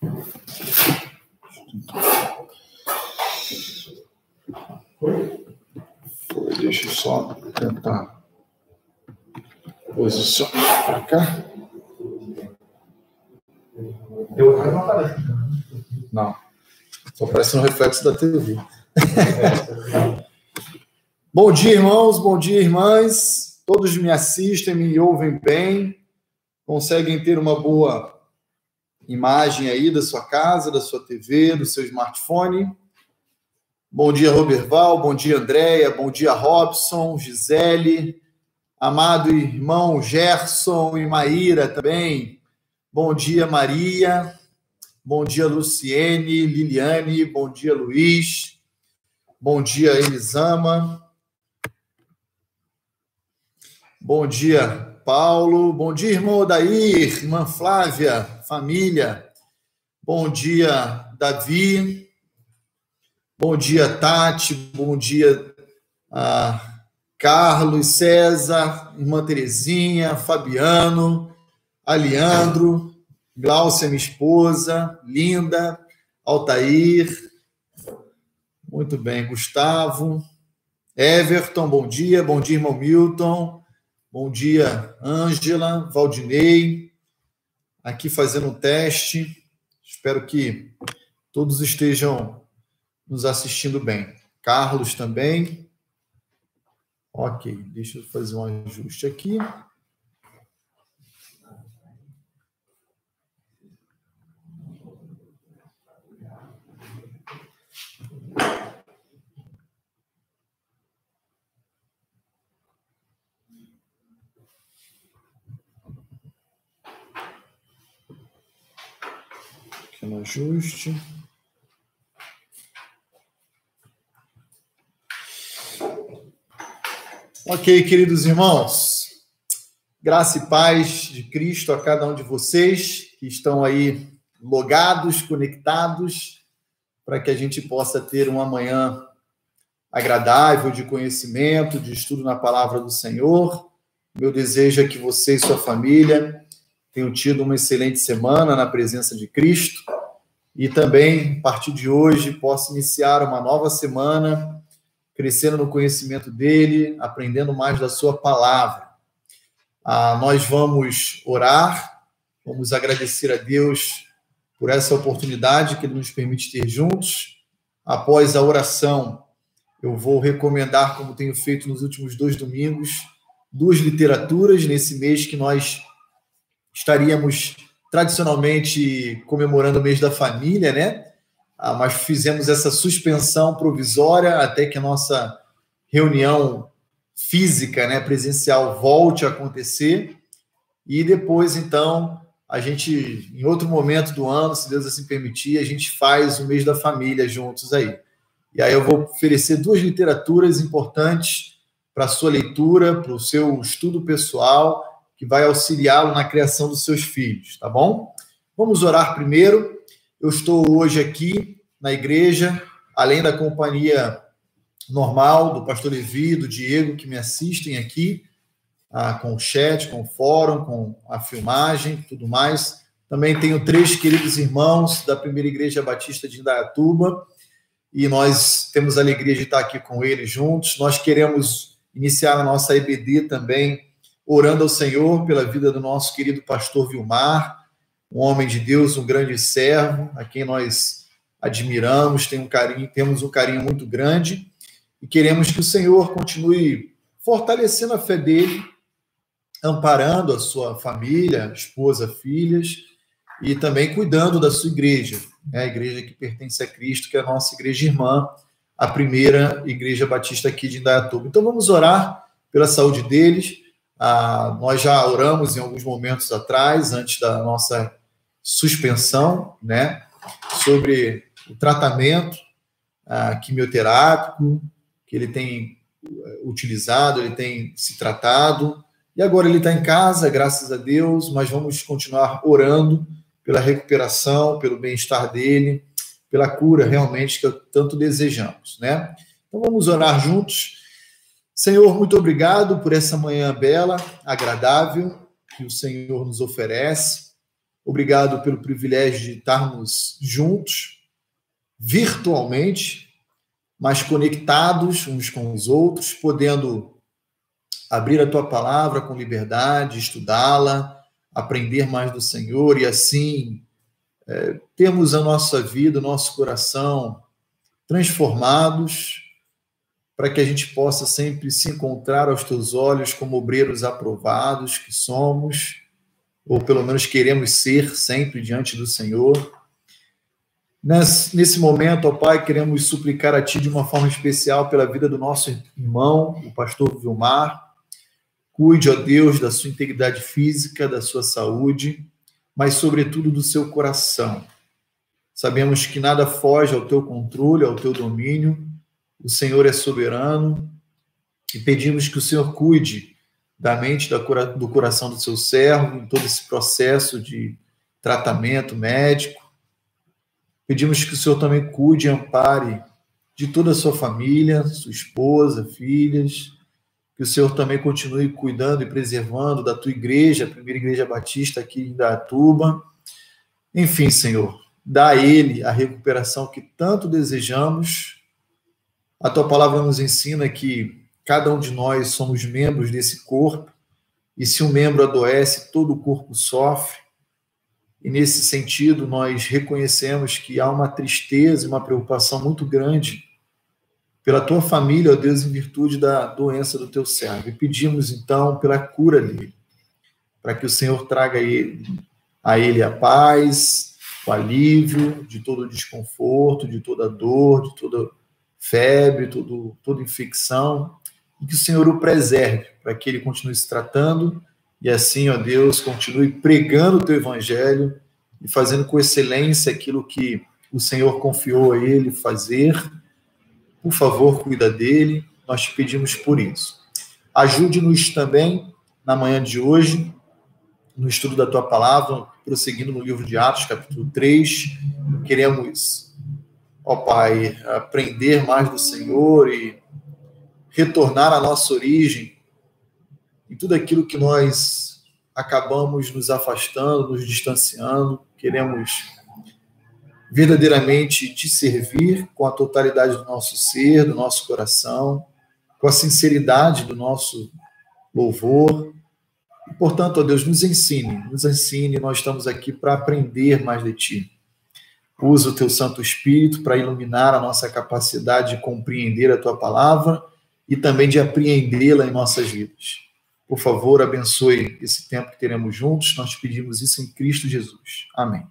Deixa eu só tentar posicionar para cá. Não. Só parece um reflexo da TV. Bom dia, irmãos. Bom dia, irmãs. Todos me assistem, me ouvem bem. Conseguem ter uma boa imagem aí da sua casa, da sua TV, do seu smartphone. Bom dia, Roberval. Bom dia, Andréia. Bom dia, Robson, Gisele. Amado irmão Gerson e Maíra também. Bom dia, Maria. Bom dia, Luciene, Liliane. Bom dia, Luiz. Bom dia, Elisama. Bom dia, Paulo. Bom dia, irmão Odair, irmã Flávia, família. Bom dia, Davi. Bom dia, Tati. Bom dia, Carlos, César, irmã Terezinha, Fabiano, Aliandro, Gláucia, minha esposa, Linda, Altair. Muito bem, Gustavo. Everton, bom dia. Bom dia, irmão Milton. Bom dia, Ângela, Valdinei, aqui fazendo um teste. Espero que todos estejam nos assistindo bem. Carlos também. Ok, deixa eu fazer um ajuste aqui. No ajuste. Ok, queridos irmãos, graça e paz de Cristo a cada um de vocês que estão aí logados, conectados, para que a gente possa ter uma manhã agradável de conhecimento, de estudo na palavra do Senhor. Meu desejo é que você e sua família tenham tido uma excelente semana na presença de Cristo e também, a partir de hoje, possa iniciar uma nova semana, crescendo no conhecimento dele, aprendendo mais da sua palavra. Nós vamos orar, vamos agradecer a Deus por essa oportunidade que ele nos permite ter juntos. Após a oração, eu vou recomendar, como tenho feito nos últimos 2 domingos, 2 literaturas nesse mês que nós estaríamos tradicionalmente comemorando o mês da família, né? Mas fizemos essa suspensão provisória até que a nossa reunião física, né, presencial, volte a acontecer. E depois, então, a gente, em outro momento do ano, se Deus assim permitir, a gente faz o mês da família juntos aí. E aí eu vou oferecer 2 literaturas importantes para a sua leitura, para o seu estudo pessoal, que vai auxiliá-lo na criação dos seus filhos, tá bom? Vamos orar primeiro. Eu estou hoje aqui na igreja, além da companhia normal do pastor Levi, do Diego, que me assistem aqui, com o chat, com o fórum, com a filmagem, tudo mais. Também tenho 3 queridos irmãos da Primeira Igreja Batista de Indaiatuba, e nós temos a alegria de estar aqui com eles juntos. Nós queremos iniciar a nossa EBD também, orando ao Senhor pela vida do nosso querido pastor Vilmar, um homem de Deus, um grande servo, a quem nós admiramos, temos um carinho muito grande, e queremos que o Senhor continue fortalecendo a fé dele, amparando a sua família, esposa, filhas, e também cuidando da sua igreja, né? A igreja que pertence a Cristo, que é a nossa igreja irmã, a Primeira Igreja Batista aqui de Indaiatuba. Então vamos orar pela saúde deles. Nós já oramos em alguns momentos atrás, antes da nossa suspensão, né, sobre o tratamento quimioterápico que ele tem utilizado, ele tem se tratado, e agora ele está em casa, graças a Deus, mas vamos continuar orando pela recuperação, pelo bem-estar dele, pela cura realmente que tanto desejamos, né? Então vamos orar juntos. Senhor, muito obrigado por essa manhã bela, agradável, que o Senhor nos oferece. Obrigado pelo privilégio de estarmos juntos, virtualmente, mas conectados uns com os outros, podendo abrir a tua palavra com liberdade, estudá-la, aprender mais do Senhor e assim termos a nossa vida, o nosso coração transformados, para que a gente possa sempre se encontrar aos teus olhos como obreiros aprovados que somos, ou pelo menos queremos ser sempre diante do Senhor. Nesse momento, ó Pai, queremos suplicar a Ti de uma forma especial pela vida do nosso irmão, o pastor Vilmar. Cuide, ó Deus, da sua integridade física, da sua saúde, mas sobretudo do seu coração. Sabemos que nada foge ao Teu controle, ao Teu domínio. O Senhor é soberano e pedimos que o Senhor cuide da mente, do coração do seu servo, em todo esse processo de tratamento médico. Pedimos que o Senhor também cuide e ampare de toda a sua família, sua esposa, filhas, que o Senhor também continue cuidando e preservando da tua igreja, a primeira igreja batista aqui em Indaiatuba. Enfim, Senhor, dá a ele a recuperação que tanto desejamos. A tua palavra nos ensina que cada um de nós somos membros desse corpo, e se um membro adoece, todo o corpo sofre. E nesse sentido, nós reconhecemos que há uma tristeza e uma preocupação muito grande pela tua família, ó Deus, em virtude da doença do teu servo. E pedimos, então, pela cura dele, para que o Senhor traga a ele a paz, o alívio de todo o desconforto, de toda dor, de toda febre, toda infecção, e que o Senhor o preserve, para que ele continue se tratando, e assim, ó Deus, continue pregando o teu evangelho e fazendo com excelência aquilo que o Senhor confiou a ele fazer. Por favor, cuida dele, nós te pedimos por isso. Ajude-nos também, na manhã de hoje, no estudo da tua palavra, prosseguindo no livro de Atos, capítulo 3. Queremos, ó Pai, aprender mais do Senhor e retornar à nossa origem em tudo aquilo que nós acabamos nos afastando, nos distanciando. Queremos verdadeiramente te servir com a totalidade do nosso ser, do nosso coração, com a sinceridade do nosso louvor. E, portanto, ó Deus, nos ensine, nós estamos aqui para aprender mais de ti. Usa o teu Santo Espírito para iluminar a nossa capacidade de compreender a tua palavra e também de apreendê-la em nossas vidas. Por favor, abençoe esse tempo que teremos juntos. Nós pedimos isso em Cristo Jesus. Amém.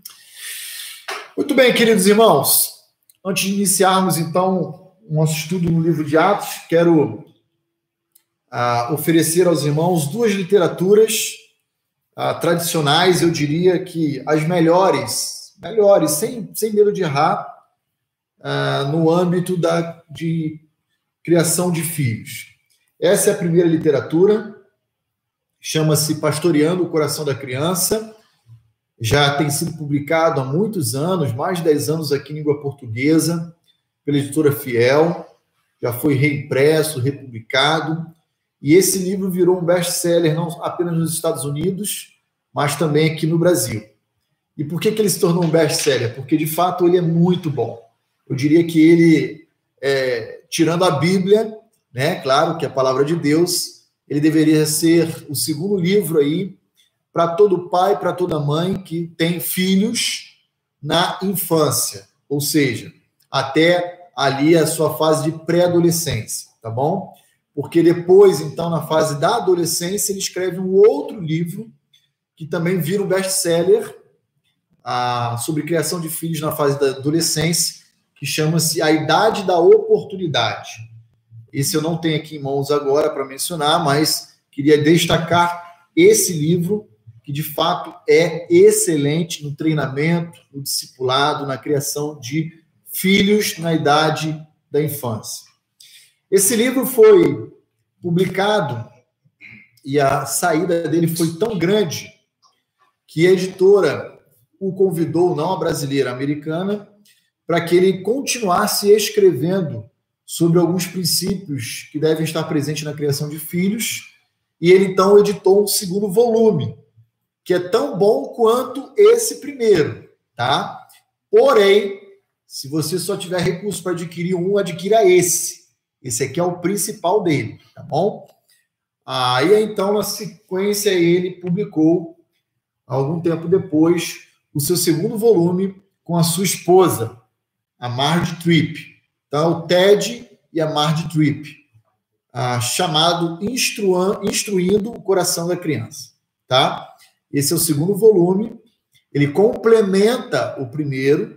Muito bem, queridos irmãos. Antes de iniciarmos, então, o nosso estudo no livro de Atos, quero oferecer aos irmãos duas literaturas tradicionais, eu diria que as melhores, sem medo de errar, no âmbito de criação de filhos. Essa é a primeira literatura, chama-se Pastoreando o Coração da Criança, já tem sido publicado há muitos anos, mais de 10 anos aqui em língua portuguesa, pela editora Fiel, já foi reimpresso, republicado, e esse livro virou um best-seller não apenas nos Estados Unidos, mas também aqui no Brasil. E por que ele se tornou um best-seller? Porque, de fato, ele é muito bom. Eu diria que ele, tirando a Bíblia, né, claro que é a palavra de Deus, ele deveria ser o segundo livro aí para todo pai, para toda mãe que tem filhos na infância, ou seja, até ali a sua fase de pré-adolescência, tá bom? Porque depois, então, na fase da adolescência, ele escreve um outro livro que também vira um best-seller sobre criação de filhos na fase da adolescência, que chama-se A Idade da Oportunidade. Esse eu não tenho aqui em mãos agora para mencionar, mas queria destacar esse livro, que de fato é excelente no treinamento, no discipulado, na criação de filhos na idade da infância. Esse livro foi publicado e a saída dele foi tão grande que a editora o convidou, não a brasileira, a americana, para que ele continuasse escrevendo sobre alguns princípios que devem estar presentes na criação de filhos, e ele então editou um segundo volume, que é tão bom quanto esse primeiro, tá? Porém, se você só tiver recurso para adquirir um, adquira esse. Esse aqui é o principal dele, tá bom? Aí, então, na sequência, ele publicou, algum tempo depois, o seu segundo volume com a sua esposa, a Marge Tripp. Então, o Ted e a Marge Tripp, chamado Instruindo o Coração da Criança, tá? Esse é o segundo volume. Ele complementa o primeiro,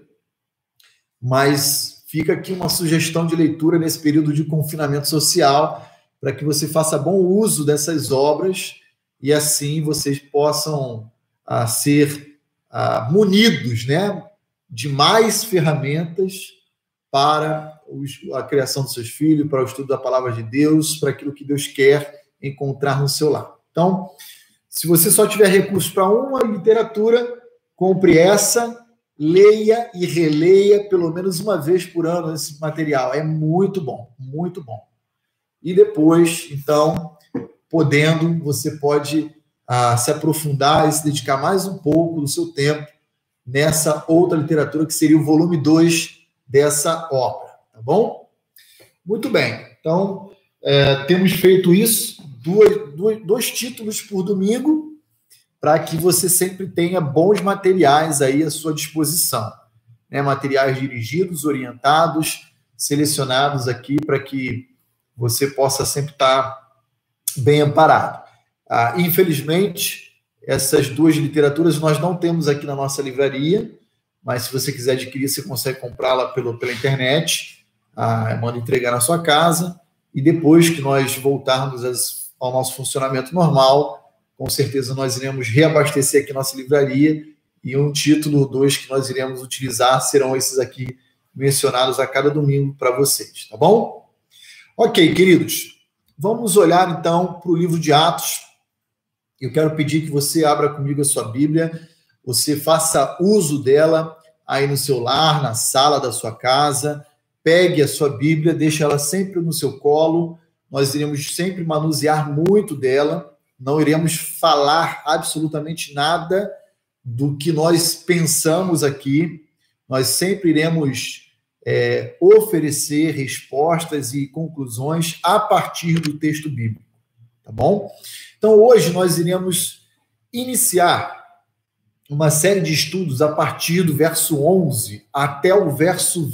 mas fica aqui uma sugestão de leitura nesse período de confinamento social, para que você faça bom uso dessas obras e assim vocês possam ser munidos, né, de mais ferramentas para a criação dos seus filhos, para o estudo da palavra de Deus, para aquilo que Deus quer encontrar no seu lar. Então, se você só tiver recurso para uma literatura, compre essa, leia e releia pelo menos uma vez por ano esse material. É muito bom, muito bom. E depois, então, podendo, você pode se aprofundar e se dedicar mais um pouco do seu tempo nessa outra literatura, que seria o volume 2 dessa obra, tá bom? Muito bem. Então, temos feito isso, dois títulos por domingo, para que você sempre tenha bons materiais aí à sua disposição, né? Materiais dirigidos, orientados, selecionados aqui para que você possa sempre estar bem amparado. Infelizmente, essas duas literaturas nós não temos aqui na nossa livraria, mas se você quiser adquirir, você consegue comprá-la pela internet, manda entregar na sua casa, e depois que nós voltarmos ao nosso funcionamento normal, com certeza nós iremos reabastecer aqui nossa livraria, e um título ou dois que nós iremos utilizar serão esses aqui mencionados a cada domingo para vocês, tá bom? Ok, queridos, vamos olhar então para o livro de Atos. Eu quero pedir que você abra comigo a sua Bíblia, você faça uso dela aí no seu lar, na sala da sua casa, pegue a sua Bíblia, deixe ela sempre no seu colo, nós iremos sempre manusear muito dela, não iremos falar absolutamente nada do que nós pensamos aqui, nós sempre iremos oferecer respostas e conclusões a partir do texto bíblico, tá bom? Então, hoje nós iremos iniciar uma série de estudos a partir do verso 11 até o verso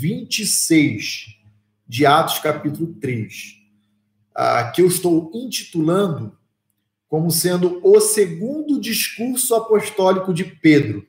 26 de Atos, capítulo 3, que eu estou intitulando como sendo o segundo discurso apostólico de Pedro.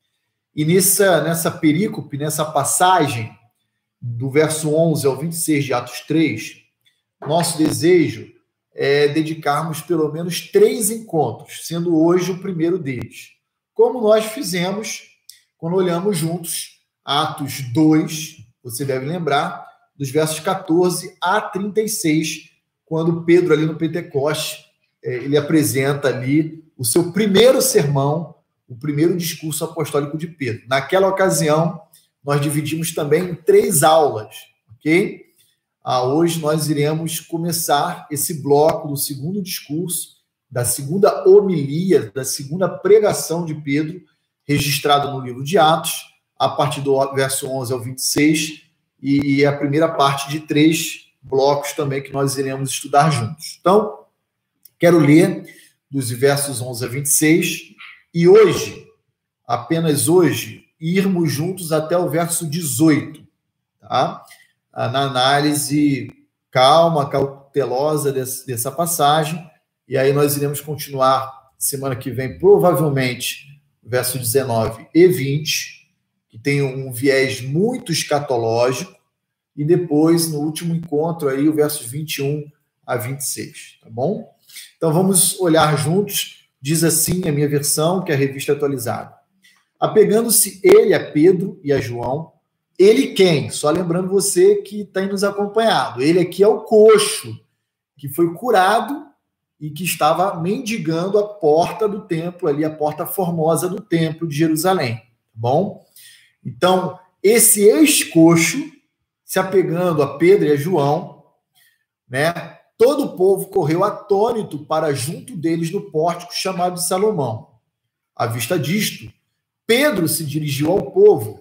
E nessa perícope, nessa passagem, do verso 11 ao 26 de Atos 3, nosso desejo é dedicarmos pelo menos 3 encontros, sendo hoje o primeiro deles. Como nós fizemos quando olhamos juntos Atos 2, você deve lembrar, dos versos 14 a 36, quando Pedro, ali no Pentecoste, ele apresenta ali o seu primeiro sermão, o primeiro discurso apostólico de Pedro. Naquela ocasião, nós dividimos também em 3 aulas, ok? Hoje nós iremos começar esse bloco do segundo discurso, da segunda homilia, da segunda pregação de Pedro, registrada no livro de Atos, a partir do verso 11 ao 26, e a primeira parte de 3 blocos também que nós iremos estudar juntos. Então, quero ler dos versos 11 a 26, e hoje, apenas hoje, irmos juntos até o verso 18, tá? Na análise calma, cautelosa dessa passagem, e aí nós iremos continuar semana que vem, provavelmente, verso 19 e 20, que tem um viés muito escatológico, e depois, no último encontro, aí, o versos 21 a 26, tá bom? Então, vamos olhar juntos, diz assim a minha versão, que é a revista atualizada. Apegando-se ele a Pedro e a João, ele quem? Só lembrando você que tem nos acompanhado, ele aqui é o coxo, que foi curado e que estava mendigando a porta do templo, ali a porta formosa do templo de Jerusalém, tá bom? Então, esse ex-coxo, se apegando a Pedro e a João, né, todo o povo correu atônito para junto deles no pórtico chamado de Salomão. À vista disto, Pedro se dirigiu ao povo,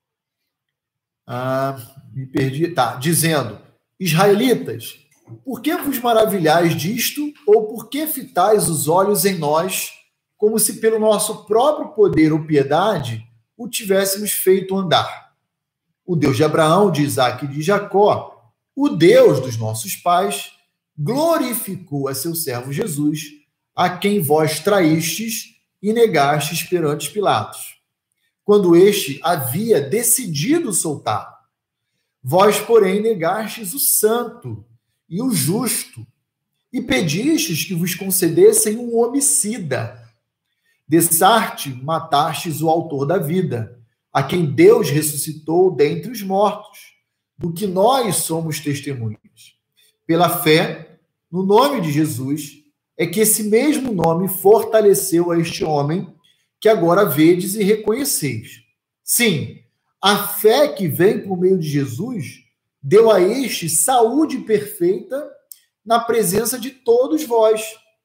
dizendo: Israelitas, por que vos maravilhais disto, ou por que fitais os olhos em nós, como se pelo nosso próprio poder ou piedade o tivéssemos feito andar? O Deus de Abraão, de Isaque e de Jacó, o Deus dos nossos pais, glorificou a seu servo Jesus, a quem vós traístes e negastes perante Pilatos, quando este havia decidido soltar. Vós, porém, negastes o santo e o justo, e pedistes que vos concedessem um homicida. Dessarte matastes o autor da vida, a quem Deus ressuscitou dentre os mortos, do que nós somos testemunhas. Pela fé, no nome de Jesus, é que esse mesmo nome fortaleceu a este homem, que agora vedes e reconheceis. Sim, a fé que vem por meio de Jesus deu a este saúde perfeita na presença de todos vós.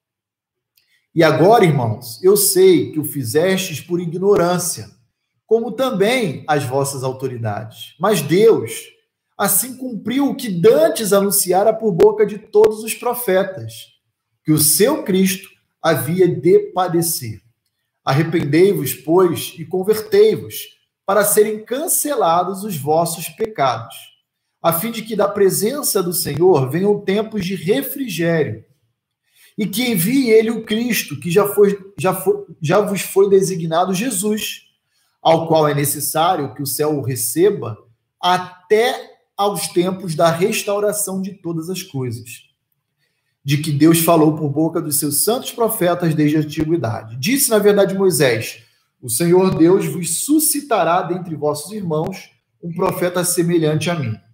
E agora, irmãos, eu sei que o fizestes por ignorância, como também as vossas autoridades. Mas Deus assim cumpriu o que dantes anunciara por boca de todos os profetas, que o seu Cristo havia de padecer. Arrependei-vos, pois, e convertei-vos, para serem cancelados os vossos pecados, a fim de que da presença do Senhor venham tempos de refrigério, e que envie ele o Cristo, que já vos foi designado Jesus, ao qual é necessário que o céu o receba até aos tempos da restauração de todas as coisas, de que Deus falou por boca dos seus santos profetas desde a antiguidade. Disse, na verdade, Moisés: o Senhor Deus vos suscitará dentre vossos irmãos um profeta semelhante a mim.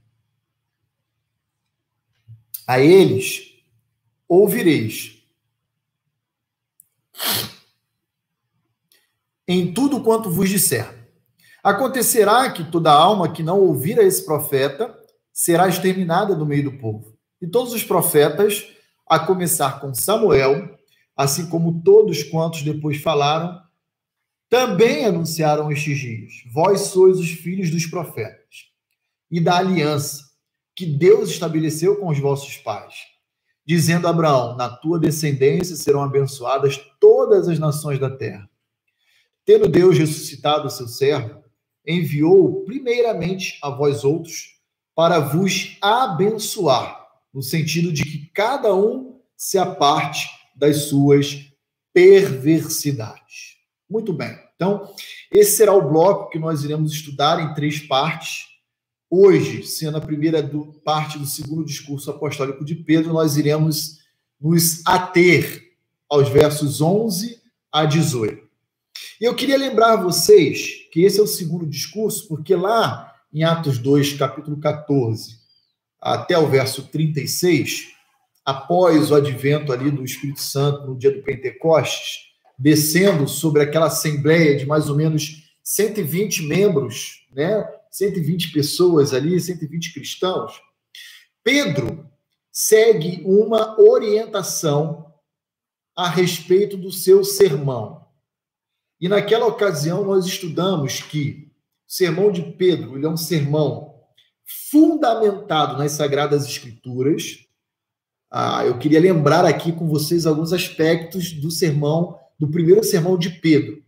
A eles ouvireis em tudo quanto vos disser. Acontecerá que toda alma que não ouvir a esse profeta será exterminada do meio do povo. E todos os profetas, a começar com Samuel, assim como todos quantos depois falaram, também anunciaram estes dias: vós sois os filhos dos profetas e da aliança que Deus estabeleceu com os vossos pais, dizendo a Abraão: na tua descendência serão abençoadas todas as nações da terra. Tendo Deus ressuscitado o seu servo, enviou-o primeiramente a vós outros para vos abençoar, no sentido de que cada um se aparte das suas perversidades. Muito bem. Então, esse será o bloco que nós iremos estudar em 3 partes. Hoje, sendo a primeira parte do segundo discurso apostólico de Pedro, nós iremos nos ater aos versos 11 a 18. E eu queria lembrar a vocês que esse é o segundo discurso, porque lá em Atos 2, capítulo 14, até o verso 36, após o advento ali do Espírito Santo no dia do Pentecostes, descendo sobre aquela assembleia de mais ou menos 120 membros, né? 120 pessoas ali, 120 cristãos, Pedro segue uma orientação a respeito do seu sermão. E naquela ocasião nós estudamos que o sermão de Pedro, ele é um sermão fundamentado nas Sagradas Escrituras. Eu queria lembrar aqui com vocês alguns aspectos do sermão, do primeiro sermão de Pedro.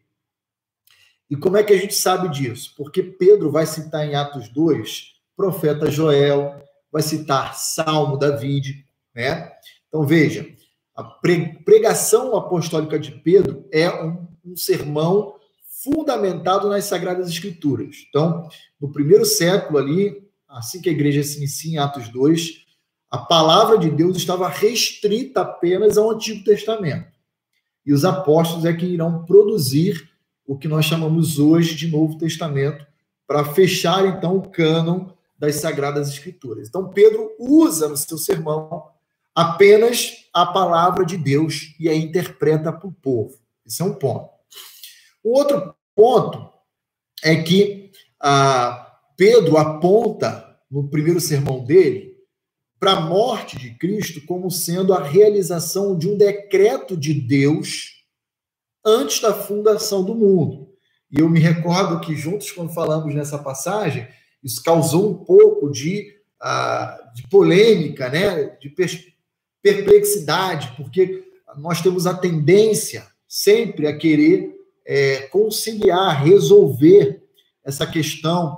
E como é que a gente sabe disso? Porque Pedro vai citar em Atos 2, profeta Joel, vai citar Salmo Davídico, né? Então, veja, a pregação apostólica de Pedro é um sermão fundamentado nas Sagradas Escrituras. Então, no primeiro século ali, assim que a igreja se inicia em Atos 2, a palavra de Deus estava restrita apenas ao Antigo Testamento. E os apóstolos é que irão produzir o que nós chamamos hoje de Novo Testamento, para fechar, então, o cânon das Sagradas Escrituras. Então, Pedro usa no seu sermão apenas a palavra de Deus e a interpreta para o povo. Esse é um ponto. O outro ponto é que Pedro aponta, no primeiro sermão dele, para a morte de Cristo como sendo a realização de um decreto de Deus antes da fundação do mundo. E eu me recordo que juntos, quando falamos nessa passagem, isso causou um pouco de polêmica, né? De perplexidade, porque nós temos a tendência sempre a querer conciliar, resolver essa questão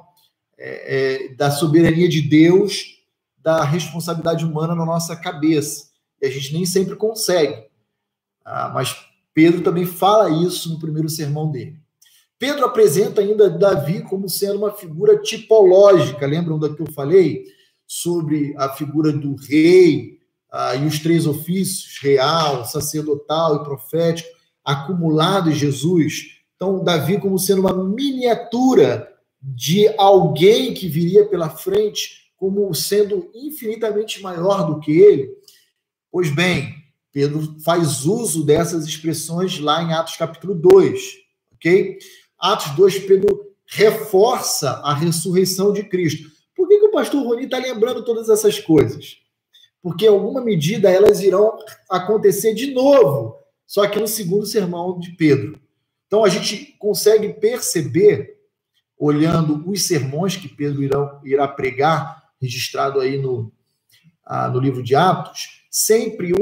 da soberania de Deus, da responsabilidade humana na nossa cabeça. E a gente nem sempre consegue. Mas Pedro também fala isso no primeiro sermão dele. Pedro apresenta ainda Davi como sendo uma figura tipológica. Lembram da que eu falei? Sobre a figura do rei e os 3 ofícios, real, sacerdotal e profético, acumulado em Jesus. Então, Davi como sendo uma miniatura de alguém que viria pela frente, como sendo infinitamente maior do que ele. Pois bem, Pedro faz uso dessas expressões lá em Atos capítulo 2, ok? Atos 2, Pedro reforça a ressurreição de Cristo. Por que o pastor Rony está lembrando todas essas coisas? Porque, em alguma medida, elas irão acontecer de novo, só que no segundo sermão de Pedro. Então, a gente consegue perceber, olhando os sermões que Pedro irá pregar, registrado aí no livro de Atos, sempre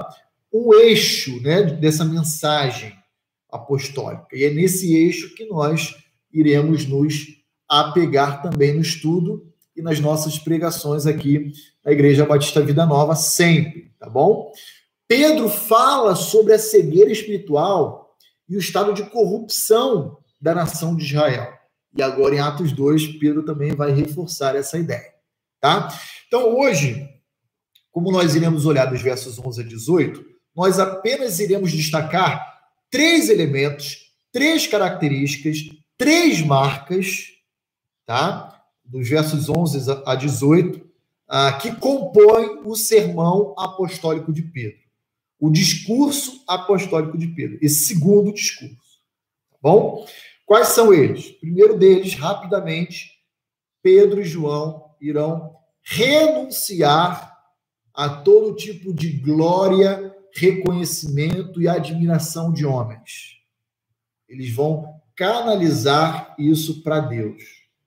um eixo, né, dessa mensagem apostólica. E é nesse eixo que nós iremos nos apegar também no estudo e nas nossas pregações aqui na Igreja Batista Vida Nova, sempre, tá bom? Pedro fala sobre a cegueira espiritual e o estado de corrupção da nação de Israel. E agora, em Atos 2, Pedro também vai reforçar essa ideia, tá? Então, hoje, como nós iremos olhar dos versos 11 a 18, nós apenas iremos destacar 3 elementos, 3 características, 3 marcas, tá? Dos versos 11 a 18, que compõem o sermão apostólico de Pedro. O discurso apostólico de Pedro. Esse segundo discurso. Tá bom? Quais são eles? Primeiro deles, rapidamente, Pedro e João irão renunciar a todo tipo de glória, reconhecimento e admiração de homens. Eles vão canalizar isso para Deus.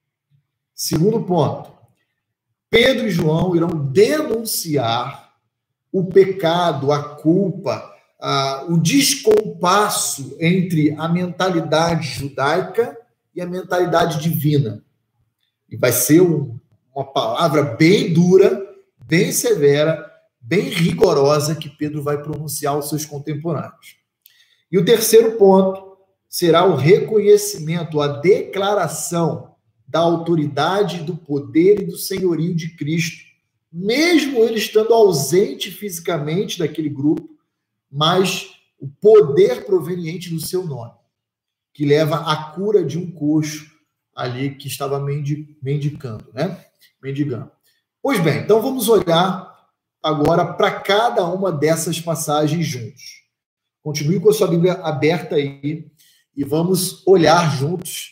Segundo ponto, Pedro e João irão denunciar o pecado, a culpa, o descompasso entre a mentalidade judaica e a mentalidade divina. E vai ser uma palavra bem dura, bem severa, bem rigorosa que Pedro vai pronunciar aos seus contemporâneos. E o terceiro ponto será o reconhecimento, a declaração da autoridade, do poder e do senhorio de Cristo, mesmo ele estando ausente fisicamente daquele grupo, mas o poder proveniente do seu nome, que leva à cura de um coxo ali que estava mendigando, né? Mendigando. Pois bem, então vamos olhar agora para cada uma dessas passagens juntos. Continue com a sua Bíblia aberta aí e vamos olhar juntos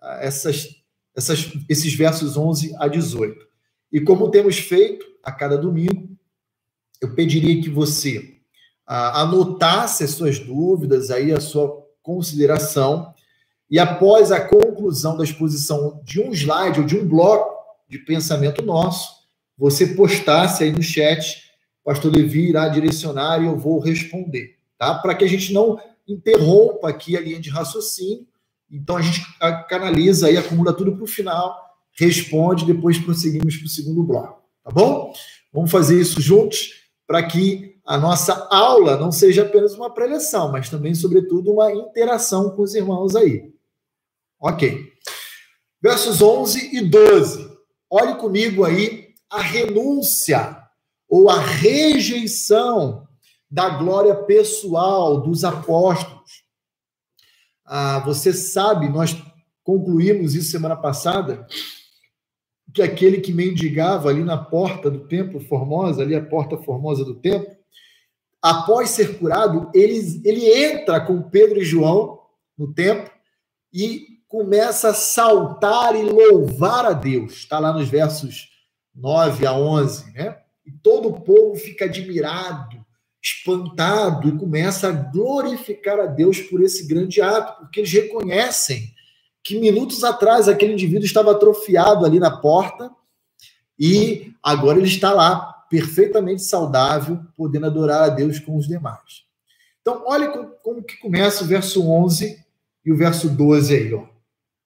esses versos 11 a 18. E como temos feito a cada domingo, eu pediria que você anotasse as suas dúvidas, aí a sua consideração, e após a conclusão da exposição de um slide ou de um bloco de pensamento nosso, você postasse aí no chat, o pastor Levi irá direcionar e eu vou responder, tá? Para que a gente não interrompa aqui a linha de raciocínio, então a gente canaliza e acumula tudo para o final, responde, depois prosseguimos para o segundo bloco, tá bom? Vamos fazer isso juntos para que a nossa aula não seja apenas uma preleção, mas também, sobretudo, uma interação com os irmãos aí. Ok. Versos 11 e 12. Olhe comigo aí a renúncia ou a rejeição da glória pessoal dos apóstolos. Você sabe, nós concluímos isso semana passada, que aquele que mendigava ali na porta do templo Formosa, ali a porta formosa do templo, após ser curado, ele entra com Pedro e João no templo e começa a saltar e louvar a Deus. Está lá nos versos 9 a 11, né? E todo o povo fica admirado, espantado e começa a glorificar a Deus por esse grande ato, porque eles reconhecem que minutos atrás aquele indivíduo estava atrofiado ali na porta e agora ele está lá, perfeitamente saudável, podendo adorar a Deus com os demais. Então, olha como que começa o verso 11 e o verso 12 aí, ó.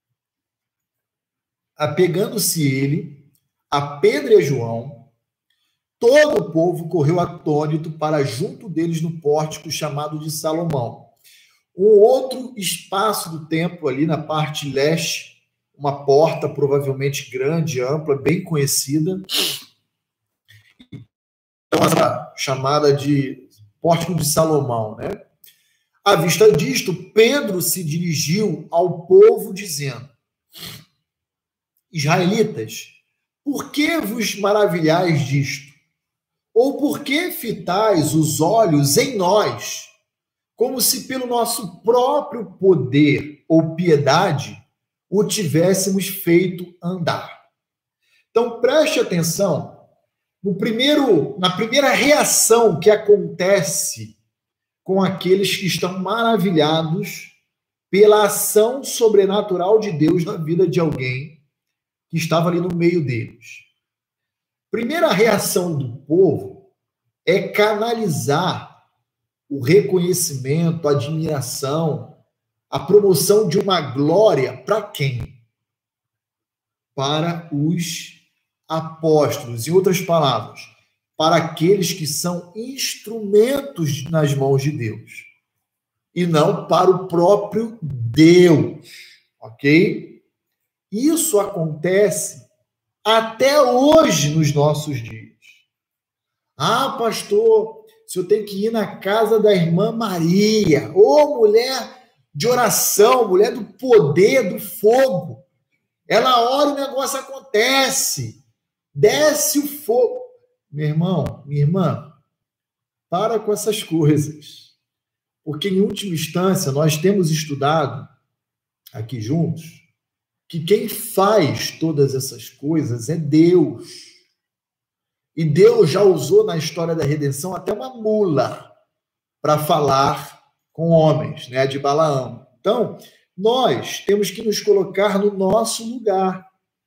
Apegando-se ele a Pedro e a João, todo o povo correu atônito para junto deles no pórtico chamado de Salomão. Um outro espaço do templo ali na parte leste, uma porta provavelmente grande, ampla, bem conhecida, chamada de Pórtico de Salomão, né? À vista disto, Pedro se dirigiu ao povo dizendo: Israelitas, por que vos maravilhais disto? Ou por que fitais os olhos em nós, como se pelo nosso próprio poder ou piedade o tivéssemos feito andar? Então, preste atenção na primeira reação que acontece com aqueles que estão maravilhados pela ação sobrenatural de Deus na vida de alguém que estava ali no meio deles. Primeira reação do povo é canalizar o reconhecimento, a admiração, a promoção de uma glória para quem? Para os apóstolos. Em outras palavras, para aqueles que são instrumentos nas mãos de Deus. E não para o próprio Deus. Ok? Isso acontece até hoje nos nossos dias. Ah, pastor, se eu tenho que ir na casa da irmã Maria, ô mulher de oração, mulher do poder, do fogo. Ela ora e o negócio acontece. Desce o fogo. Meu irmão, minha irmã, para com essas coisas. Porque, em última instância, nós temos estudado aqui juntos que quem faz todas essas coisas é Deus. E Deus já usou na história da redenção até uma mula para falar com homens, né, de Balaão. Então, nós temos que nos colocar no nosso lugar,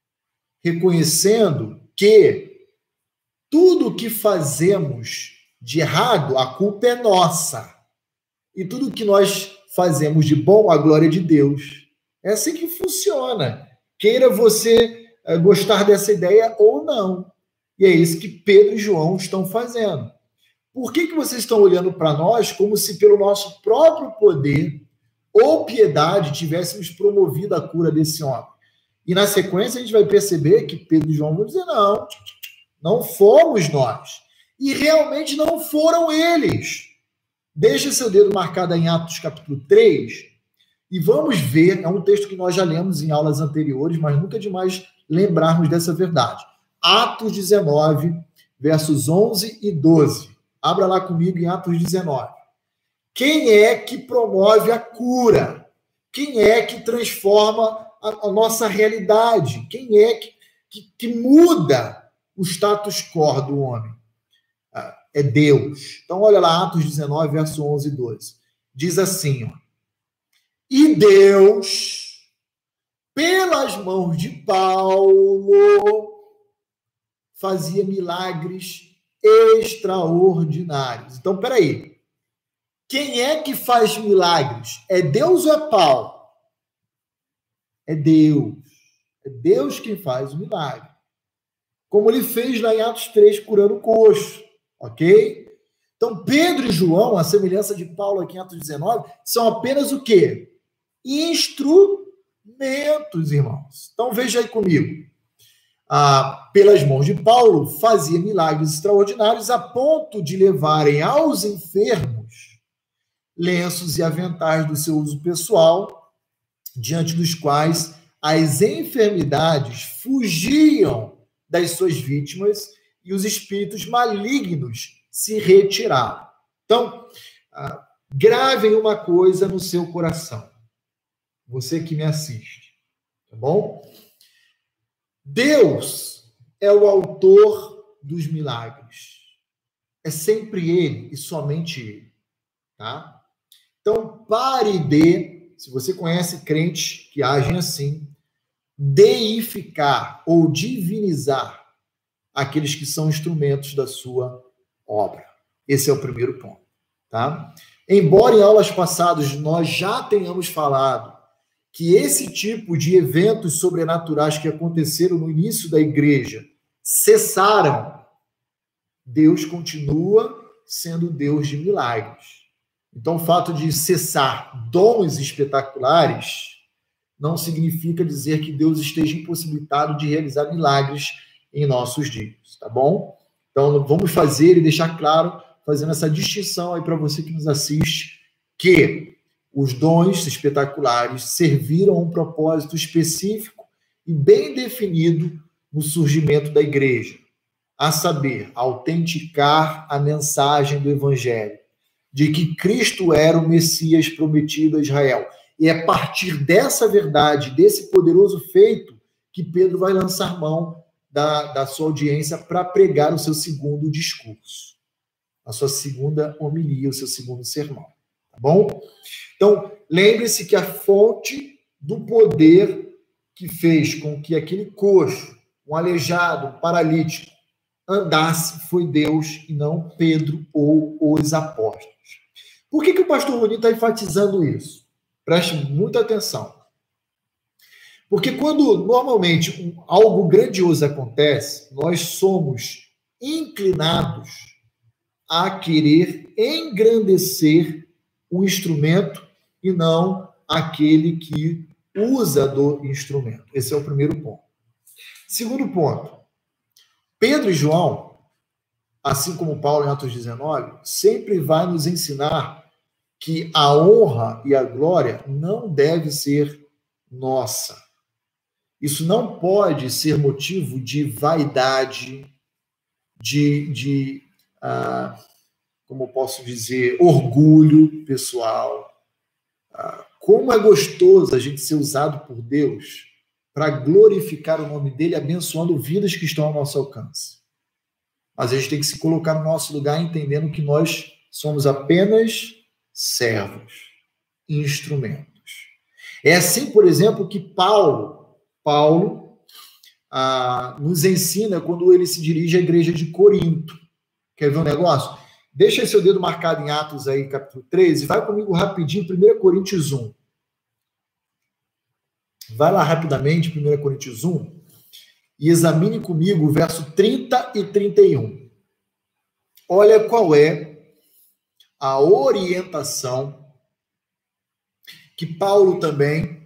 reconhecendo que tudo que fazemos de errado, a culpa é nossa. E tudo que nós fazemos de bom, a glória de Deus. É assim que funciona. Queira você gostar dessa ideia ou não. E é isso que Pedro e João estão fazendo. Por que vocês estão olhando para nós como se pelo nosso próprio poder ou piedade tivéssemos promovido a cura desse homem? E na sequência a gente vai perceber que Pedro e João vão dizer: não fomos nós. E realmente não foram eles. Deixa seu dedo marcado em Atos capítulo 3 e vamos ver, é um texto que nós já lemos em aulas anteriores, mas nunca é demais lembrarmos dessa verdade. Atos 19, versos 11 e 12. Abra lá comigo em Atos 19. Quem é que promove a cura? Quem é que transforma a nossa realidade? Quem é que muda o status quo do homem? É Deus. Então, olha lá, Atos 19, verso 11 e 12. Diz assim, ó: E Deus, pelas mãos de Paulo, fazia milagres extraordinários. Então, peraí. Quem é que faz milagres? É Deus ou é Paulo? É Deus. É Deus quem faz o milagre. Como ele fez lá em Atos 3, curando o coxo. Ok? Então, Pedro e João, a semelhança de Paulo aqui em Atos 19, são apenas o quê? Instrumentos, irmãos. Então, veja aí comigo. Pelas mãos de Paulo, fazia milagres extraordinários a ponto de levarem aos enfermos lenços e aventais do seu uso pessoal, diante dos quais as enfermidades fugiam das suas vítimas e os espíritos malignos se retiraram. Então, gravem uma coisa no seu coração, você que me assiste, tá bom? Deus é o autor dos milagres. é sempre ele e somente ele, tá? Então, pare de, se você conhece crentes que agem assim, deificar ou divinizar aqueles que são instrumentos da sua obra. Esse é o primeiro ponto, tá? Embora em aulas passadas nós já tenhamos falado que esse tipo de eventos sobrenaturais que aconteceram no início da igreja cessaram, Deus continua sendo Deus de milagres. Então, o fato de cessar dons espetaculares não significa dizer que Deus esteja impossibilitado de realizar milagres em nossos dias, tá bom? Então, vamos fazer e deixar claro, fazendo essa distinção aí para você que nos assiste, que os dons espetaculares serviram a um propósito específico e bem definido no surgimento da igreja, a saber, autenticar a mensagem do evangelho, de que Cristo era o Messias prometido a Israel. E é a partir dessa verdade, desse poderoso feito, que Pedro vai lançar mão da sua audiência para pregar o seu segundo discurso, a sua segunda homilia, o seu segundo sermão. Tá bom? Então, lembre-se que a fonte do poder que fez com que aquele coxo, um aleijado, um paralítico, andasse foi Deus e não Pedro ou os apóstolos. Por que o pastor Rony está enfatizando isso? Preste muita atenção. Porque quando normalmente algo grandioso acontece, nós somos inclinados a querer engrandecer o instrumento e não aquele que usa do instrumento. Esse é o primeiro ponto. Segundo ponto, Pedro e João, assim como Paulo em Atos 19, sempre vai nos ensinar que a honra e a glória não deve ser nossa. Isso não pode ser motivo de vaidade, como posso dizer, orgulho pessoal. Como é gostoso a gente ser usado por Deus para glorificar o nome dele, abençoando vidas que estão ao nosso alcance. Mas a gente tem que se colocar no nosso lugar, entendendo que nós somos apenas servos, instrumentos. É assim, por exemplo, que Paulo nos ensina quando ele se dirige à igreja de Corinto. Quer ver um negócio? Deixa seu dedo marcado em Atos aí, capítulo 13, e vai comigo rapidinho, 1 Coríntios 1. Vai lá rapidamente, 1 Coríntios 1, e examine comigo o verso 30 e 31. Olha qual é a orientação que Paulo também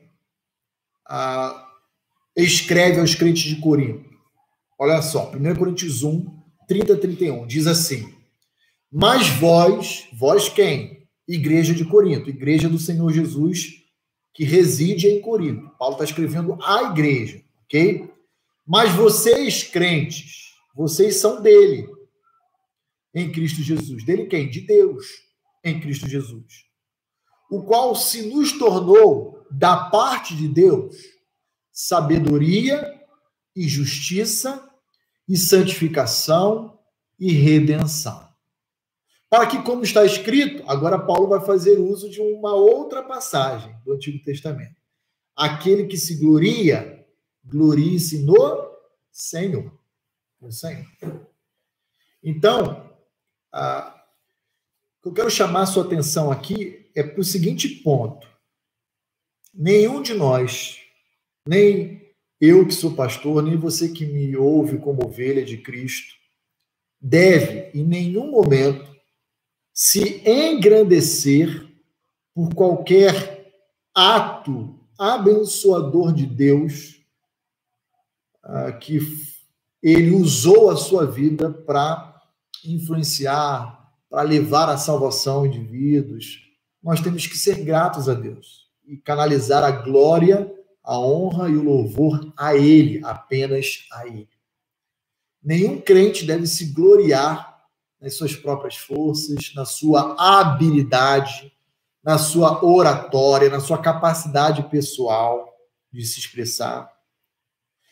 escreve aos crentes de Corinto. Olha só, 1 Coríntios 1, 30 e 31, diz assim: mas vós quem? Igreja de Corinto, igreja do Senhor Jesus, que reside em Corinto. Paulo está escrevendo à igreja, ok? Mas vocês, crentes, vocês são dele, em Cristo Jesus. Dele quem? De Deus, em Cristo Jesus. O qual se nos tornou, da parte de Deus, sabedoria e justiça e santificação e redenção. Para que, como está escrito, agora Paulo vai fazer uso de uma outra passagem do Antigo Testamento. Aquele que se gloria, glorie-se no Senhor. No Senhor. Então, o que eu quero chamar a sua atenção aqui é para o seguinte ponto. Nenhum de nós, nem eu que sou pastor, nem você que me ouve como ovelha de Cristo, deve, em nenhum momento, se engrandecer por qualquer ato abençoador de Deus que ele usou a sua vida para influenciar, para levar à salvação indivíduos. Nós temos que ser gratos a Deus e canalizar a glória, a honra e o louvor a Ele, apenas a Ele. Nenhum crente deve se gloriar nas suas próprias forças, na sua habilidade, na sua oratória, na sua capacidade pessoal de se expressar.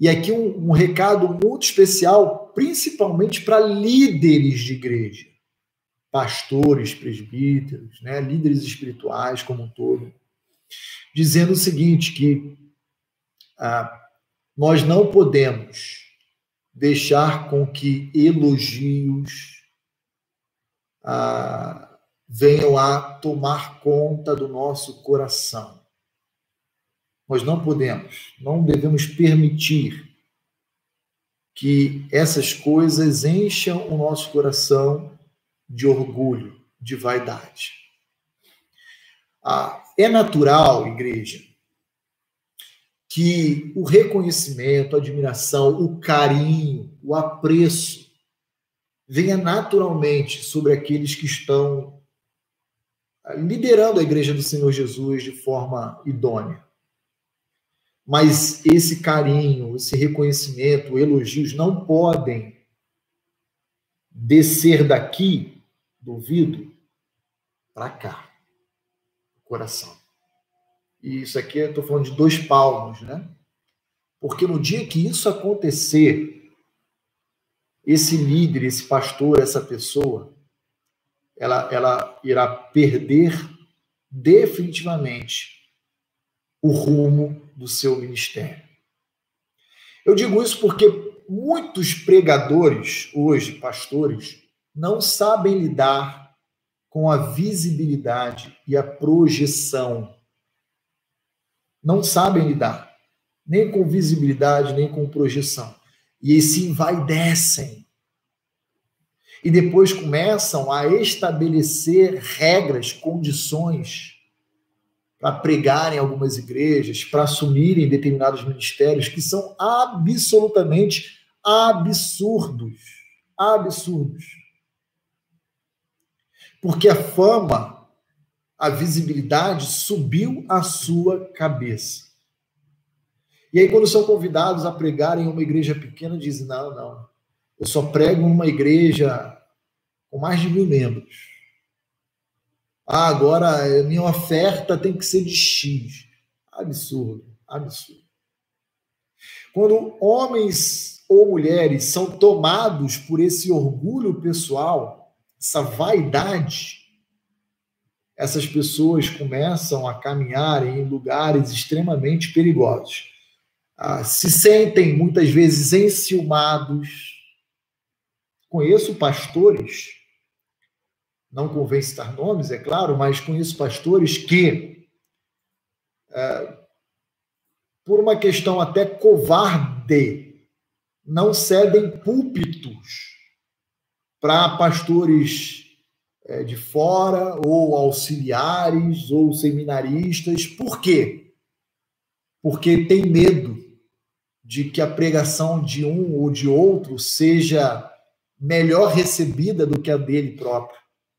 E aqui um recado muito especial, principalmente para líderes de igreja, pastores, presbíteros, né, líderes espirituais como um todo, dizendo o seguinte, que nós não podemos deixar com que elogios venham a tomar conta do nosso coração. Nós não podemos, não devemos permitir que essas coisas encham o nosso coração de orgulho, de vaidade. É natural, igreja, que o reconhecimento, a admiração, o carinho, o apreço venha naturalmente sobre aqueles que estão liderando a Igreja do Senhor Jesus de forma idônea. Mas esse carinho, esse reconhecimento, elogios não podem descer daqui do ouvido para cá, coração. E isso aqui eu estou falando de 2 palmos, né? Porque no dia que isso acontecer, esse líder, esse pastor, essa pessoa, ela irá perder definitivamente o rumo do seu ministério. Eu digo isso porque muitos pregadores hoje, pastores, não sabem lidar com a visibilidade e a projeção. Não sabem lidar, nem com visibilidade, nem com projeção. E aí se envaidecem. E depois começam a estabelecer regras, condições para pregarem em algumas igrejas, para assumirem determinados ministérios que são absolutamente absurdos. Absurdos. Porque a fama, a visibilidade subiu à sua cabeça. E aí, quando são convidados a pregarem em uma igreja pequena, dizem, não, eu só prego em uma igreja com mais de 1.000 membros. Agora a minha oferta tem que ser de X. Absurdo, absurdo. Quando homens ou mulheres são tomados por esse orgulho pessoal, essa vaidade, essas pessoas começam a caminhar em lugares extremamente perigosos. Se sentem muitas vezes enciumados. Conheço pastores, não convém citar nomes, é claro, mas conheço pastores que, por uma questão até covarde, não cedem púlpitos para pastores de fora, ou auxiliares, ou seminaristas. Por quê? Porque tem medo de que a pregação de um ou de outro seja melhor recebida do que a dele próprio.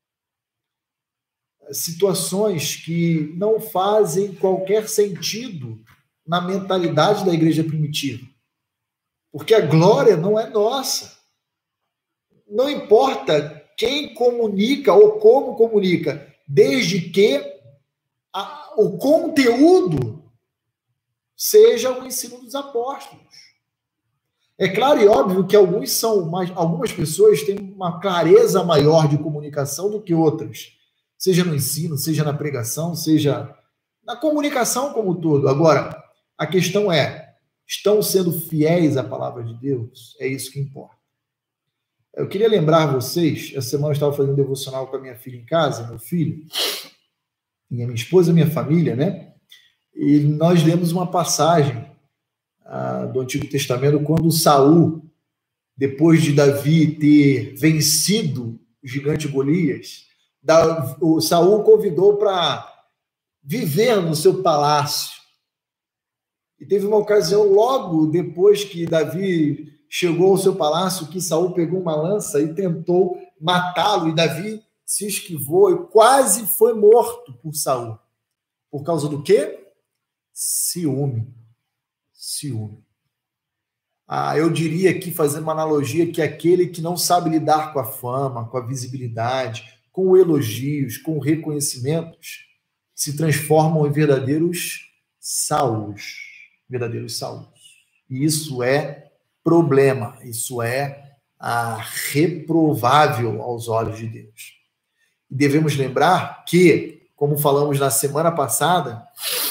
Situações que não fazem qualquer sentido na mentalidade da igreja primitiva. Porque a glória não é nossa. Não importa quem comunica ou como comunica, desde que o conteúdo seja o ensino dos apóstolos. É claro e óbvio que algumas pessoas têm uma clareza maior de comunicação do que outras, seja no ensino, seja na pregação, seja na comunicação como um todo. Agora, a questão é, estão sendo fiéis à palavra de Deus? É isso que importa. Eu queria lembrar vocês, essa semana eu estava fazendo devocional com a minha filha em casa, meu filho, e a minha esposa, a minha família, né? E nós lemos uma passagem do Antigo Testamento, quando Saul, depois de Davi ter vencido o gigante Golias, Saul convidou para viver no seu palácio. E teve uma ocasião, logo depois que Davi chegou ao seu palácio, que Saul pegou uma lança e tentou matá-lo, e Davi se esquivou e quase foi morto por Saul. Por causa do quê? Ciúme. Eu diria aqui, fazendo uma analogia, que aquele que não sabe lidar com a fama, com a visibilidade, com elogios, com reconhecimentos, se transformam em verdadeiros Saulos. E isso é problema, isso é reprovável aos olhos de Deus. E devemos lembrar que, como falamos na semana passada,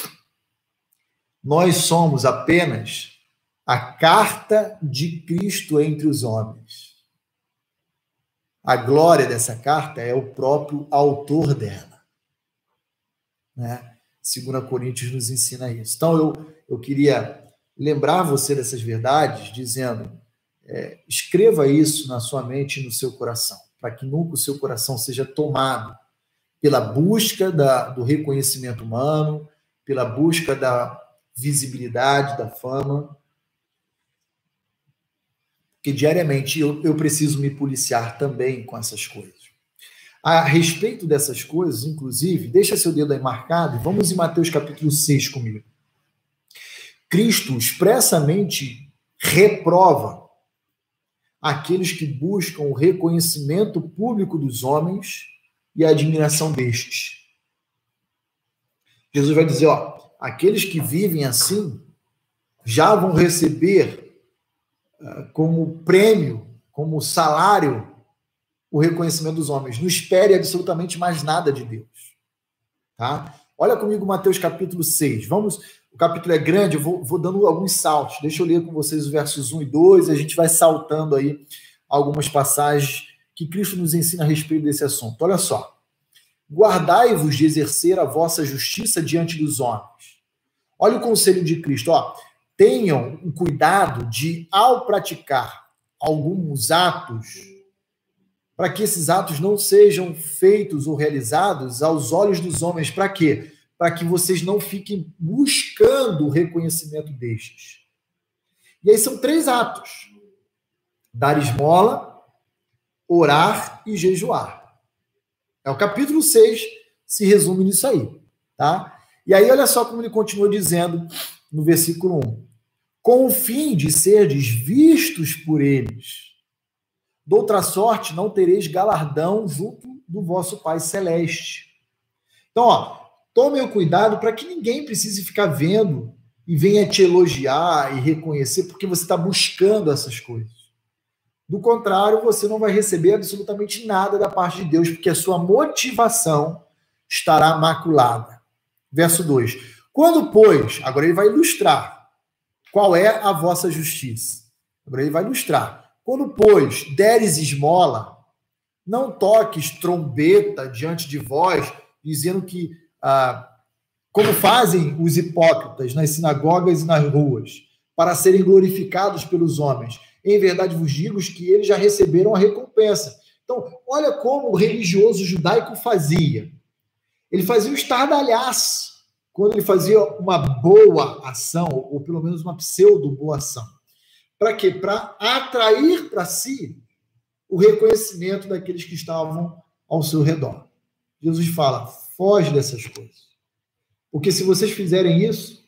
nós somos apenas a carta de Cristo entre os homens. A glória dessa carta é o próprio autor dela. Né? 2 Coríntios nos ensina isso. Então, eu queria lembrar você dessas verdades, dizendo, escreva isso na sua mente e no seu coração, para que nunca o seu coração seja tomado pela busca do reconhecimento humano, pela busca da visibilidade, da fama, porque diariamente eu preciso me policiar também com essas coisas. A respeito dessas coisas, inclusive, deixa seu dedo aí marcado e vamos em Mateus capítulo 6 comigo. Cristo expressamente reprova aqueles que buscam o reconhecimento público dos homens e a admiração destes. Jesus vai dizer, aqueles que vivem assim já vão receber como prêmio, como salário, o reconhecimento dos homens. Não espere absolutamente mais nada de Deus. Tá? Olha comigo Mateus capítulo 6. O capítulo é grande, eu vou dando alguns saltos. Deixa eu ler com vocês os versos 1 e 2, a gente vai saltando aí algumas passagens que Cristo nos ensina a respeito desse assunto. Olha só. Guardai-vos de exercer a vossa justiça diante dos homens. Olha o conselho de Cristo. Tenham um cuidado de, ao praticar alguns atos, para que esses atos não sejam feitos ou realizados aos olhos dos homens. Para quê? Para que vocês não fiquem buscando o reconhecimento destes. E aí são 3 atos. Dar esmola, orar e jejuar. O capítulo 6 se resume nisso aí. Tá? E aí olha só como ele continua dizendo no versículo 1. Com o fim de serdes vistos por eles. Doutra sorte, não tereis galardão junto do vosso Pai Celeste. Então, tomem o cuidado para que ninguém precise ficar vendo e venha te elogiar e reconhecer porque você está buscando essas coisas. Do contrário, você não vai receber absolutamente nada da parte de Deus, porque a sua motivação estará maculada. Verso 2. Quando, pois, agora ele vai ilustrar qual é a vossa justiça. Agora ele vai ilustrar. Quando, pois, deres esmola, não toques trombeta diante de vós, dizendo que, como fazem os hipócritas nas sinagogas e nas ruas, para serem glorificados pelos homens. Em verdade vos digo que eles já receberam a recompensa. Então, olha como o religioso judaico fazia. Ele fazia um estardalhaço quando ele fazia uma boa ação, ou pelo menos uma pseudo-boa ação. Para quê? Para atrair para si o reconhecimento daqueles que estavam ao seu redor. Jesus fala, foge dessas coisas. Porque se vocês fizerem isso,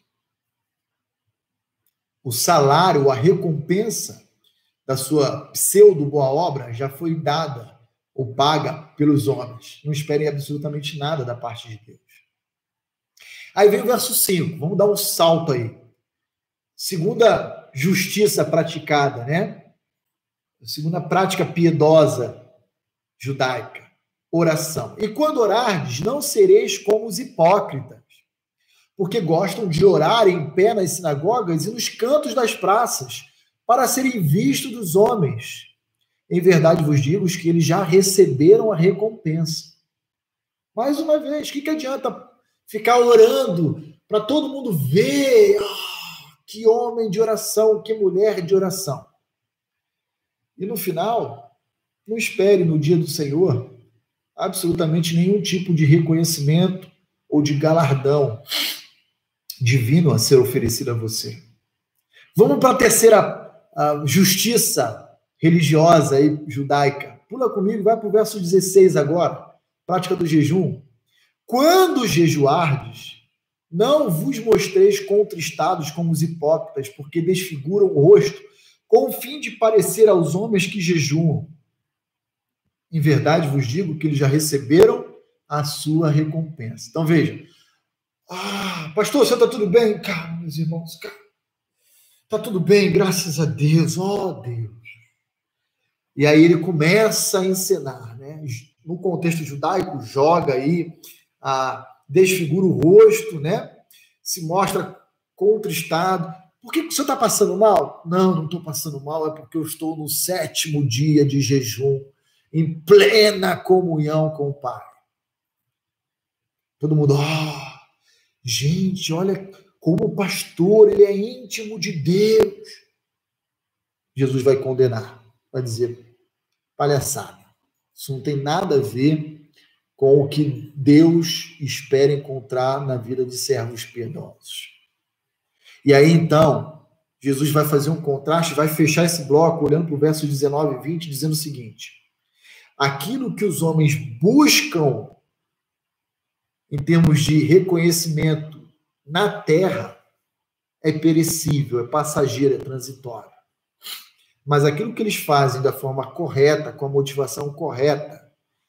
o salário, a recompensa da sua pseudo-boa obra já foi dada ou paga pelos homens. Não esperem absolutamente nada da parte de Deus. Aí vem o verso 5. Vamos dar um salto aí. Segunda justiça praticada, né? Segunda prática piedosa judaica, oração. E quando orardes, não sereis como os hipócritas, porque gostam de orar em pé nas sinagogas e nos cantos das praças, para serem vistos dos homens. Em verdade vos digo que eles já receberam a recompensa. Mais uma vez, o que adianta ficar orando para todo mundo ver? Que homem de oração, que mulher de oração. E no final, não espere no dia do Senhor absolutamente nenhum tipo de reconhecimento ou de galardão divino a ser oferecido a você. Vamos para a terceira justiça religiosa e judaica. Pula comigo, vai para o verso 16 agora. Prática do jejum. Quando jejuardes, não vos mostreis contristados como os hipócritas, porque desfiguram o rosto, com o fim de parecer aos homens que jejuam. Em verdade vos digo que eles já receberam a sua recompensa. Então veja. Pastor, você está tudo bem? Calma, meus irmãos, calma. Tá tudo bem, graças a Deus, ó Deus. E aí ele começa a encenar, né? No contexto judaico, joga aí, desfigura o rosto, né? Se mostra contristado. Por que o senhor está passando mal? Não, não estou passando mal, é porque eu estou no 7º dia de jejum, em plena comunhão com o Pai. Todo mundo, gente, olha como o pastor, ele é íntimo de Deus. Jesus vai condenar, vai dizer, palhaçada. Isso não tem nada a ver com o que Deus espera encontrar na vida de servos piedosos. E aí, então, Jesus vai fazer um contraste, vai fechar esse bloco olhando para o verso 19 e 20, dizendo o seguinte: aquilo que os homens buscam em termos de reconhecimento na terra é perecível, é passageiro, é transitório. Mas aquilo que eles fazem da forma correta, com a motivação correta,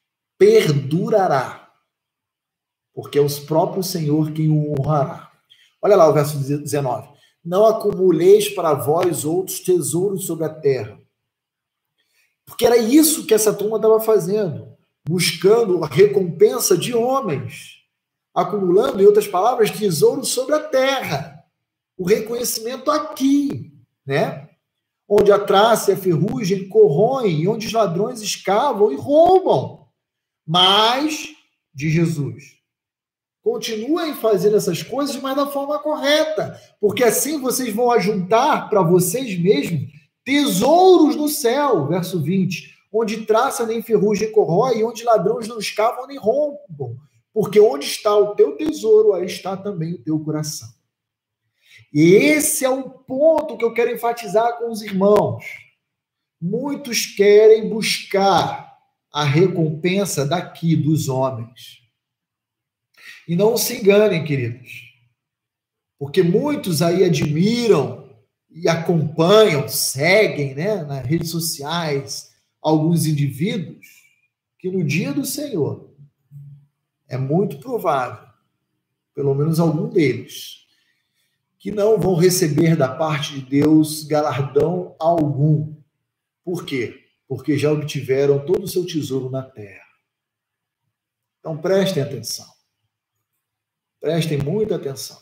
perdurará, porque é o próprio Senhor quem o honrará. Olha lá o verso 19. Não acumuleis para vós outros tesouros sobre a terra. Porque era isso que essa turma estava fazendo, buscando a recompensa de homens, acumulando, em outras palavras, tesouros sobre a terra. O reconhecimento aqui, né? Onde a traça e a ferrugem corroem, e onde os ladrões escavam e roubam. Mas, de Jesus, continuem fazendo essas coisas, mas da forma correta, porque assim vocês vão ajuntar para vocês mesmos tesouros no céu, verso 20, onde traça nem ferrugem corrói, e onde ladrões não escavam nem roubam, porque onde está o teu tesouro, aí está também o teu coração. E esse é o ponto que eu quero enfatizar com os irmãos. Muitos querem buscar a recompensa daqui dos homens. E não se enganem, queridos, porque muitos aí admiram e acompanham, seguem, né, nas redes sociais, alguns indivíduos que no dia do Senhor é muito provável, pelo menos algum deles, que não vão receber da parte de Deus galardão algum. Por quê? Porque já obtiveram todo o seu tesouro na terra. Então prestem atenção. Prestem muita atenção.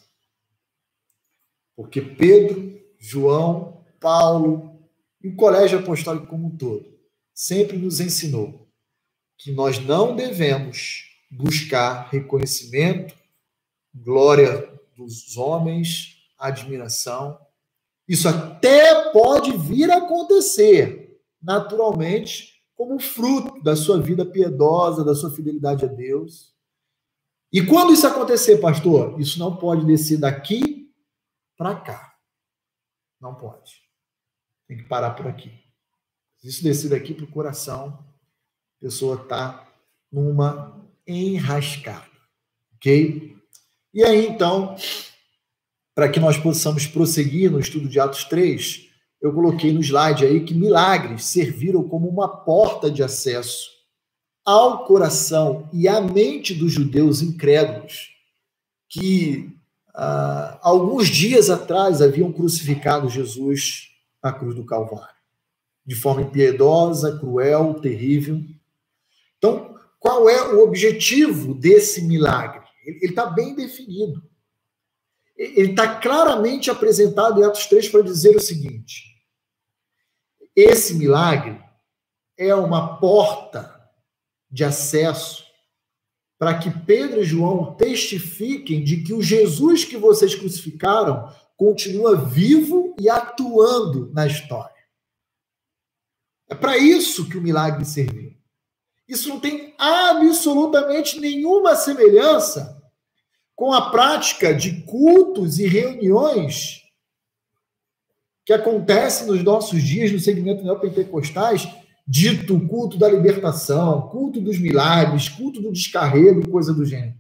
Porque Pedro, João, Paulo e o colégio apostólico como um todo sempre nos ensinou que nós não devemos buscar reconhecimento, glória dos homens, admiração. Isso até pode vir a acontecer, naturalmente, como fruto da sua vida piedosa, da sua fidelidade a Deus. E quando isso acontecer, pastor, isso não pode descer daqui para cá. Não pode. Tem que parar por aqui. Se isso descer daqui para o coração, a pessoa está numa enrascada. Ok? E aí, então, para que nós possamos prosseguir no estudo de Atos 3, eu coloquei no slide aí que milagres serviram como uma porta de acesso ao coração e à mente dos judeus incrédulos que alguns dias atrás haviam crucificado Jesus na cruz do Calvário, de forma impiedosa, cruel, terrível. Então, qual é o objetivo desse milagre? Ele está bem definido. Ele está claramente apresentado em Atos 3 para dizer o seguinte: esse milagre é uma porta de acesso para que Pedro e João testifiquem de que o Jesus que vocês crucificaram continua vivo e atuando na história. É para isso que o milagre serviu. Isso não tem absolutamente nenhuma semelhança com a prática de cultos e reuniões que acontecem nos nossos dias no segmento neopentecostais, dito culto da libertação, culto dos milagres, culto do descarrego e coisa do gênero.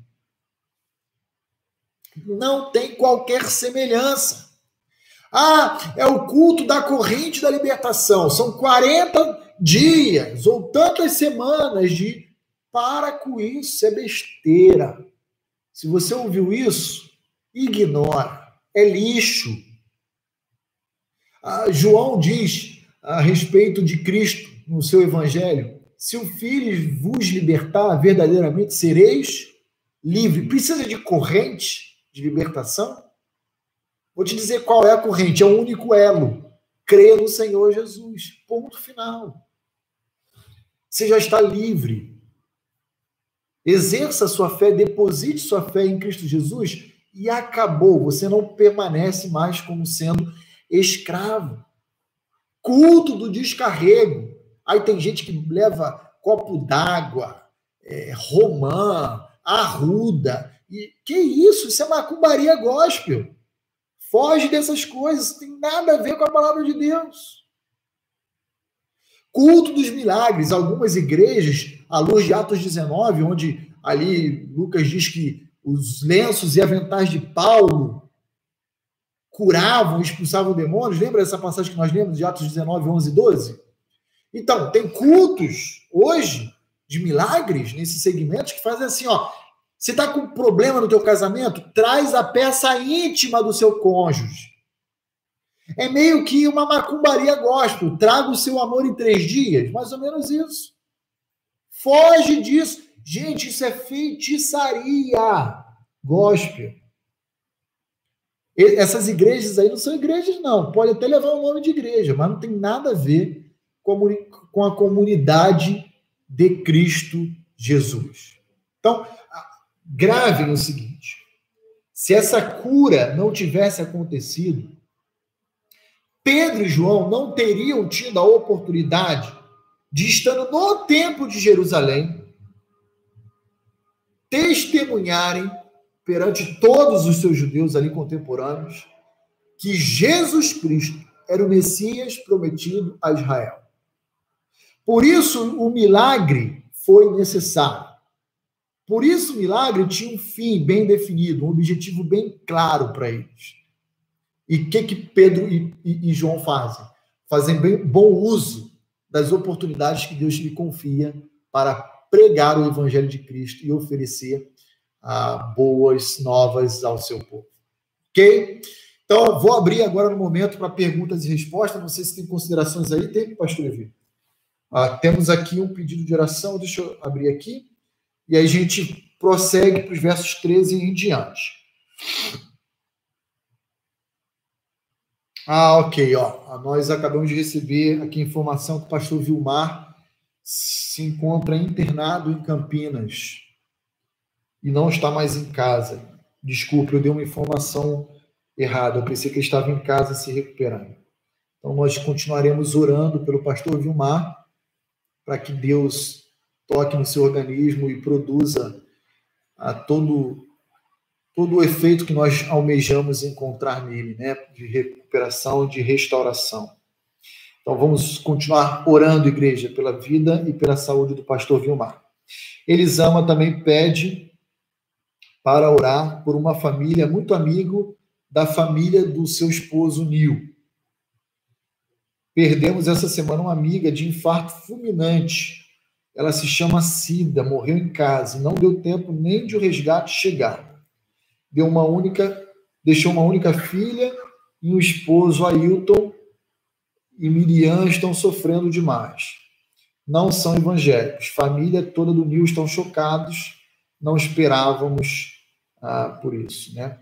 Não tem qualquer semelhança. É o culto da corrente da libertação. São 40 dias ou tantas semanas de... Para com isso, é besteira. Se você ouviu isso, ignora. É lixo. João diz a respeito de Cristo no seu evangelho: se o Filho vos libertar, verdadeiramente sereis livre. Precisa de corrente de libertação? Vou te dizer qual é a corrente, é o único elo. Crê no Senhor Jesus. Ponto final. Você já está livre. Exerça sua fé, deposite sua fé em Cristo Jesus e acabou. Você não permanece mais como sendo escravo. Culto do descarrego. Aí tem gente que leva copo d'água, romã, arruda. E que isso? Isso é macumbaria gospel. Foge dessas coisas, não tem nada a ver com a palavra de Deus. Culto dos milagres. Algumas igrejas, à luz de Atos 19, onde ali Lucas diz que os lenços e aventais de Paulo curavam, expulsavam demônios. Lembra dessa passagem que nós lemos de Atos 19, 11 e 12? Então, tem cultos hoje de milagres nesses segmentos que fazem assim, ó. Você está com problema no teu casamento? Traz a peça íntima do seu cônjuge. É meio que uma macumbaria gospel. Traga o seu amor em 3 dias. Mais ou menos isso. Foge disso. Gente, isso é feitiçaria gospel. Essas igrejas aí não são igrejas, não. Pode até levar o nome de igreja, mas não tem nada a ver com a comunidade de Cristo Jesus. Então, gravem o seguinte: se essa cura não tivesse acontecido, Pedro e João não teriam tido a oportunidade de, estando no templo de Jerusalém, testemunharem perante todos os seus judeus ali contemporâneos que Jesus Cristo era o Messias prometido a Israel. Por isso o milagre foi necessário. Por isso o milagre tinha um fim bem definido, um objetivo bem claro para eles. E o que Pedro e João fazem? Fazem bom uso das oportunidades que Deus lhe confia para pregar o Evangelho de Cristo e oferecer boas novas ao seu povo. Ok? Então, vou abrir agora no momento para perguntas e respostas. Não sei se tem considerações aí. Tem, pastor Levi? Temos aqui um pedido de oração. Deixa eu abrir aqui. E aí a gente prossegue para os versos 13 em diante. Ok. Nós acabamos de receber aqui a informação que o pastor Vilmar se encontra internado em Campinas e não está mais em casa. Desculpe, eu dei uma informação errada. Eu pensei que ele estava em casa se recuperando. Então, nós continuaremos orando pelo pastor Vilmar para que Deus toque no seu organismo e produza todo o efeito que nós almejamos encontrar nele, né? De recuperação, de restauração. Então, vamos continuar orando, igreja, pela vida e pela saúde do pastor Vilmar. Elisama também pede para orar por uma família muito amigo da família do seu esposo Nil. Perdemos essa semana uma amiga de infarto fulminante. Ela se chama Cida, morreu em casa e não deu tempo nem de o resgate chegar. Deixou uma única filha e um esposo, Ailton, e Miriam estão sofrendo demais. Não são evangélicos. Família toda do Nil estão chocados. Não esperávamos por isso, né?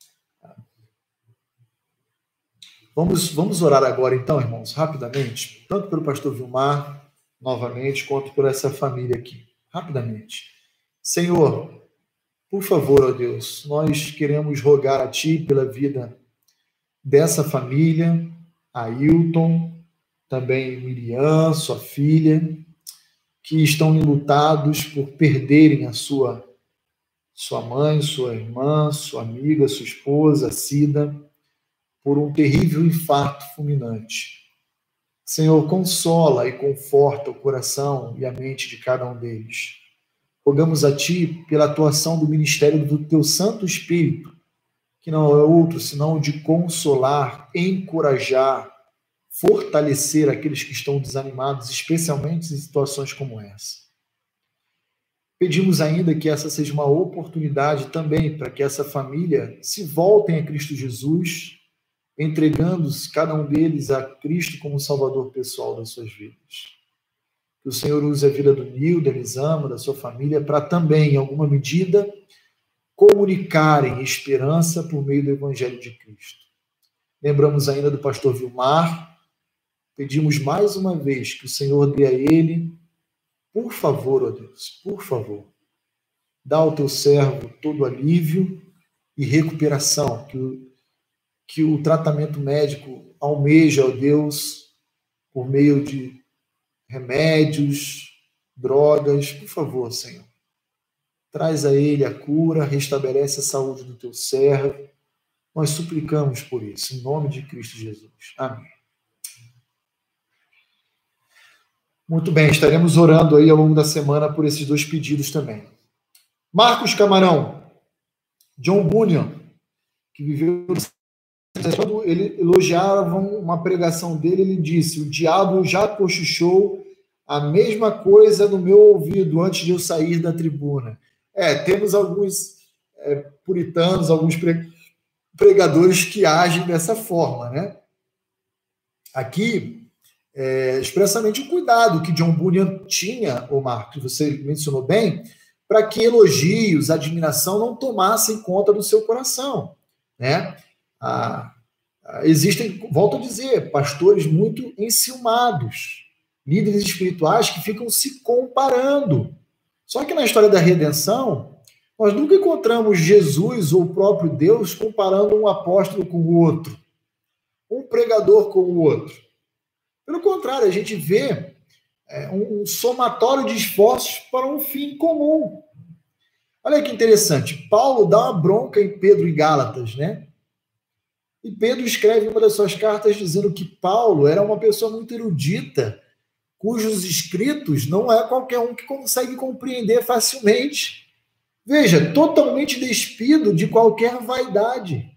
Vamos orar agora, então, irmãos, rapidamente, tanto pelo pastor Vilmar, novamente, quanto por essa família aqui. Rapidamente. Senhor, por favor, ó Deus, nós queremos rogar a Ti pela vida dessa família, Ailton, também Miriam, sua filha, que estão enlutados por perderem a sua mãe, sua irmã, sua amiga, sua esposa, Cida, por um terrível infarto fulminante. Senhor, consola e conforta o coração e a mente de cada um deles. Rogamos a Ti pela atuação do ministério do Teu Santo Espírito, que não é outro senão o de consolar, encorajar, fortalecer aqueles que estão desanimados, especialmente em situações como essa. Pedimos ainda que essa seja uma oportunidade também para que essa família se voltem a Cristo Jesus, entregando cada um deles a Cristo como Salvador pessoal das suas vidas. Que o Senhor use a vida do Nil, da Elisama, da sua família, para também, em alguma medida, comunicarem esperança por meio do Evangelho de Cristo. Lembramos ainda do pastor Vilmar, pedimos mais uma vez que o Senhor dê a ele, por favor, ó Deus, por favor, dá ao teu servo todo alívio e recuperação, que o tratamento médico almeja, ó Deus, por meio de remédios, drogas, por favor, Senhor. Traz a ele a cura, restabelece a saúde do teu servo. Nós suplicamos por isso, em nome de Cristo Jesus. Amém. Muito bem, estaremos orando aí ao longo da semana por esses dois pedidos também. Marcos Camarão, John Bunyan, que viveu... Quando ele elogiava uma pregação dele, ele disse: o diabo já cochichou a mesma coisa no meu ouvido antes de eu sair da tribuna. Temos alguns puritanos, alguns pregadores que agem dessa forma, né? Aqui, expressamente o cuidado que John Bunyan tinha, ô Marcos, você mencionou bem, para que elogios, admiração não tomassem conta do seu coração, né? Existem, volto a dizer, pastores muito enciumados, líderes espirituais que ficam se comparando. Só que na história da redenção, nós nunca encontramos Jesus ou o próprio Deus comparando um apóstolo com o outro, um pregador com o outro. Pelo contrário, a gente vê um somatório de esforços para um fim comum. Olha que interessante, Paulo dá uma bronca em Pedro e Gálatas, né? E Pedro escreve uma das suas cartas dizendo que Paulo era uma pessoa muito erudita, cujos escritos não é qualquer um que consegue compreender facilmente. Veja, totalmente despido de qualquer vaidade.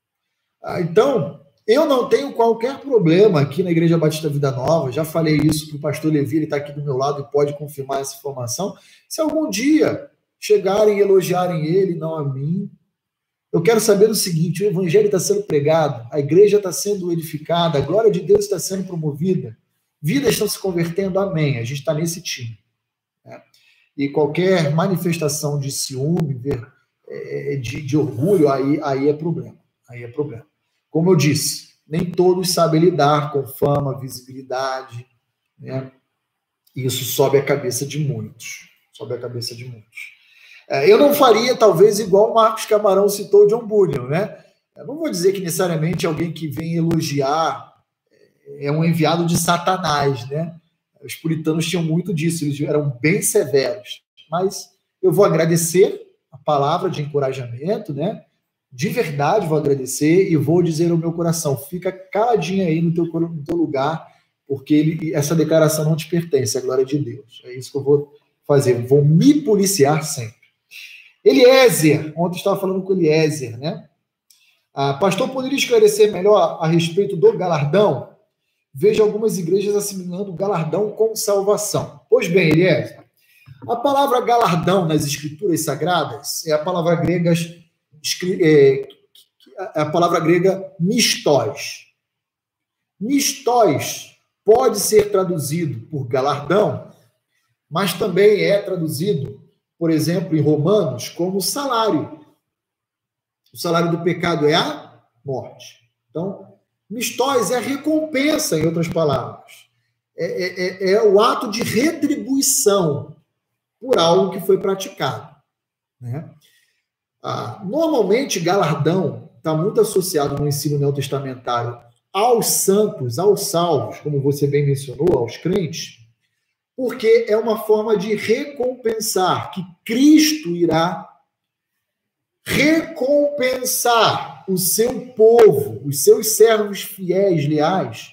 Então, eu não tenho qualquer problema aqui na Igreja Batista Vida Nova, já falei isso para o pastor Levi, ele está aqui do meu lado e pode confirmar essa informação. Se algum dia chegarem e elogiarem ele, não a mim, eu quero saber o seguinte: o evangelho está sendo pregado, a igreja está sendo edificada, a glória de Deus está sendo promovida, vidas estão se convertendo, amém. A gente está nesse time, né? E qualquer manifestação de ciúme, de orgulho, aí é problema. Aí é problema. Como eu disse, nem todos sabem lidar com fama, visibilidade, né? Isso sobe a cabeça de muitos. Sobe a cabeça de muitos. Eu não faria, talvez, igual o Marcos Camarão citou John Bunyan, né? Eu não vou dizer que necessariamente alguém que vem elogiar é um enviado de Satanás, né? Os puritanos tinham muito disso, eles eram bem severos. Mas eu vou agradecer a palavra de encorajamento, né? De verdade vou agradecer e vou dizer ao meu coração: fica caladinho aí no teu lugar, porque essa declaração não te pertence, é a glória de Deus. É isso que eu vou fazer, vou me policiar sempre. Eliezer, ontem estava falando com Eliezer, né? Pastor, poderia esclarecer melhor a respeito do galardão? Vejo algumas igrejas assimilando o galardão com salvação. Pois bem, Eliezer, a palavra galardão nas escrituras sagradas é a palavra grega mistóis. Mistóis pode ser traduzido por galardão, mas também é traduzido, por exemplo, em Romanos, como salário. O salário do pecado é a morte. Então, mistóis é a recompensa, em outras palavras. É o ato de retribuição por algo que foi praticado, né? Normalmente, galardão está muito associado no ensino neotestamentário aos santos, aos salvos, como você bem mencionou, aos crentes, porque é uma forma de recompensar, que Cristo irá recompensar o seu povo, os seus servos fiéis, leais,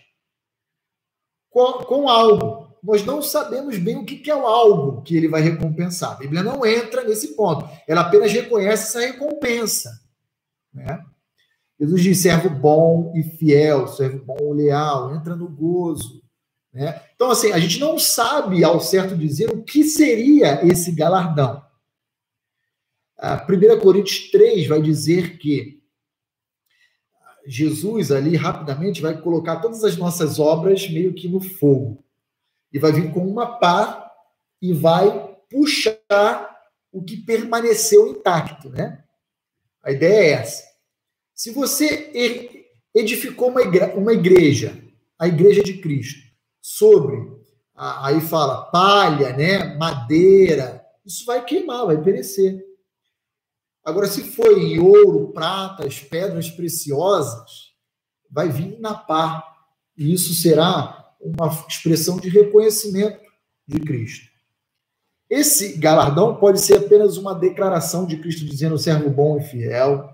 com algo. Nós não sabemos bem o que é o algo que ele vai recompensar. A Bíblia não entra nesse ponto. Ela apenas reconhece essa recompensa, né? Jesus diz: servo bom e fiel, servo bom e leal, entra no gozo, né? Então, assim, a gente não sabe ao certo dizer o que seria esse galardão. 1 Coríntios 3 vai dizer que Jesus ali, rapidamente, vai colocar todas as nossas obras meio que no fogo. E vai vir com uma pá e vai puxar o que permaneceu intacto, né? A ideia é essa. Se você edificou uma igreja, a igreja de Cristo, sobre, aí fala, palha, né? Madeira, isso vai queimar, vai perecer. Agora, se for em ouro, pratas, pedras preciosas, vai vir na pá. E isso será uma expressão de reconhecimento de Cristo. Esse galardão pode ser apenas uma declaração de Cristo dizendo servo bom e fiel.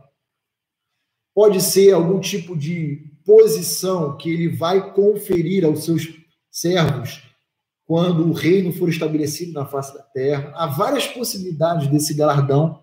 Pode ser algum tipo de posição que ele vai conferir aos seus servos quando o reino for estabelecido na face da terra. Há várias possibilidades desse galardão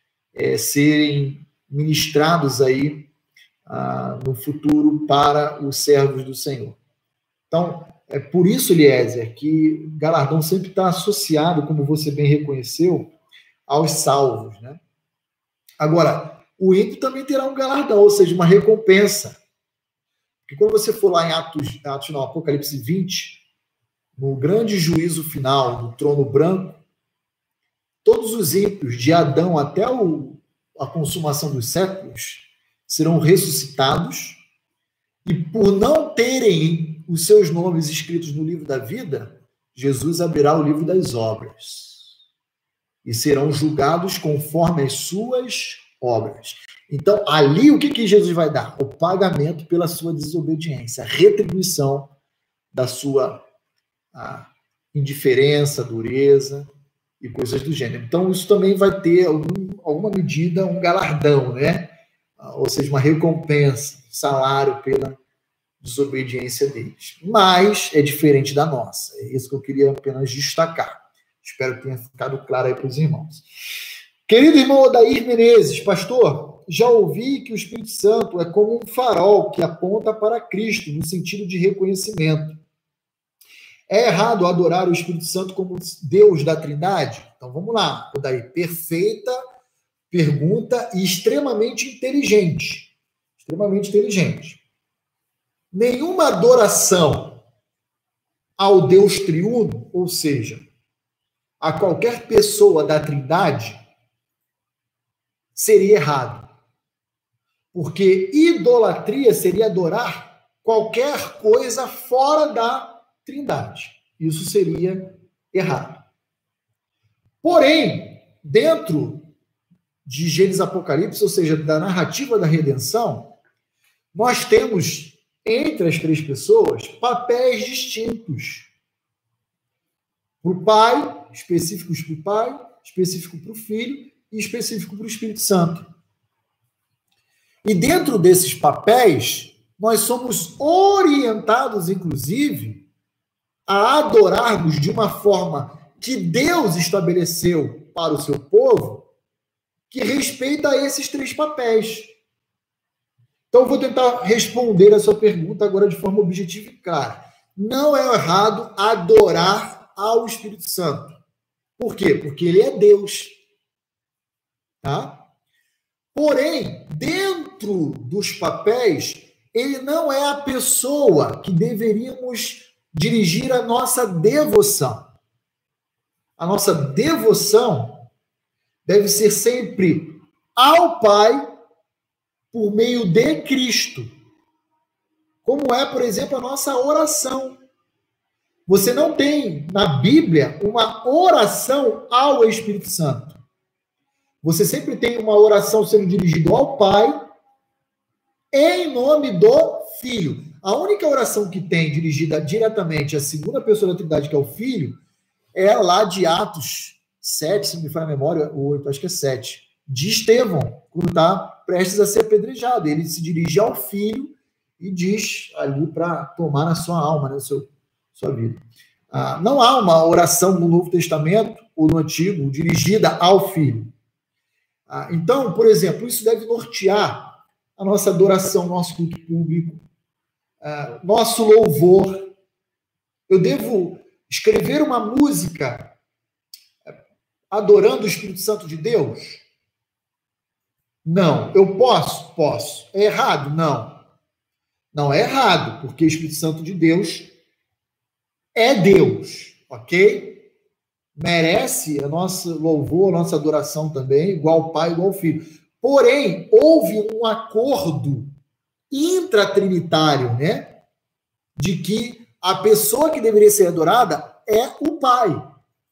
serem ministrados aí no futuro para os servos do Senhor. Então, é por isso, Eliezer, que galardão sempre está associado, como você bem reconheceu, aos salvos, né? Agora, o ímpio também terá um galardão, ou seja, uma recompensa. Porque quando você for lá em Apocalipse 20, no grande juízo final do trono branco, todos os ímpios, de Adão até a consumação dos séculos, serão ressuscitados e, por não terem os seus nomes escritos no livro da vida, Jesus abrirá o livro das obras e serão julgados conforme as suas obras. Então, ali, o que Jesus vai dar? O pagamento pela sua desobediência, a retribuição da sua indiferença, dureza e coisas do gênero. Então, isso também vai ter, alguma medida, um galardão, né? Ou seja, uma recompensa, salário pela desobediência deles. Mas é diferente da nossa. É isso que eu queria apenas destacar. Espero que tenha ficado claro aí para os irmãos. Querido irmão Odair Menezes, pastor, já ouvi que o Espírito Santo é como um farol que aponta para Cristo, no sentido de reconhecimento. É errado adorar o Espírito Santo como Deus da Trindade? Então vamos lá, Odair. Perfeita pergunta e extremamente inteligente. Extremamente inteligente. Nenhuma adoração ao Deus triuno, ou seja, a qualquer pessoa da Trindade, seria errado. Porque idolatria seria adorar qualquer coisa fora da Trindade. Isso seria errado. Porém, dentro de Gênesis e Apocalipse, ou seja, da narrativa da redenção, nós temos, entre as três pessoas, papéis distintos. Para o Pai, específicos para o Pai, específico para o Filho e específico para o Espírito Santo. E dentro desses papéis, nós somos orientados, inclusive, a adorarmos de uma forma que Deus estabeleceu para o seu povo, que respeita a esses três papéis. Então, eu vou tentar responder a sua pergunta agora de forma objetiva e clara. Não é errado adorar ao Espírito Santo. Por quê? Porque ele é Deus. Tá? Porém, dentro dos papéis, ele não é a pessoa que deveríamos dirigir a nossa devoção. A nossa devoção deve ser sempre ao Pai por meio de Cristo. Como é, por exemplo, a nossa oração. Você não tem na Bíblia uma oração ao Espírito Santo. Você sempre tem uma oração sendo dirigida ao Pai em nome do Filho. A única oração que tem dirigida diretamente à segunda pessoa da Trindade, que é o Filho, é lá de Atos 7, se não me falha a memória, ou 8, acho que é 7, de Estevão, quando está prestes a ser apedrejado. Ele se dirige ao Filho e diz ali para tomar na sua alma, né, sua vida. Não há uma oração no Novo Testamento ou no Antigo dirigida ao Filho. Então, por exemplo, isso deve nortear a nossa adoração, nosso culto público, nosso louvor. Eu devo escrever uma música adorando o Espírito Santo de Deus? Não. Eu posso? Posso. É errado? Não. Não é errado, porque o Espírito Santo de Deus é Deus, ok? Merece a nossa louvor, a nossa adoração também, igual Pai, igual Filho. Porém, houve um acordo intratrinitário, né? De que a pessoa que deveria ser adorada é o Pai.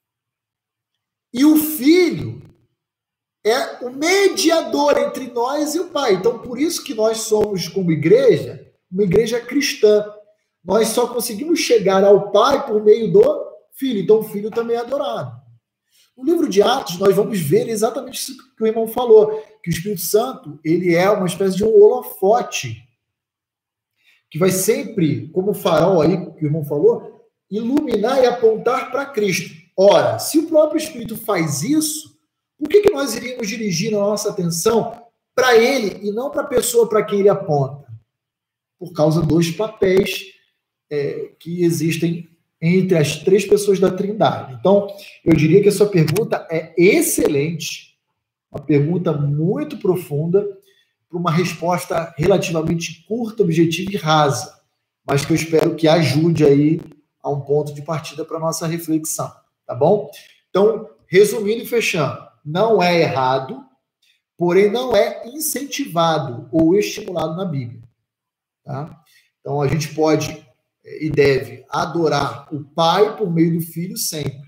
E o Filho é o mediador entre nós e o Pai. Então, por isso que nós somos, como igreja, uma igreja cristã. Nós só conseguimos chegar ao Pai por meio do Filho. Então, o Filho também é adorado. No livro de Atos, nós vamos ver exatamente isso que o irmão falou, que o Espírito Santo, ele é uma espécie de um holofote, que vai sempre, como o farol aí, que o irmão falou, iluminar e apontar para Cristo. Ora, se o próprio Espírito faz isso, por que nós iríamos dirigir a nossa atenção para ele e não para a pessoa para quem ele aponta? Por causa dos papéis que existem entre as três pessoas da Trindade. Então, eu diria que a sua pergunta é excelente, uma pergunta muito profunda, para uma resposta relativamente curta, objetiva e rasa, mas que eu espero que ajude aí a um ponto de partida para a nossa reflexão, tá bom? Então, resumindo e fechando, não é errado, porém não é incentivado ou estimulado na Bíblia, tá? Então, a gente pode e deve adorar o Pai por meio do Filho sempre.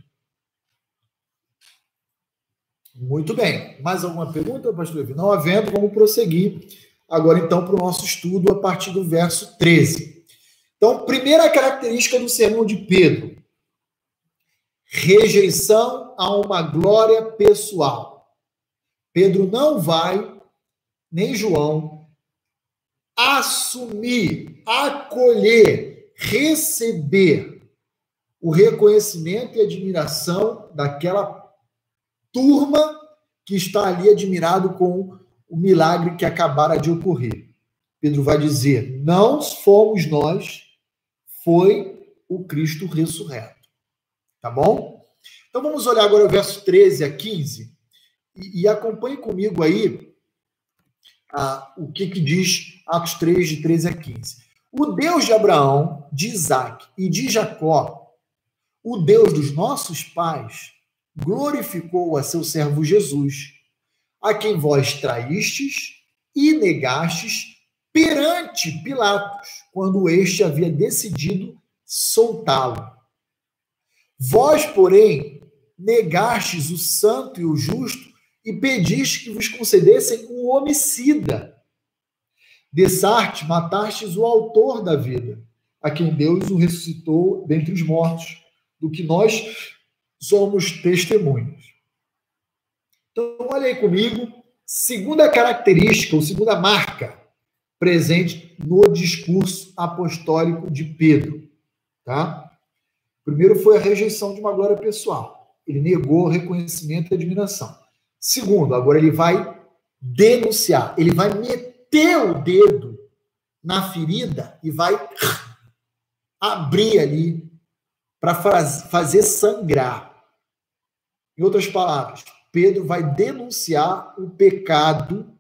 Muito bem. Mais alguma pergunta, pastor Levi? Não havendo, vamos prosseguir agora, então, para o nosso estudo a partir do verso 13. Então, primeira característica do sermão de Pedro: rejeição a uma glória pessoal. Pedro não vai, nem João, assumir, acolher, receber o reconhecimento e admiração daquela turma que está ali admirado com o milagre que acabara de ocorrer. Pedro vai dizer: não fomos nós, foi o Cristo ressurreto. Tá bom? Então vamos olhar agora o verso 13 a 15 e acompanhe comigo aí o que diz Atos 3, de 13 a 15. O Deus de Abraão, de Isaac e de Jacó, o Deus dos nossos pais, glorificou a seu servo Jesus, a quem vós traístes e negastes perante Pilatos, quando este havia decidido soltá-lo. Vós, porém, negastes o santo e o justo e pediste que vos concedessem um homicida. Dessarte, matastes o autor da vida, a quem Deus o ressuscitou dentre os mortos, do que nós somos testemunhas. Então, olha aí comigo, segunda característica, ou segunda marca, presente no discurso apostólico de Pedro. Tá? Primeiro foi a rejeição de uma glória pessoal. Ele negou o reconhecimento e admiração. Segundo, agora ele vai denunciar, ele vai meter o dedo na ferida e vai abrir ali para fazer sangrar. Em outras palavras, Pedro vai denunciar o pecado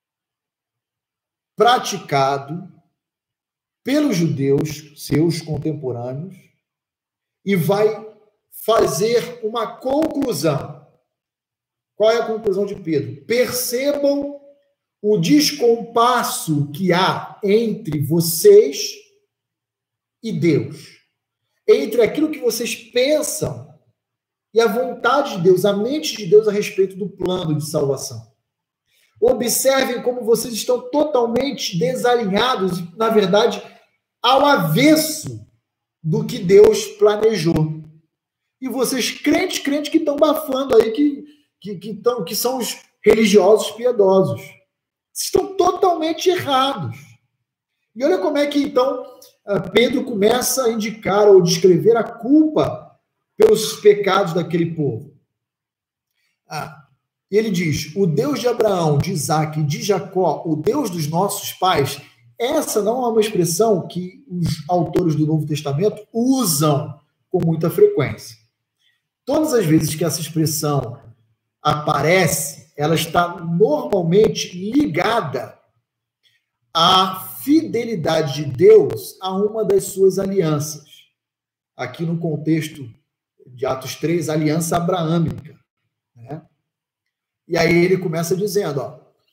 praticado pelos judeus, seus contemporâneos, e vai fazer uma conclusão. Qual é a conclusão de Pedro? Percebam o descompasso que há entre vocês e Deus. Entre aquilo que vocês pensam e a vontade de Deus, a mente de Deus a respeito do plano de salvação. Observem como vocês estão totalmente desalinhados, na verdade, ao avesso do que Deus planejou. E vocês, crentes que estão bafando aí, que são os religiosos piedosos, estão totalmente errados. E olha como é que, então, Pedro começa a indicar ou descrever a culpa pelos pecados daquele povo. Ele diz: o Deus de Abraão, de Isaac e de Jacó, o Deus dos nossos pais. Essa não é uma expressão que os autores do Novo Testamento usam com muita frequência. Todas as vezes que essa expressão aparece, ela está normalmente ligada à fidelidade de Deus a uma das suas alianças. Aqui no contexto de Atos 3, aliança abraâmica. Né? E aí ele começa dizendo,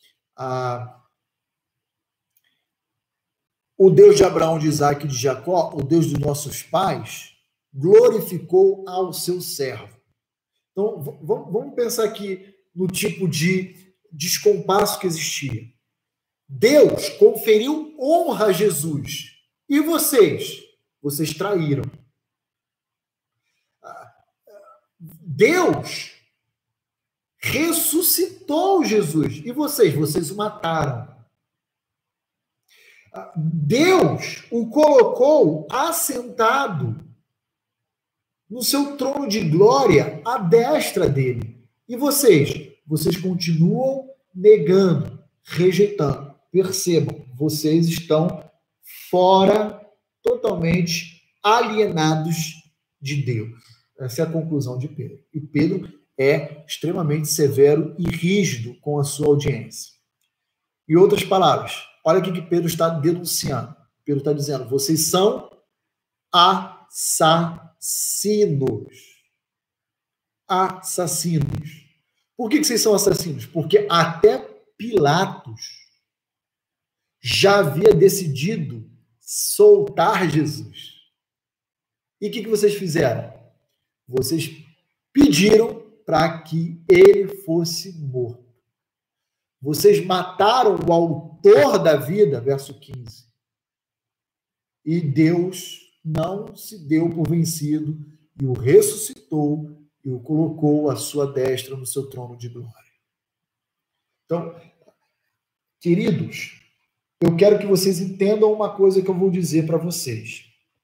o Deus de Abraão, de Isaac e de Jacó, o Deus dos nossos pais, glorificou ao seu servo. Então, vamos pensar aqui no tipo de descompasso que existia. Deus conferiu honra a Jesus. E vocês? Vocês traíram. Deus ressuscitou Jesus. E vocês? Vocês o mataram. Deus o colocou assentado no seu trono de glória à destra dele. E vocês? Vocês continuam negando, rejeitando. Percebam, vocês estão fora, totalmente alienados de Deus. Essa é a conclusão de Pedro. E Pedro é extremamente severo e rígido com a sua audiência. Em outras palavras, olha o que Pedro está denunciando. Pedro está dizendo, vocês são assassinos. Assassinos. Por que vocês são assassinos? Porque até Pilatos já havia decidido soltar Jesus. E o que vocês fizeram? Vocês pediram para que ele fosse morto. Vocês mataram o autor da vida, verso 15. E Deus não se deu por vencido e o ressuscitou e o colocou à sua destra no seu trono de glória. Então, queridos, eu quero que vocês entendam uma coisa que eu vou dizer para vocês.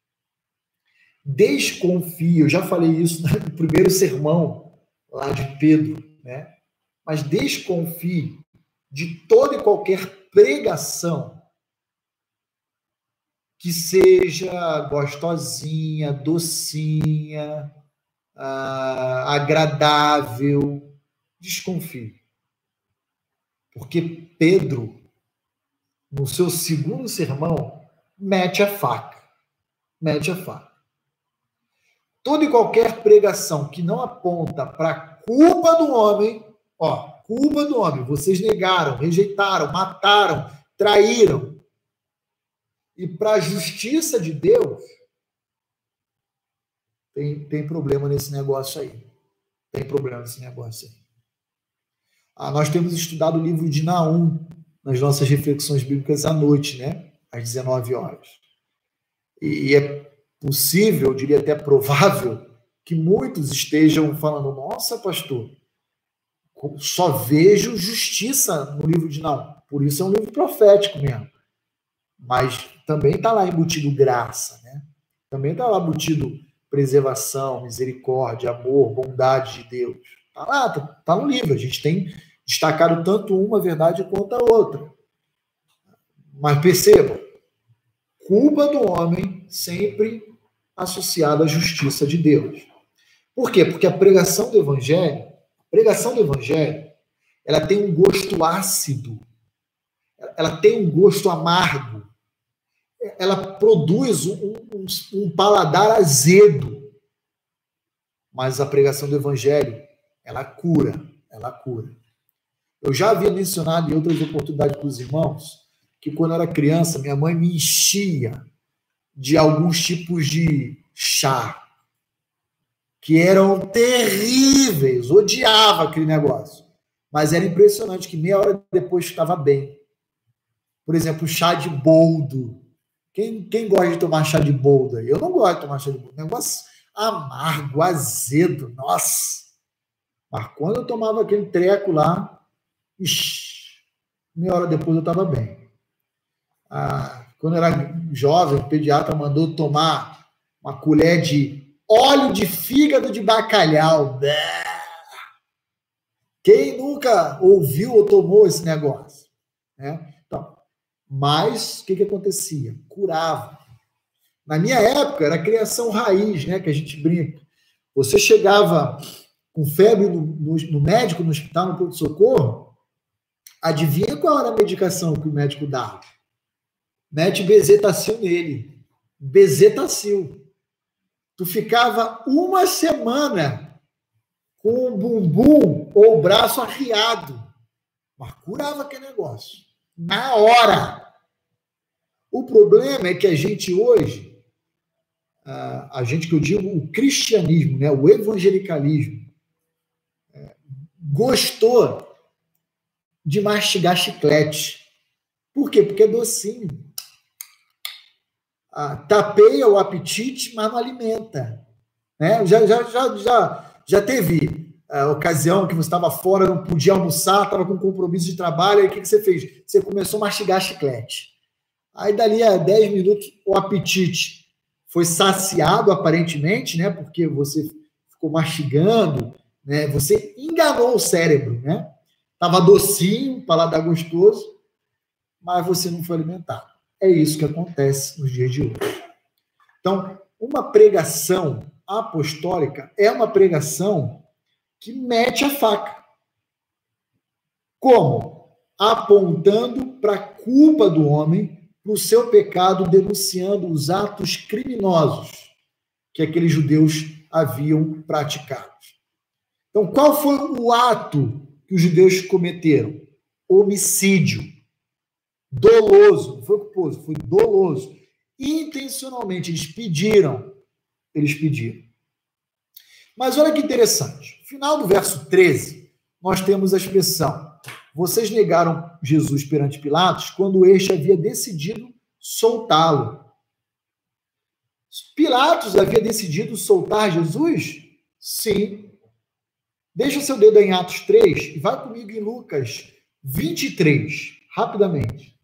Desconfie, eu já falei isso no primeiro sermão lá de Pedro, né? Mas desconfie de toda e qualquer pregação que seja gostosinha, docinha, agradável. Desconfie. Porque Pedro, no seu segundo sermão, mete a faca. Mete a faca. Toda e qualquer pregação que não aponta para a culpa do homem, culpa do homem, vocês negaram, rejeitaram, mataram, traíram, e para a justiça de Deus, tem problema nesse negócio aí. Tem problema nesse negócio aí. Nós temos estudado o livro de Naum nas nossas reflexões bíblicas à noite, né? Às 19 horas. E é possível, eu diria até provável, que muitos estejam falando, nossa, pastor, só vejo justiça no livro de Naum. Por isso é um livro profético mesmo. Mas também está lá embutido graça, né? Também está lá embutido preservação, misericórdia, amor, bondade de Deus. Está lá, está no livro. A gente tem destacado tanto uma verdade quanto a outra. Mas perceba, culpa do homem sempre associada à justiça de Deus. Por quê? Porque a pregação do evangelho, ela tem um gosto ácido, ela tem um gosto amargo, ela produz um paladar azedo. Mas a pregação do evangelho, ela cura. Eu já havia mencionado em outras oportunidades para os irmãos que quando eu era criança, minha mãe me enchia de alguns tipos de chá que eram terríveis, odiava aquele negócio. Mas era impressionante que meia hora depois ficava bem. Por exemplo, chá de boldo. Quem gosta de tomar chá de boldo? Eu não gosto de tomar chá de boldo. Negócio amargo, azedo, nossa. Mas quando eu tomava aquele treco lá, meia hora depois eu estava bem. Quando eu era jovem, o pediatra mandou tomar uma colher de óleo de fígado de bacalhau. Quem nunca ouviu ou tomou esse negócio? Né? Então, mas o que acontecia? Curava. Na minha época, era criação raiz, né, que a gente brinca. Você chegava com febre no médico, no hospital, no pronto-socorro, adivinha qual era a medicação que o médico dava? mete bezetacil nele. Bezetacil. Tu ficava uma semana com o bumbum ou o braço arriado, mas curava aquele negócio. Na hora. O problema é que a gente hoje, a gente que eu digo o cristianismo, né, o evangelicalismo, gostou de mastigar chiclete. Por quê? Porque é docinho. Tapeia o apetite, mas não alimenta. Né? Já teve ocasião que você estava fora, não podia almoçar, estava com compromisso de trabalho, aí o que você fez? Você começou a mastigar chiclete. Aí, dali a 10 minutos, o apetite foi saciado, aparentemente, né? Porque você ficou mastigando, né? Você enganou o cérebro, né? Estava docinho, paladar gostoso, mas você não foi alimentado. É isso que acontece nos dias de hoje. Então, uma pregação apostólica é uma pregação que mete a faca. Como? Apontando para a culpa do homem, para o seu pecado, denunciando os atos criminosos que aqueles judeus haviam praticado. Então, qual foi o ato que os judeus cometeram? Homicídio. Doloso. Não foi culposo, foi doloso. Intencionalmente, eles pediram. Mas olha que interessante. No final do verso 13, nós temos a expressão: vocês negaram Jesus perante Pilatos quando este havia decidido soltá-lo. Pilatos havia decidido soltar Jesus? Sim. Deixa o seu dedo em Atos 3 e vai comigo em Lucas 23, rapidamente.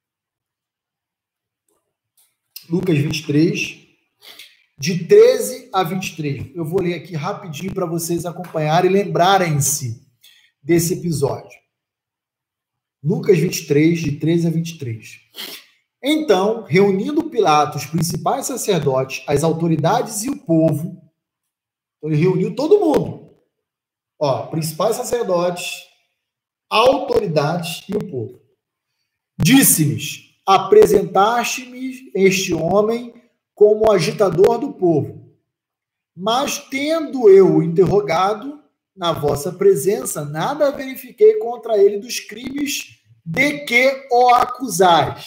Lucas 23, de 13 a 23. Eu vou ler aqui rapidinho para vocês acompanharem e lembrarem-se desse episódio. Lucas 23, de 13 a 23. Então, reunindo Pilatos, os principais sacerdotes, as autoridades e o povo, então ele reuniu todo mundo. Principais sacerdotes, autoridades e o povo. Disse-lhes: apresentaste-me este homem como agitador do povo. Mas, tendo eu o interrogado na vossa presença, nada verifiquei contra ele dos crimes de que o acusais.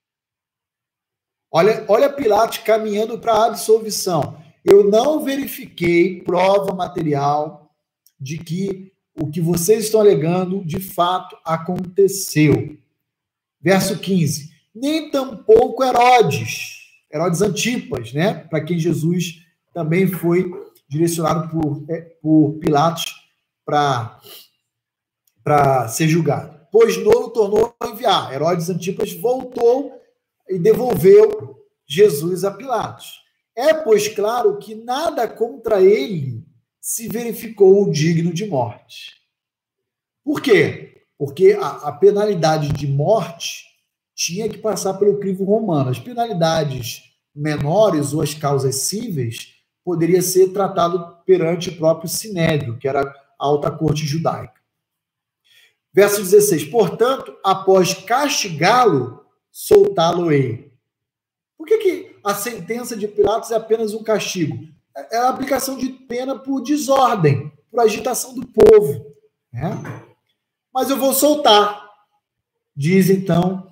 Olha Pilatos caminhando para a absolvição. Eu não verifiquei prova material de que o que vocês estão alegando de fato aconteceu. Verso 15. Nem tampouco Herodes Antipas, né? Para quem Jesus também foi direcionado por Pilatos para ser julgado. Pois não tornou a enviar. Herodes Antipas voltou e devolveu Jesus a Pilatos. É, pois, claro que nada contra ele se verificou digno de morte. Por quê? Porque a penalidade de morte tinha que passar pelo crivo romano. As penalidades menores ou as causas cíveis poderia ser tratado perante o próprio Sinédrio, que era a alta corte judaica. Verso 16. Portanto, após castigá-lo, soltá-lo-ei. Por que a sentença de Pilatos é apenas um castigo? É a aplicação de pena por desordem, por agitação do povo. Né? Mas eu vou soltar, diz então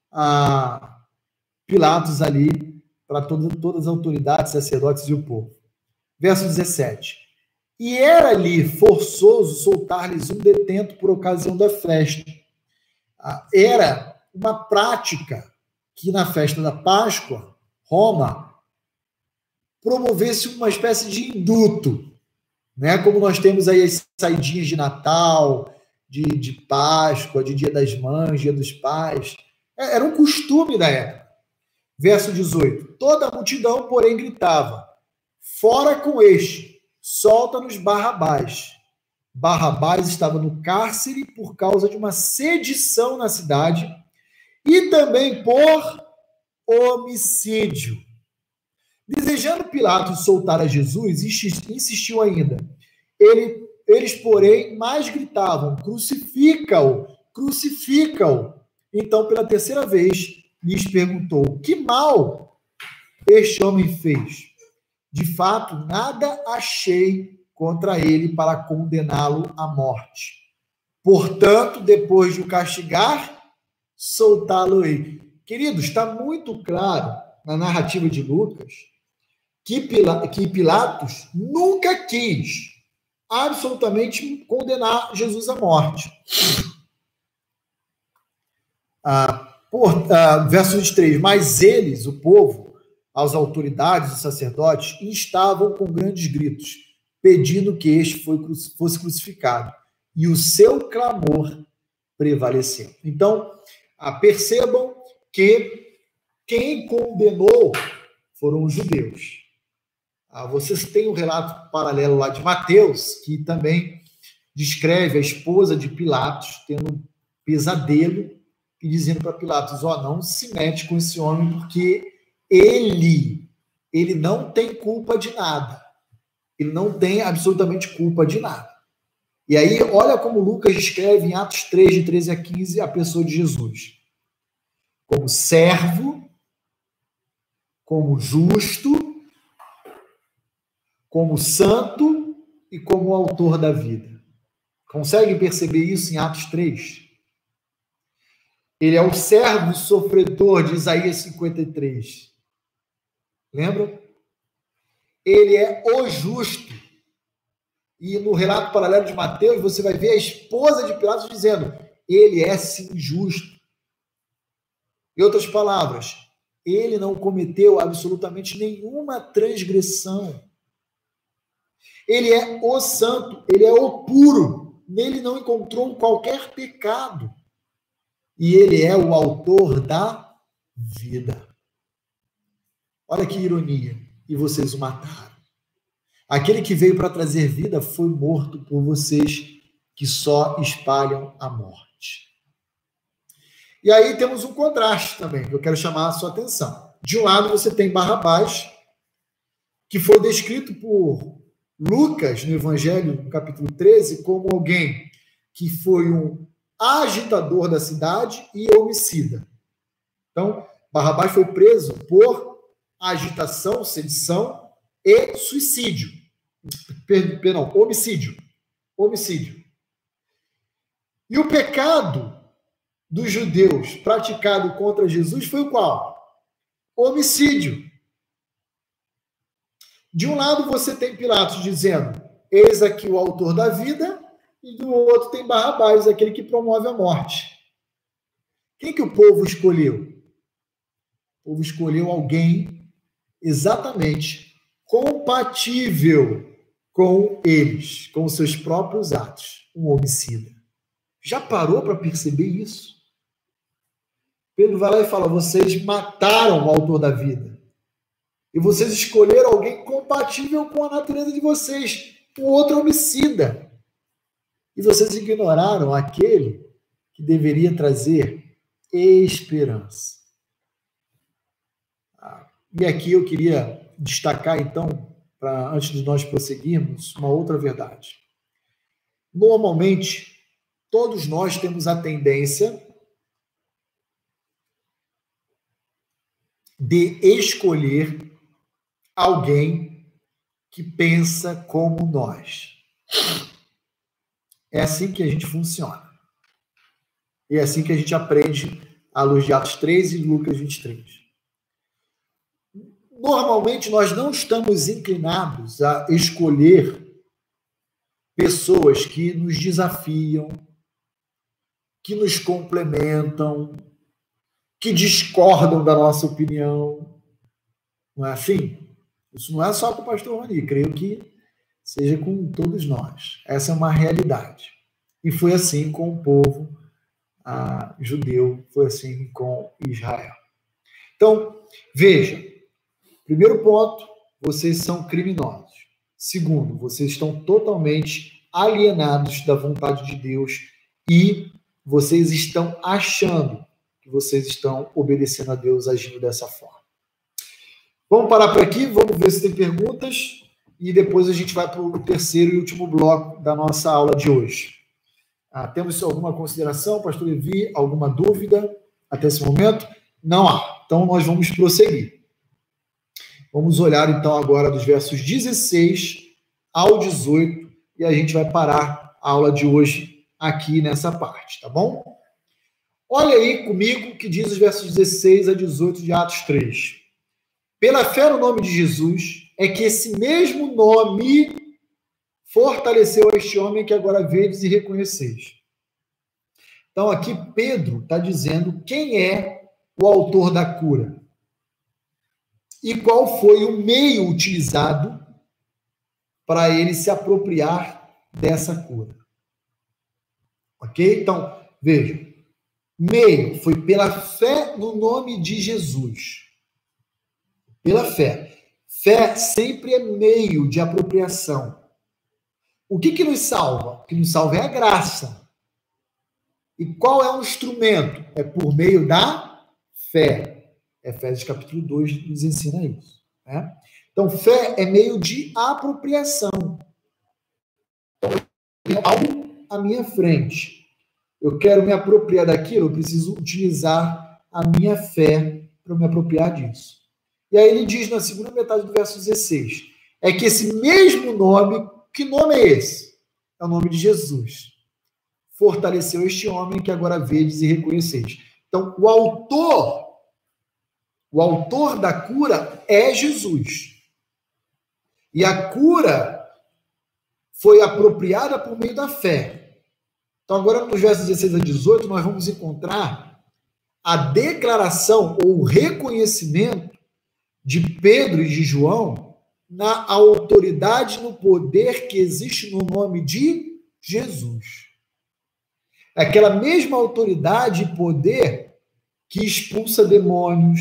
Pilatos ali para todas as autoridades, sacerdotes e o povo. Verso 17. E era-lhe forçoso soltar-lhes um detento por ocasião da festa. Era uma prática que na festa da Páscoa, Roma promovesse uma espécie de induto, né? Como nós temos aí as saidinhas de Natal, de Páscoa, de Dia das Mães, Dia dos Pais. Era um costume da época. Verso 18. Toda a multidão, porém, gritava: fora com este, solta-nos Barrabás. Barrabás estava no cárcere por causa de uma sedição na cidade e também por homicídio. Desejando Pilatos soltar a Jesus, insistiu ainda. Eles, porém, mais gritavam: crucifica-o, crucifica-o. Então, pela terceira vez, lhes perguntou: que mal este homem fez? De fato, nada achei contra ele para condená-lo à morte. Portanto, depois de o castigar, soltá-lo-ei. Queridos, está muito claro na narrativa de Lucas que Pilatos nunca quis absolutamente condenar Jesus à morte. Verso 23, mas eles, o povo, as autoridades, os sacerdotes, instavam com grandes gritos, pedindo que este fosse crucificado. E o seu clamor prevaleceu. Então, percebam que quem condenou foram os judeus. Vocês têm um relato paralelo lá de Mateus, que também descreve a esposa de Pilatos tendo um pesadelo e dizendo para Pilatos: não se mete com esse homem, porque ele não tem culpa de nada. Ele não tem absolutamente culpa de nada. E aí, olha como Lucas descreve em Atos 3, de 13 a 15, a pessoa de Jesus. Como servo, como justo, como santo e como autor da vida. Conseguem perceber isso em Atos 3? Ele é o servo sofredor de Isaías 53. Lembram? Ele é o justo. E no relato paralelo de Mateus, você vai ver a esposa de Pilatos dizendo: ele é sim justo. Em outras palavras, ele não cometeu absolutamente nenhuma transgressão. Ele é o santo, ele é o puro. Nele não encontrou qualquer pecado. E ele é o autor da vida. Olha que ironia. E vocês o mataram. Aquele que veio para trazer vida foi morto por vocês, que só espalham a morte. E aí temos um contraste também, que eu quero chamar a sua atenção. De um lado, você tem Barrabás, que foi descrito por Lucas, no Evangelho, no capítulo 13, como alguém que foi um agitador da cidade e homicida. Então, Barrabás foi preso por agitação, sedição e suicídio. Perdão, homicídio. Homicídio. E o pecado dos judeus praticado contra Jesus foi o qual? Homicídio. De um lado você tem Pilatos dizendo: eis aqui o autor da vida, e do outro tem Barrabás, aquele que promove a morte. Quem que o povo escolheu? O povo escolheu alguém exatamente compatível com eles, com os seus próprios atos, um homicida. Já parou para perceber isso? Pedro vai lá e fala: vocês mataram o autor da vida. E vocês escolheram alguém compatível com a natureza de vocês, um outro homicida. E vocês ignoraram aquele que deveria trazer esperança. E aqui eu queria destacar, então, antes de nós prosseguirmos, uma outra verdade. Normalmente, todos nós temos a tendência de escolher alguém que pensa como nós. É assim que a gente funciona. E é assim que a gente aprende à luz de Atos 3 e Lucas 23. Normalmente, nós não estamos inclinados a escolher pessoas que nos desafiam, que nos complementam, que discordam da nossa opinião. Não é assim? Isso não é só com o pastor Rony, creio que seja com todos nós. Essa é uma realidade. E foi assim com o povo judeu, foi assim com Israel. Então, veja, primeiro ponto, vocês são criminosos. Segundo, vocês estão totalmente alienados da vontade de Deus e vocês estão achando que vocês estão obedecendo a Deus agindo dessa forma. Vamos parar por aqui, vamos ver se tem perguntas e depois a gente vai para o terceiro e último bloco da nossa aula de hoje. Temos alguma consideração, pastor Levi? Alguma dúvida até esse momento? Não há. Então, nós vamos prosseguir. Vamos olhar, então, agora dos versos 16 ao 18, e a gente vai parar a aula de hoje aqui nessa parte, tá bom? Olha aí comigo o que diz os versos 16 a 18 de Atos 3. Pela fé no nome de Jesus, é que esse mesmo nome fortaleceu este homem que agora vedes e reconheceis. Então, aqui Pedro está dizendo quem é o autor da cura e qual foi o meio utilizado para ele se apropriar dessa cura. Ok? Então, veja. Meio foi pela fé no nome de Jesus. Pela fé. Fé sempre é meio de apropriação. O que nos salva? O que nos salva é a graça. E qual é o instrumento? É por meio da fé. Efésios capítulo 2 nos ensina isso. Né? Então, fé é meio de apropriação. Então, eu tenho algo à minha frente. Eu quero me apropriar daquilo, eu preciso utilizar a minha fé para me apropriar disso. E aí ele diz na segunda metade do verso 16, é que esse mesmo nome, que nome é esse? É o nome de Jesus. Fortaleceu este homem que agora vedes e reconheceis. Então, o autor da cura é Jesus. E a cura foi apropriada por meio da fé. Então, agora, nos versos 16 a 18, nós vamos encontrar a declaração ou o reconhecimento de Pedro e de João na autoridade, no poder que existe no nome de Jesus. Aquela mesma autoridade e poder que expulsa demônios.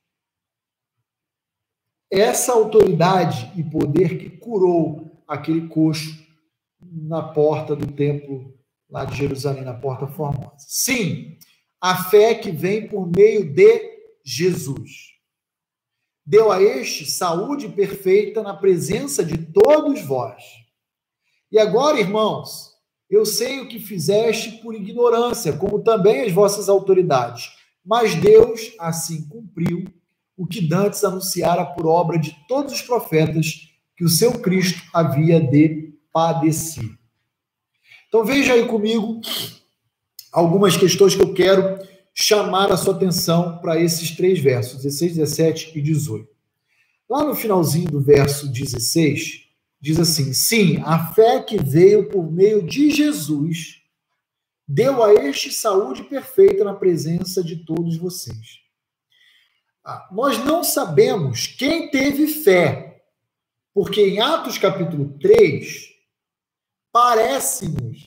Essa autoridade e poder que curou aquele coxo na porta do templo lá de Jerusalém, na Porta Formosa. Sim, a fé que vem por meio de Jesus. Deu a este saúde perfeita na presença de todos vós. E agora, irmãos, eu sei o que fizeste por ignorância, como também as vossas autoridades, mas Deus assim cumpriu o que dantes anunciara por obra de todos os profetas que o seu Cristo havia de padecer. Então veja aí comigo algumas questões que eu quero chamar a sua atenção para esses três versos, 16, 17 e 18. Lá no finalzinho do verso 16, diz assim, sim, a fé que veio por meio de Jesus deu a este saúde perfeita na presença de todos vocês. Nós não sabemos quem teve fé, porque em Atos capítulo 3, parece-nos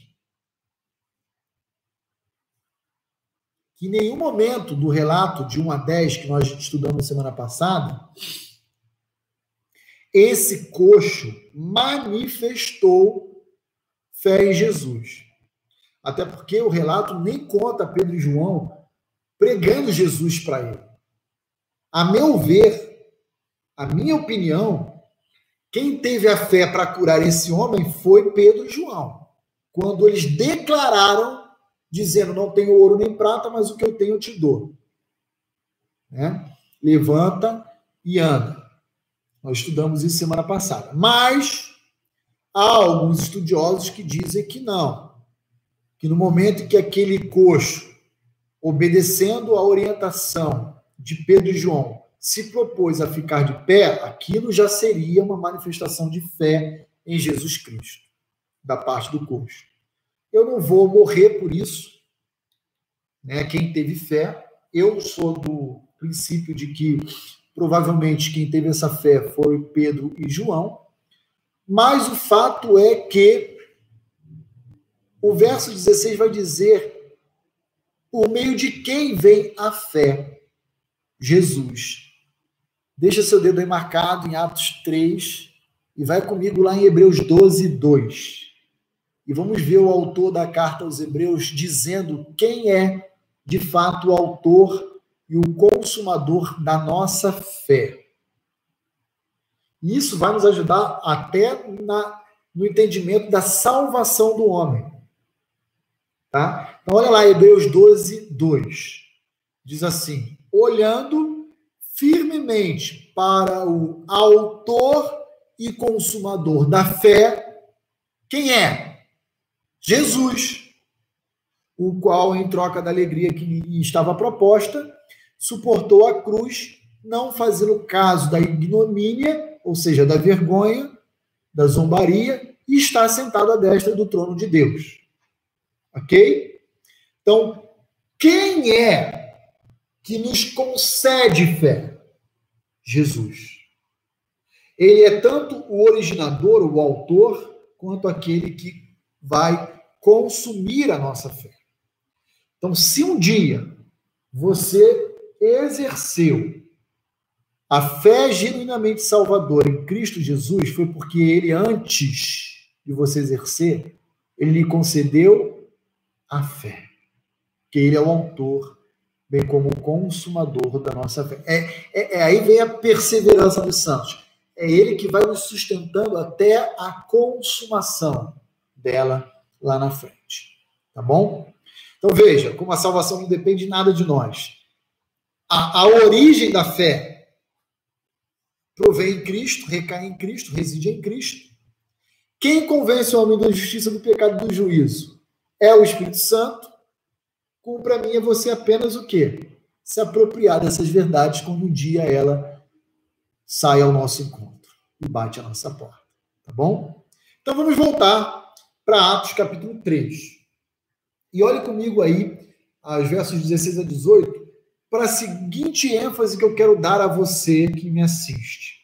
que em nenhum momento do relato de 1 a 10 que nós estudamos semana passada, esse coxo manifestou fé em Jesus. Até porque o relato nem conta Pedro e João pregando Jesus para ele. A meu ver, a minha opinião, quem teve a fé para curar esse homem foi Pedro e João. Quando eles declararam, dizendo, não tenho ouro nem prata, mas o que eu tenho eu te dou. Né? Levanta e anda. Nós estudamos isso semana passada. Mas há alguns estudiosos que dizem que não. Que no momento em que aquele coxo, obedecendo a orientação de Pedro e João, se propôs a ficar de pé, aquilo já seria uma manifestação de fé em Jesus Cristo, da parte do coxo. Eu não vou morrer por isso, né? Quem teve fé, eu sou do princípio de que provavelmente quem teve essa fé foi Pedro e João, mas o fato é que o verso 16 vai dizer por meio de quem vem a fé, Jesus. Deixa seu dedo aí marcado em Atos 3 e vai comigo lá em Hebreus 12, 2. E vamos ver o autor da carta aos Hebreus dizendo quem é, de fato, o autor e o consumador da nossa fé. E isso vai nos ajudar até no entendimento da salvação do homem. Tá? Então, olha lá, Hebreus 12, 2. Diz assim, olhando firmemente para o autor e consumador da fé. Quem é? Jesus, o qual, em troca da alegria que lhe estava proposta, suportou a cruz, não fazendo caso da ignomínia, ou seja, da vergonha, da zombaria, e está sentado à destra do trono de Deus. Ok? Então, quem é que nos concede fé? Jesus. Ele é tanto o originador, o autor, quanto aquele que vai consumir a nossa fé. Então, se um dia você exerceu a fé genuinamente salvadora em Cristo Jesus, foi porque ele, antes de você exercer, ele lhe concedeu a fé. Que ele é o autor, bem como o consumador da nossa fé. Aí vem a perseverança dos santos. É ele que vai nos sustentando até a consumação dela lá na frente. Tá bom? Então veja, como a salvação não depende de nada de nós. A origem da fé provém em Cristo, recai em Cristo, reside em Cristo. Quem convence o homem da justiça, do pecado e do juízo? É o Espírito Santo. Cumpre a mim e você apenas o quê? Se apropriar dessas verdades quando um dia ela sai ao nosso encontro e bate a nossa porta. Tá bom? Então vamos voltar para Atos capítulo 3. E olhe comigo aí, aos versos 16 a 18, para a seguinte ênfase que eu quero dar a você que me assiste.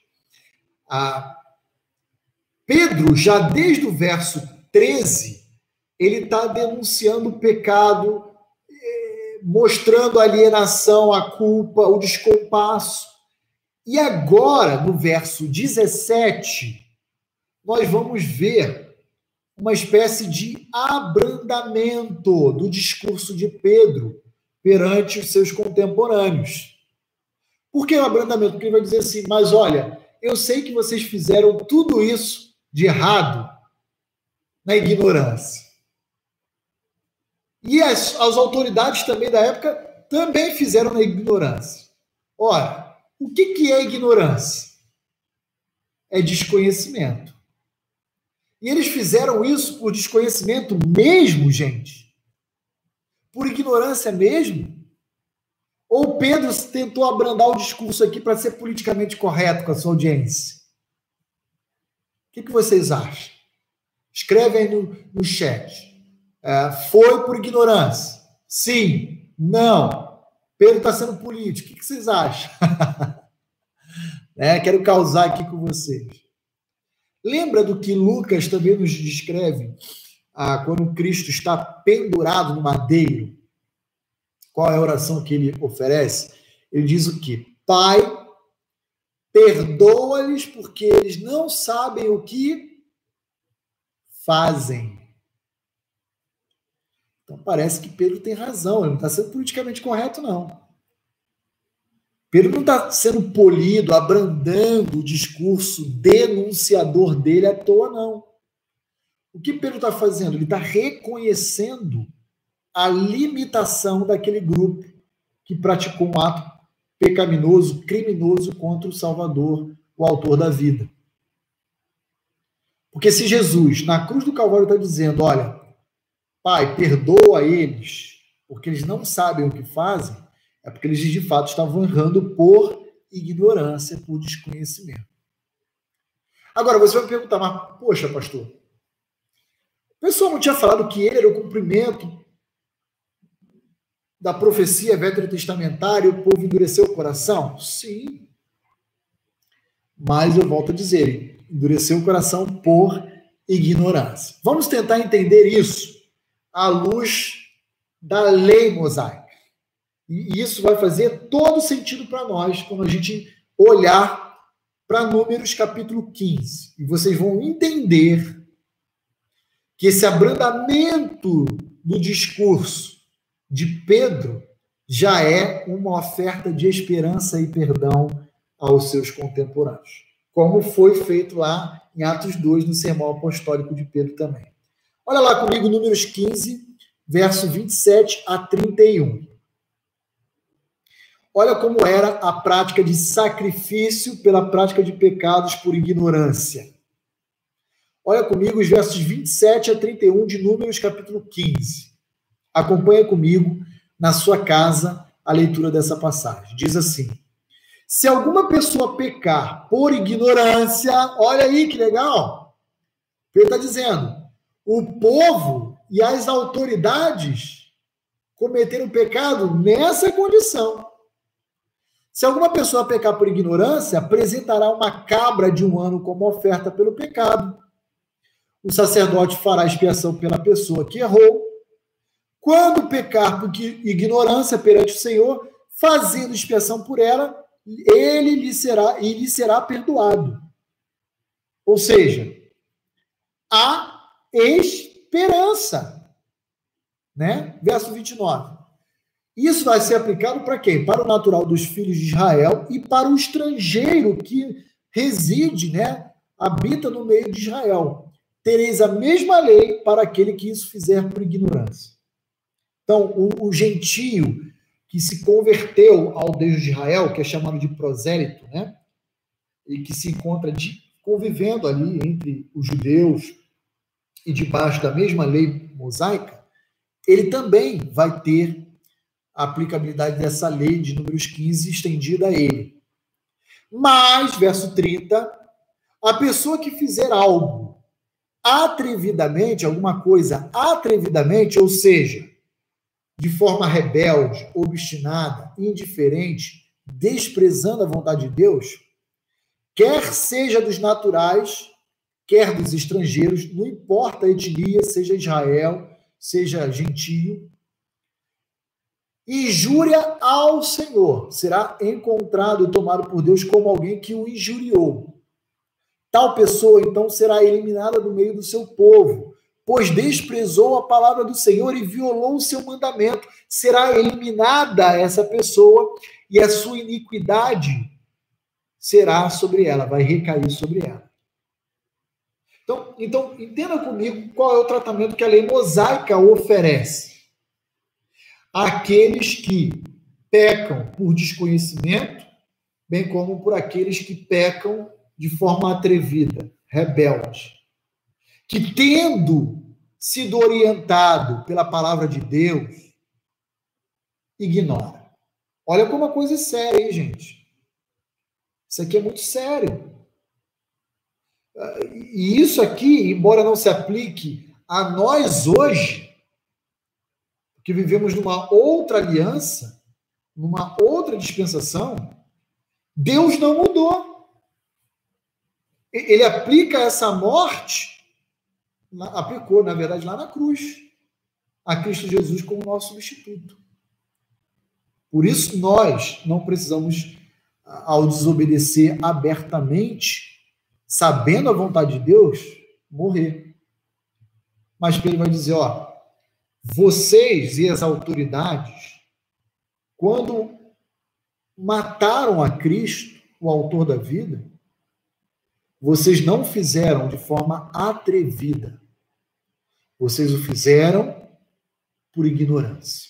Pedro, já desde o verso 13, ele está denunciando o pecado, mostrando a alienação, a culpa, o descompasso. E agora, no verso 17, nós vamos ver uma espécie de abrandamento do discurso de Pedro perante os seus contemporâneos. Por que o abrandamento? Porque ele vai dizer assim, mas olha, eu sei que vocês fizeram tudo isso de errado na ignorância. E as autoridades também da época também fizeram na ignorância. Ora, o que é ignorância? É desconhecimento. E eles fizeram isso por desconhecimento mesmo, gente? Por ignorância mesmo? Ou Pedro tentou abrandar o discurso aqui para ser politicamente correto com a sua audiência? O que vocês acham? Escreve aí no chat. Foi por ignorância? Sim. Não. Pedro está sendo político. O que vocês acham? Quero causar aqui com vocês. Lembra do que Lucas também nos descreve quando Cristo está pendurado no madeiro? Qual é a oração que ele oferece? Ele diz o quê? Pai, perdoa-lhes porque eles não sabem o que fazem. Então parece que Pedro tem razão, ele não está sendo politicamente correto, não. Pedro não está sendo polido, abrandando o discurso denunciador dele à toa, não. O que Pedro está fazendo? Ele está reconhecendo a limitação daquele grupo que praticou um ato pecaminoso, criminoso contra o Salvador, o autor da vida. Porque se Jesus, na cruz do Calvário, está dizendo, olha, Pai, perdoa eles, porque eles não sabem o que fazem, é porque eles, de fato, estavam errando por ignorância, por desconhecimento. Agora, você vai me perguntar, mas, poxa, pastor, o pessoal não tinha falado que ele era o cumprimento da profecia veterotestamentária e o povo endureceu o coração? Sim. Mas eu volto a dizer, endureceu o coração por ignorância. Vamos tentar entender isso à luz da lei mosaica. E isso vai fazer todo sentido para nós quando a gente olhar para Números capítulo 15. E vocês vão entender que esse abrandamento do discurso de Pedro já é uma oferta de esperança e perdão aos seus contemporâneos, como foi feito lá em Atos 2, no sermão apostólico de Pedro também. Olha lá comigo, Números 15, verso 27 a 31. olha como era a prática de sacrifício pela prática de pecados por ignorância. Olha comigo os versos 27 a 31 de Números, capítulo 15. Acompanha comigo na sua casa a leitura dessa passagem. Diz assim: se alguma pessoa pecar por ignorância, olha aí que legal, ele está dizendo, o povo e as autoridades cometeram pecado nessa condição. Se alguma pessoa pecar por ignorância, apresentará uma cabra de 1 ano como oferta pelo pecado. O sacerdote fará expiação pela pessoa que errou. Quando pecar por ignorância perante o Senhor, fazendo expiação por ela, ele lhe será perdoado. Ou seja, há esperança. Né? Verso 29. Isso vai ser aplicado para quem? Para o natural dos filhos de Israel e para o estrangeiro que reside, né, habita no meio de Israel. Tereis a mesma lei para aquele que isso fizer por ignorância. Então, o gentio que se converteu ao Deus de Israel, que é chamado de prosélito, né, e que se encontra convivendo ali entre os judeus e debaixo da mesma lei mosaica, ele também vai ter a aplicabilidade dessa lei de Números 15 estendida a ele. Mas, verso 30, a pessoa que fizer algo atrevidamente, alguma coisa atrevidamente, ou seja, de forma rebelde, obstinada, indiferente, desprezando a vontade de Deus, quer seja dos naturais, quer dos estrangeiros, não importa a etnia, seja Israel, seja gentio, injúria ao Senhor, será encontrado e tomado por Deus como alguém que o injuriou. Tal pessoa, então, será eliminada do meio do seu povo, pois desprezou a palavra do Senhor e violou o seu mandamento. Será eliminada essa pessoa e a sua iniquidade será sobre ela, vai recair sobre ela. Então, entenda comigo qual é o tratamento que a lei mosaica oferece. Aqueles que pecam por desconhecimento, bem como por aqueles que pecam de forma atrevida, rebelde, que tendo sido orientado pela palavra de Deus, ignora. Olha como a coisa é séria, hein, gente? Isso aqui é muito sério. E isso aqui, embora não se aplique a nós hoje, que vivemos numa outra aliança, numa outra dispensação, Deus não mudou. Ele aplica essa morte, aplicou, na verdade, lá na cruz, a Cristo Jesus como nosso substituto. Por isso, nós não precisamos, ao desobedecer abertamente, sabendo a vontade de Deus, morrer. Mas Pedro vai dizer, ó, vocês e as autoridades, quando mataram a Cristo, o autor da vida, vocês não fizeram de forma atrevida. Vocês o fizeram por ignorância.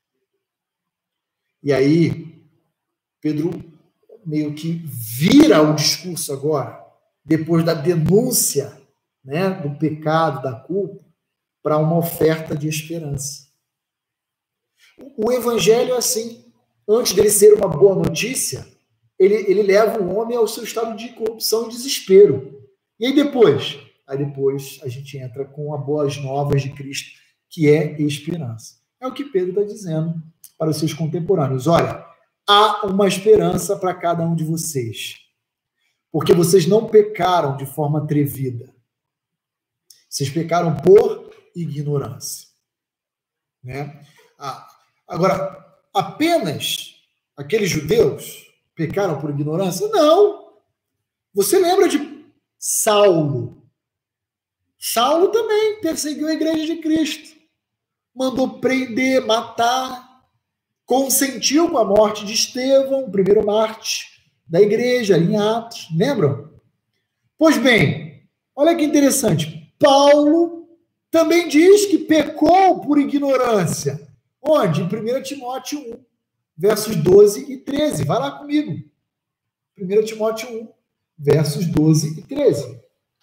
E aí, Pedro meio que vira o discurso agora, depois da denúncia, né, do pecado, da culpa, para uma oferta de esperança. O evangelho é assim. Antes dele ser uma boa notícia, ele leva o homem ao seu estado de corrupção e desespero. E aí depois? Aí depois a gente entra com as boas novas de Cristo, que é esperança. É o que Pedro está dizendo para os seus contemporâneos. Olha, há uma esperança para cada um de vocês. Porque vocês não pecaram de forma atrevida. Vocês pecaram por ignorância. Né? Agora, apenas aqueles judeus pecaram por ignorância? Não. Você lembra de Saulo? Saulo também perseguiu a igreja de Cristo. Mandou prender, matar, consentiu com a morte de Estevão, o primeiro mártir da igreja, em Atos. Lembram? Pois bem, olha que interessante. Paulo também diz que pecou por ignorância. Onde? Em 1 Timóteo 1. versos 12 e 13. Vai lá comigo. 1 Timóteo 1, versos 12 e 13.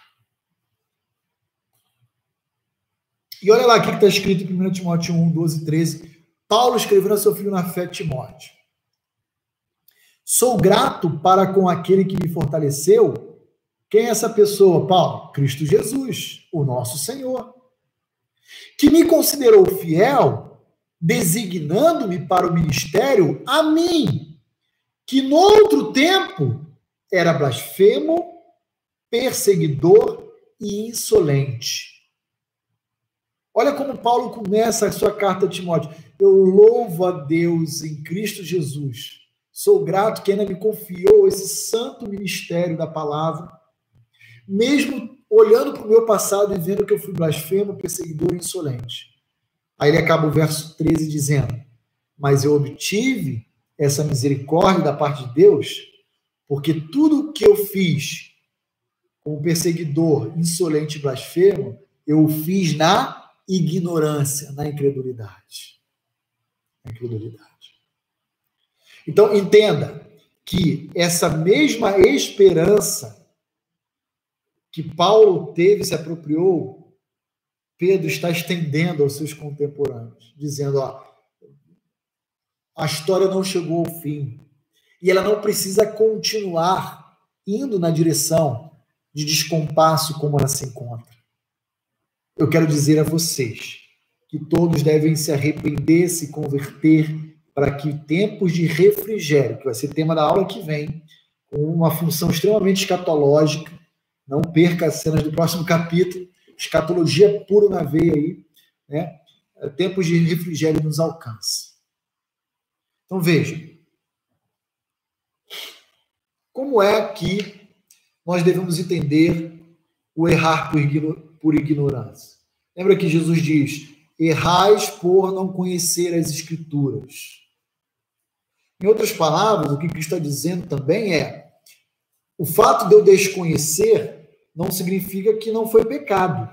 E olha lá o que está escrito em 1 Timóteo 1, 12 e 13. Paulo escrevendo a seu filho na fé, Timóteo. Sou grato para com aquele que me fortaleceu. Quem é essa pessoa, Paulo? Cristo Jesus, o nosso Senhor, que me considerou fiel, designando-me para o ministério a mim, que no outro tempo era blasfemo, perseguidor e insolente. Olha como Paulo começa a sua carta a Timóteo. Eu louvo a Deus em Cristo Jesus. Sou grato que ainda me confiou esse santo ministério da palavra, mesmo olhando para o meu passado e vendo que eu fui blasfemo, perseguidor e insolente. Aí ele acaba o verso 13 dizendo, mas eu obtive essa misericórdia da parte de Deus, porque tudo o que eu fiz como perseguidor, insolente e blasfemo, eu o fiz na ignorância, na incredulidade. Na incredulidade. Então, entenda que essa mesma esperança que Paulo teve, se apropriou, Pedro está estendendo aos seus contemporâneos, dizendo, ó, a história não chegou ao fim e ela não precisa continuar indo na direção de descompasso como ela se encontra. Eu quero dizer a vocês que todos devem se arrepender, se converter, para que tempos de refrigério, que vai ser tema da aula que vem, com uma função extremamente escatológica, não perca as cenas do próximo capítulo, escatologia pura na veia aí, né? Tempos de refrigério nos alcance. Então veja, como é que nós devemos entender o errar por ignorância? Lembra que Jesus diz, errais por não conhecer as Escrituras. Em outras palavras, o que Cristo está dizendo também é, o fato de eu desconhecer não significa que não foi pecado.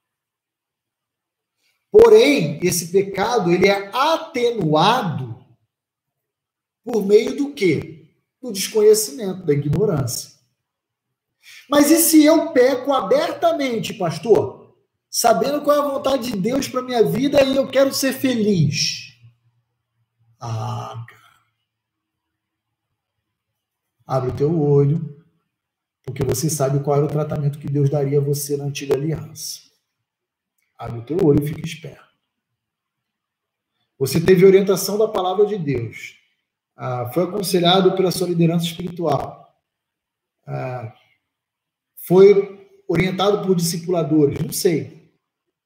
Porém, esse pecado ele é atenuado por meio do quê? Do desconhecimento, da ignorância. Mas e se eu peco abertamente, pastor? Sabendo qual é a vontade de Deus para a minha vida e eu quero ser feliz. Ah, cara. Abre o teu olho, porque você sabe qual era o tratamento que Deus daria a você na antiga aliança. Abre o teu olho e fica esperto. Você teve orientação da palavra de Deus. Foi aconselhado pela sua liderança espiritual. Foi orientado por discipuladores, não sei.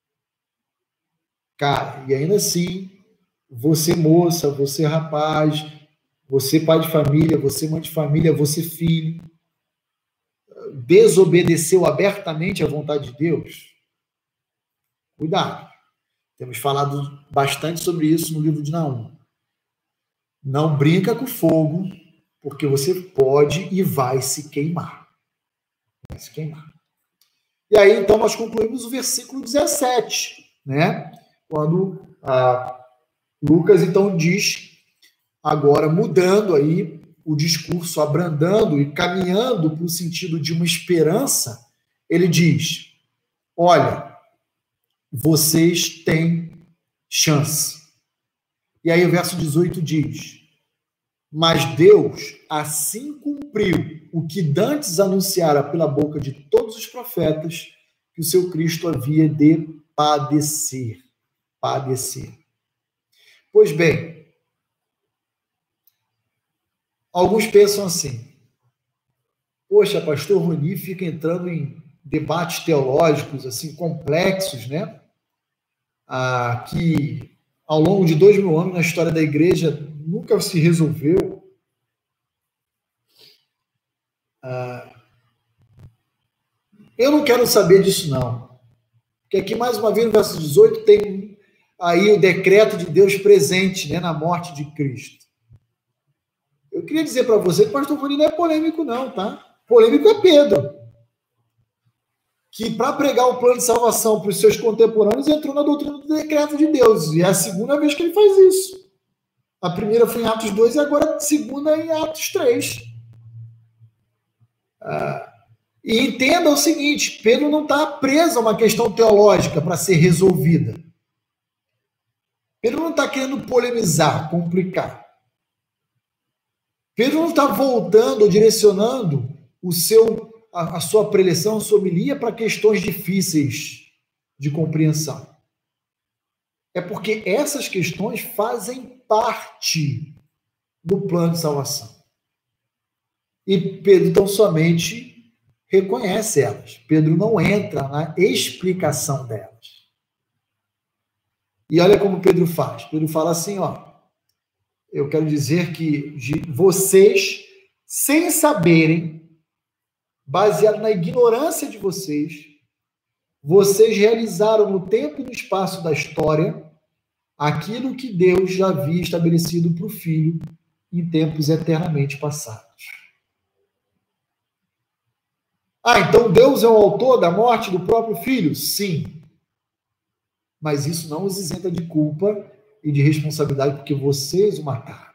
Cara, e ainda assim, você moça, você rapaz, você pai de família, você mãe de família, você filho, desobedeceu abertamente à vontade de Deus? Cuidado. Temos falado bastante sobre isso no livro de Naum. Não brinca com fogo, porque você pode e vai se queimar. Vai se queimar. E aí, então, nós concluímos o versículo 17, né? Quando Lucas, então, diz, agora mudando aí o discurso, abrandando e caminhando para o sentido de uma esperança, ele diz, olha, vocês têm chance. E aí o verso 18 diz, mas Deus assim cumpriu o que dantes anunciara pela boca de todos os profetas, que o seu Cristo havia de padecer. Padecer. Pois bem, alguns pensam assim, poxa, pastor Roni fica entrando em debates teológicos assim complexos, né? Que ao longo de 2000 anos na história da igreja nunca se resolveu. Eu não quero saber disso não, porque aqui mais uma vez no verso 18 tem aí o decreto de Deus presente, né, na morte de Cristo. Eu queria dizer para você que o pastor Roni não é polêmico não, tá? Polêmico é Pedro, que para pregar o plano de salvação para os seus contemporâneos entrou na doutrina do decreto de Deus. E é a segunda vez que ele faz isso. A primeira foi em Atos 2 e agora a segunda é em Atos 3. E entenda o seguinte, Pedro não está preso a uma questão teológica para ser resolvida. Pedro não está querendo polemizar, complicar. Pedro não está voltando ou direcionando a sua preleção, a sua homilia para questões difíceis de compreensão. É porque essas questões fazem parte do plano de salvação. E Pedro, então, somente reconhece elas. Pedro não entra na explicação delas. E olha como Pedro faz. Pedro fala assim, eu quero dizer que vocês, sem saberem, baseado na ignorância de vocês realizaram no tempo e no espaço da história aquilo que Deus já havia estabelecido para o Filho em tempos eternamente passados. Então Deus é o autor da morte do próprio Filho? Sim. Mas isso não os isenta de culpa e de responsabilidade porque vocês o mataram.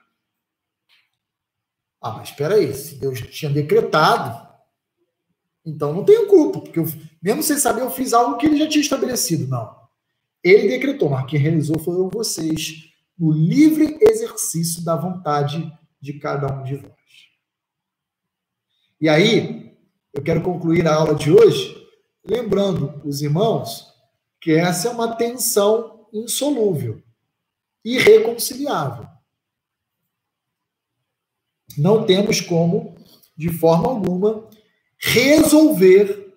Mas espera aí, se Deus tinha decretado, então não tenho culpa, porque mesmo sem saber eu fiz algo que ele já tinha estabelecido. Não. Ele decretou, mas quem realizou foram vocês, no livre exercício da vontade de cada um de vós. E aí, eu quero concluir a aula de hoje lembrando os irmãos que essa é uma tensão insolúvel, irreconciliável. Não temos como, de forma alguma, resolver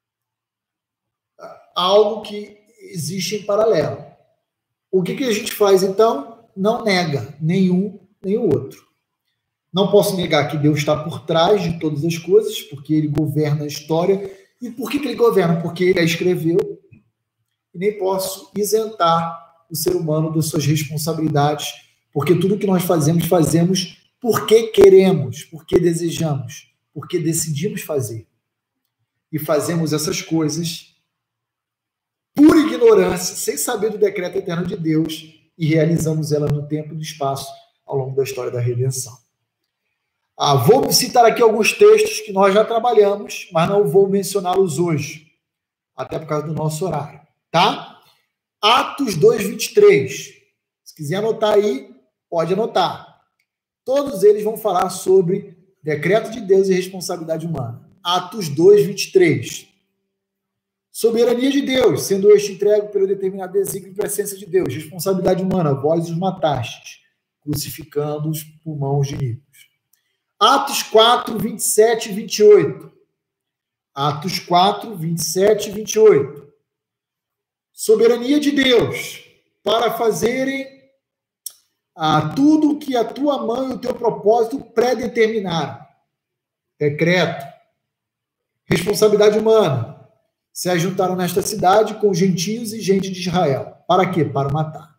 algo que existe em paralelo. O que a gente faz, então? Não nega nenhum nem o outro. Não posso negar que Deus está por trás de todas as coisas, porque ele governa a história. E por que ele governa? Porque ele a escreveu. E nem posso isentar o ser humano das suas responsabilidades, porque tudo que nós fazemos porque queremos, porque desejamos, porque decidimos fazer. E fazemos essas coisas por ignorância, sem saber do decreto eterno de Deus, e realizamos ela no tempo e no espaço ao longo da história da redenção. Vou citar aqui alguns textos que nós já trabalhamos, mas não vou mencioná-los hoje, até por causa do nosso horário, tá? Atos 2:23. Se quiser anotar aí, pode anotar. Todos eles vão falar sobre decreto de Deus e responsabilidade humana. Atos 2:23. Soberania de Deus, sendo este entregue pelo determinado desígnio e presença de Deus. Responsabilidade humana, vós os matastes, crucificando-os por mãos de ímpios. Atos 4:27 e 28. Atos 4:27 e 28. Soberania de Deus, para fazerem tudo o que a tua mão e o teu propósito predeterminaram. Decreto. Responsabilidade humana. Se ajuntaram nesta cidade com gentios e gente de Israel. Para quê? Para matar.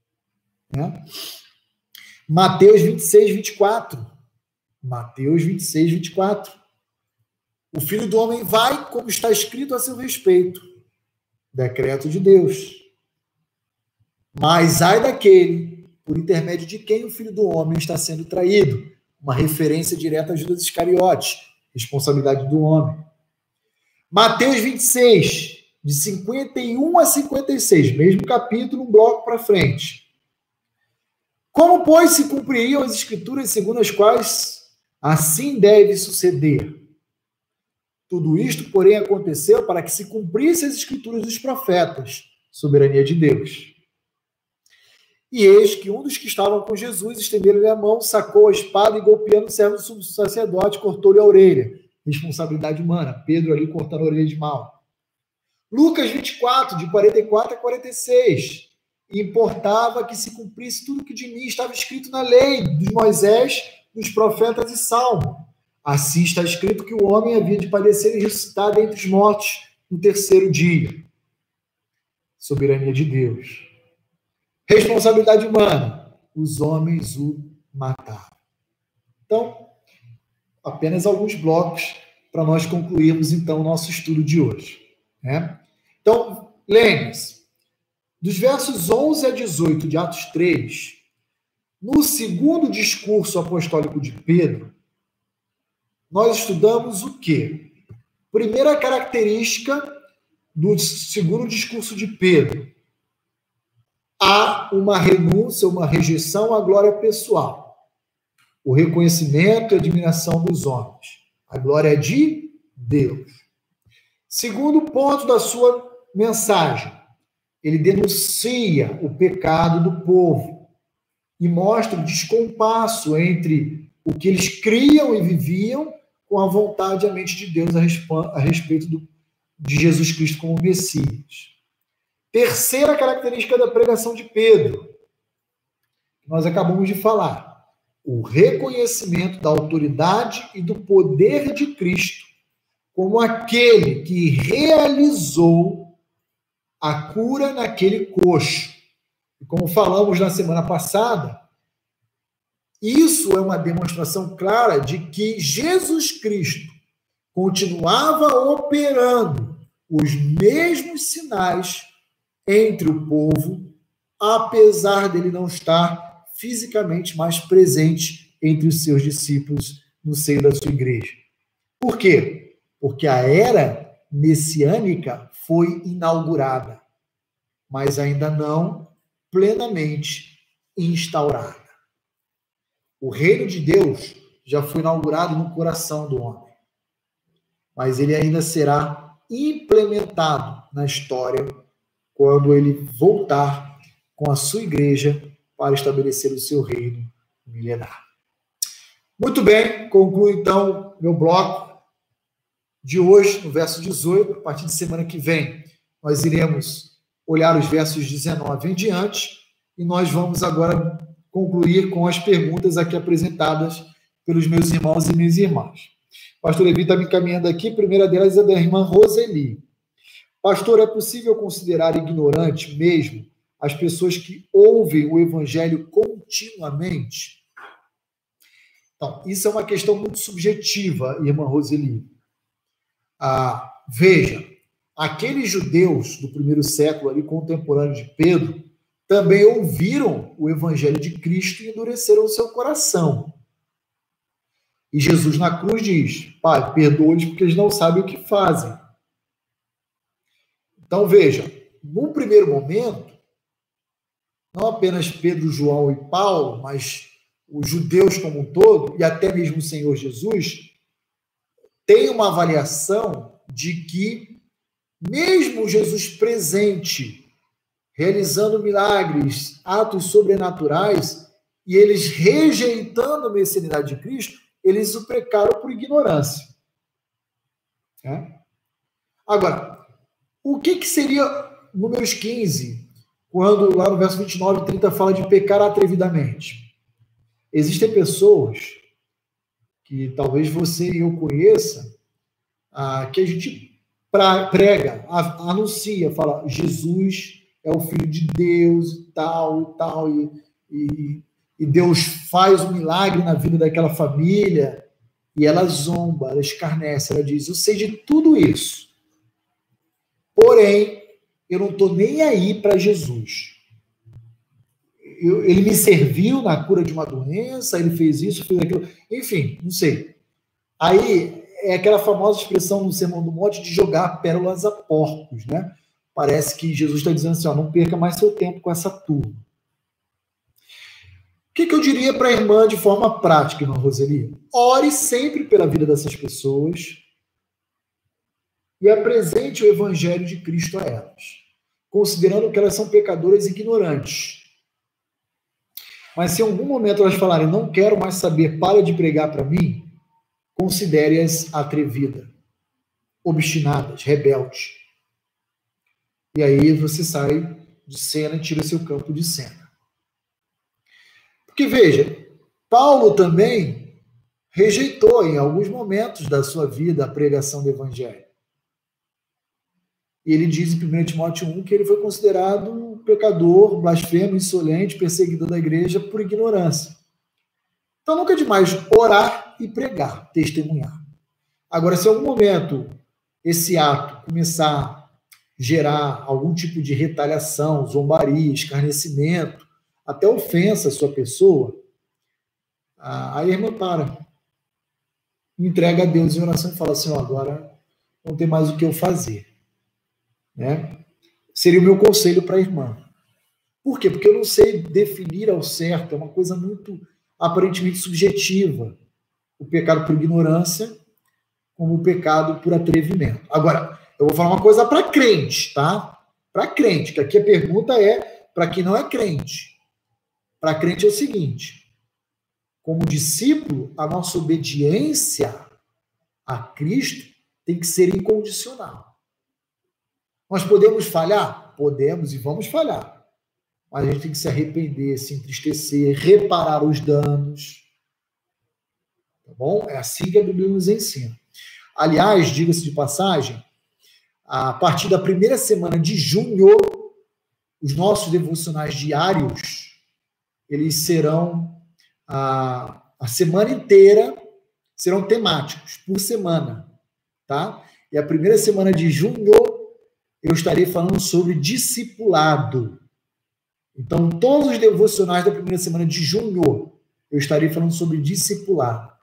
Mateus 26:24. Mateus 26:24. O Filho do Homem vai, como está escrito a seu respeito. Decreto de Deus. Mas ai daquele, por intermédio de quem o Filho do Homem está sendo traído. Uma referência direta a Judas Iscariote. Responsabilidade do homem. Mateus 26, de 51 a 56, mesmo capítulo, um bloco para frente. Como, pois, se cumpririam as escrituras segundo as quais assim deve suceder? Tudo isto, porém, aconteceu para que se cumprissem as escrituras dos profetas, soberania de Deus. E eis que um dos que estavam com Jesus, estendendo-lhe a mão, sacou a espada e, golpeando o servo do sacerdote, cortou-lhe a orelha. Responsabilidade humana. Pedro ali cortando a orelha de mal. Lucas 24, de 44 a 46. Importava que se cumprisse tudo que de mim estava escrito na lei de Moisés, dos profetas e Salmo. Assim está escrito que o homem havia de padecer e ressuscitar dentre os mortos no terceiro dia. Soberania de Deus. Responsabilidade humana. Os homens o mataram. Então, apenas alguns blocos para nós concluirmos, então, o nosso estudo de hoje. Então, lembre-se, dos versos 11 a 18 de Atos 3, No segundo discurso apostólico de Pedro, nós estudamos o quê? Primeira característica do segundo discurso de Pedro. Há uma renúncia, uma rejeição à glória pessoal. O reconhecimento e admiração dos homens. A glória é de Deus. Segundo ponto da sua mensagem, ele denuncia o pecado do povo e mostra o descompasso entre o que eles criam e viviam com a vontade e a mente de Deus a respeito de Jesus Cristo como Messias. Terceira característica da pregação de Pedro, que nós acabamos de falar, o reconhecimento da autoridade e do poder de Cristo como aquele que realizou a cura naquele coxo. E como falamos na semana passada, isso é uma demonstração clara de que Jesus Cristo continuava operando os mesmos sinais entre o povo, apesar dele não estar fisicamente mais presente entre os seus discípulos no seio da sua igreja. Por quê? Porque a era messiânica foi inaugurada, mas ainda não plenamente instaurada. O reino de Deus já foi inaugurado no coração do homem, mas ele ainda será implementado na história quando ele voltar com a sua igreja para estabelecer o seu reino milenar. Muito bem, concluo então meu bloco de hoje, no verso 18. A partir de semana que vem, nós iremos olhar os versos 19 em diante e nós vamos agora concluir com as perguntas aqui apresentadas pelos meus irmãos e minhas irmãs. O pastor Levi está me encaminhando aqui, a primeira delas é da irmã Roseli. Pastor, é possível considerar ignorante mesmo as pessoas que ouvem o evangelho continuamente? Então, isso é uma questão muito subjetiva, irmã Roseli. Veja, aqueles judeus do primeiro século, ali contemporâneos de Pedro, também ouviram o evangelho de Cristo e endureceram o seu coração. E Jesus na cruz diz: Pai, perdoa-lhes porque eles não sabem o que fazem. Então, veja, num primeiro momento, não apenas Pedro, João e Paulo, mas os judeus como um todo, e até mesmo o Senhor Jesus, têm uma avaliação de que, mesmo Jesus presente, realizando milagres, atos sobrenaturais, e eles rejeitando a messianidade de Cristo, eles o pecaram por ignorância. Agora, o que seria Números 15, quando lá no verso 29 e 30 fala de pecar atrevidamente? Existem pessoas que talvez você e eu conheça, que a gente prega, anuncia, fala, Jesus é o Filho de Deus e tal, e Deus faz um milagre na vida daquela família, e ela zomba, ela escarnece, ela diz, eu sei de tudo isso, porém, eu não estou nem aí para Jesus. Ele me serviu na cura de uma doença, ele fez isso, fez aquilo, enfim, não sei. Aí é aquela famosa expressão no Sermão do Monte de jogar pérolas a porcos, né? Parece que Jesus está dizendo assim, não perca mais seu tempo com essa turma. O que eu diria para a irmã de forma prática, irmã Roseli? Ore sempre pela vida dessas pessoas e apresente o evangelho de Cristo a elas, considerando que elas são pecadoras ignorantes. Mas se em algum momento elas falarem, não quero mais saber, para de pregar para mim, considere-as atrevidas, obstinadas, rebeldes. E aí você sai de cena e tira seu campo de cena. Porque, veja, Paulo também rejeitou em alguns momentos da sua vida a pregação do evangelho. E ele diz em 1 Timóteo 1 que ele foi considerado um pecador, blasfemo, insolente, perseguidor da igreja por ignorância. Então nunca é demais orar e pregar, testemunhar. Agora, se em algum momento esse ato começar a gerar algum tipo de retaliação, zombaria, escarnecimento, até ofensa à sua pessoa, aí a irmã para, entrega a Deus em oração e fala assim, agora não tem mais o que eu fazer. Né? Seria o meu conselho para a irmã. Por quê? Porque eu não sei definir ao certo, é uma coisa muito aparentemente subjetiva, o pecado por ignorância como o pecado por atrevimento. Agora, eu vou falar uma coisa para crente, tá? Para crente, que aqui a pergunta é para quem não é crente. Para crente é o seguinte, como discípulo, a nossa obediência a Cristo tem que ser incondicional. Nós podemos falhar? Podemos e vamos falhar. Mas a gente tem que se arrepender, se entristecer, reparar os danos. Tá bom? É assim que a Bíblia nos ensina. Aliás, diga-se de passagem, a partir da primeira semana de junho, os nossos devocionais diários, eles serão a semana inteira, serão temáticos, por semana, tá? E a primeira semana de junho, eu estarei falando sobre discipulado. Então, todos os devocionais da primeira semana de junho, eu estarei falando sobre discipulado.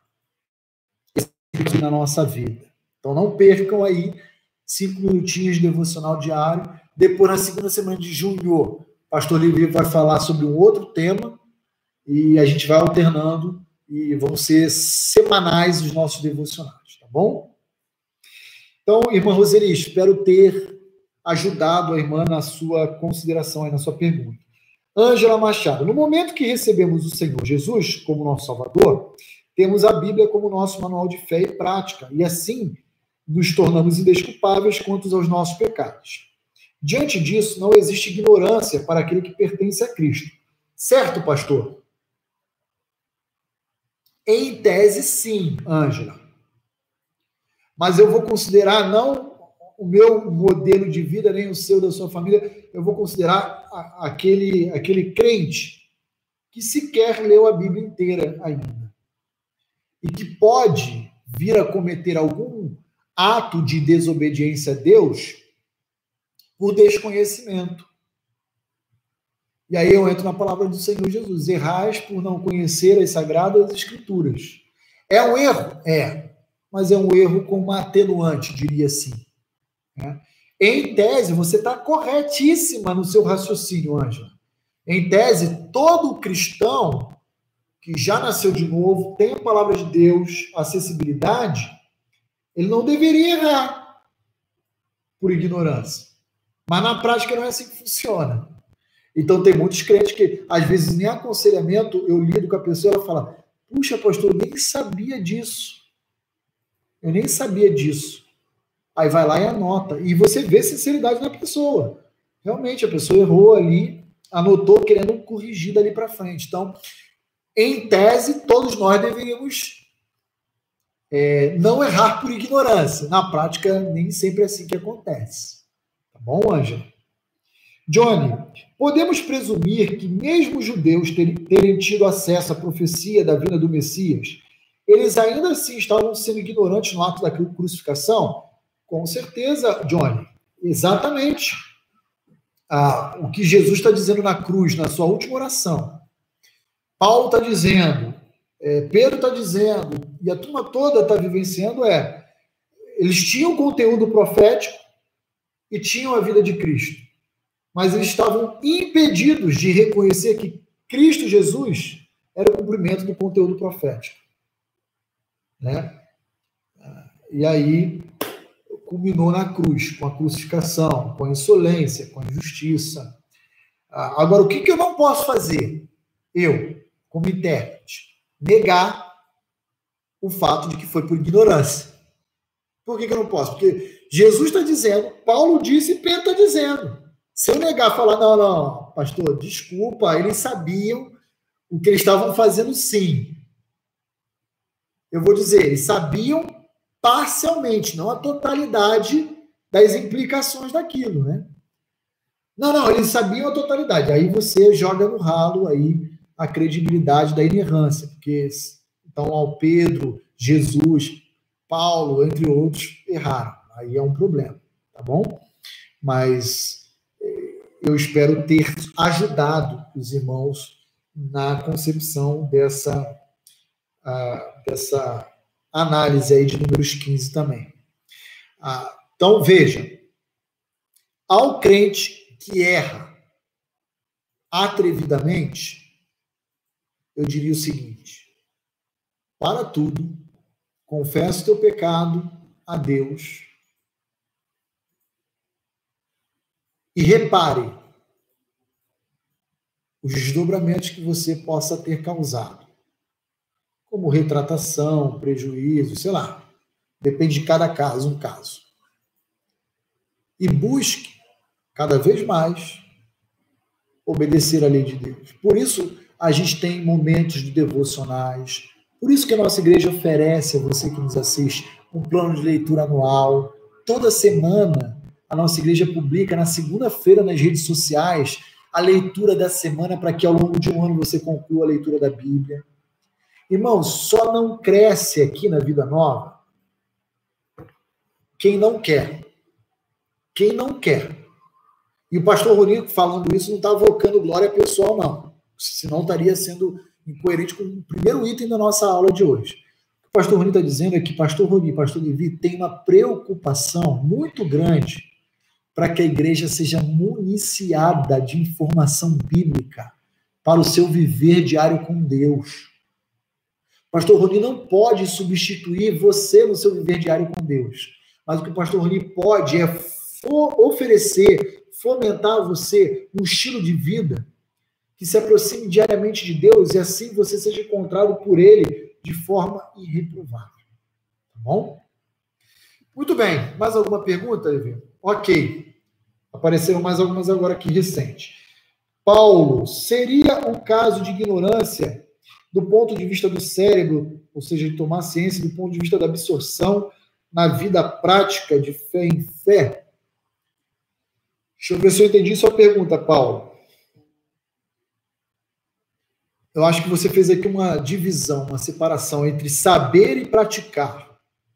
Aqui na nossa vida. Então, não percam aí 5 minutinhos de devocional diário. Depois, na segunda semana de junho, o pastor Livre vai falar sobre um outro tema e a gente vai alternando e vão ser semanais os nossos devocionais, tá bom? Então, irmã Roseli, espero ter ajudado a irmã na sua consideração e na sua pergunta. Ângela Machado, no momento que recebemos o Senhor Jesus como nosso Salvador, temos a Bíblia como nosso manual de fé e prática, e assim nos tornamos indesculpáveis quanto aos nossos pecados. Diante disso, não existe ignorância para aquele que pertence a Cristo. Certo, pastor? Em tese, sim, Ângela. Mas eu vou considerar não o meu modelo de vida, nem o seu, da sua família, eu vou considerar aquele crente que sequer leu a Bíblia inteira ainda. E que pode vir a cometer algum ato de desobediência a Deus por desconhecimento. E aí eu entro na palavra do Senhor Jesus. Errais por não conhecer as Sagradas Escrituras. É um erro? É. Mas é um erro com uma atenuante, diria assim. Né? Em tese, você está corretíssima no seu raciocínio, Ângela. Em tese, todo cristão que já nasceu de novo, tem a palavra de Deus, acessibilidade, ele não deveria errar por ignorância. Mas na prática não é assim que funciona. Então tem muitos crentes que, às vezes, nem aconselhamento, eu lido com a pessoa, ela fala, puxa, pastor, eu nem sabia disso. Eu nem sabia disso. Aí vai lá e anota. E você vê sinceridade na pessoa. Realmente, a pessoa errou ali, anotou querendo corrigir dali para frente. Então, em tese, todos nós deveríamos não errar por ignorância. Na prática, nem sempre é assim que acontece. Tá bom, Ângela? Johnny, podemos presumir que mesmo os judeus terem tido acesso à profecia da vinda do Messias, eles ainda assim estavam sendo ignorantes no ato da crucificação? Com certeza, Johnny. Exatamente. O que Jesus está dizendo na cruz, na sua última oração. Paulo está dizendo, Pedro está dizendo, e a turma toda está vivenciando, eles tinham conteúdo profético e tinham a vida de Cristo, mas eles estavam impedidos de reconhecer que Cristo Jesus era o cumprimento do conteúdo profético. Né? E aí culminou na cruz, com a crucificação, com a insolência, com a injustiça. Agora, o que eu não posso fazer? Eu, como intérprete, negar o fato de que foi por ignorância. Por que eu não posso? Porque Jesus está dizendo, Paulo disse e Pedro está dizendo. Se eu negar, falar, não, pastor, desculpa, eles sabiam o que eles estavam fazendo, sim. Eu vou dizer, eles sabiam parcialmente, não a totalidade das implicações daquilo, né? Não, eles sabiam a totalidade. Aí você joga no ralo aí a credibilidade da inerrância, porque então ao Pedro, Jesus, Paulo, entre outros, erraram. Aí é um problema, tá bom? Mas eu espero ter ajudado os irmãos na concepção dessa análise aí de Números 15 também. Então, veja, ao crente que erra atrevidamente, eu diria o seguinte: para tudo, confessa o teu pecado a Deus e repare os desdobramentos que você possa ter causado, como retratação, prejuízo, sei lá, depende de cada caso, um caso. E busque cada vez mais obedecer à lei de Deus. Por isso, a gente tem momentos de devocionais, por isso que a nossa igreja oferece a você que nos assiste um plano de leitura anual. Toda semana, a nossa igreja publica na segunda-feira nas redes sociais a leitura da semana para que ao longo de um ano você conclua a leitura da Bíblia. Irmãos, só não cresce aqui na Vida Nova quem não quer. Quem não quer. E o pastor Ronico falando isso não está evocando glória pessoal, não. Senão estaria sendo incoerente com o primeiro item da nossa aula de hoje. O que o pastor Ronico está dizendo é que pastor Ronico e pastor Levi têm uma preocupação muito grande para que a igreja seja municiada de informação bíblica para o seu viver diário com Deus. Pastor Rony não pode substituir você no seu viver diário com Deus. Mas o que o pastor Rony pode é oferecer, fomentar a você um estilo de vida que se aproxime diariamente de Deus e assim você seja encontrado por Ele de forma irreprovável. Tá bom? Muito bem. Mais alguma pergunta, Levi? Ok. Apareceram mais algumas agora aqui recente. Paulo, seria um caso de ignorância do ponto de vista do cérebro, ou seja, de tomar ciência do ponto de vista da absorção na vida prática de fé em fé? Deixa eu ver se eu entendi sua pergunta, Paulo. Eu acho que você fez aqui uma divisão, uma separação entre saber e praticar.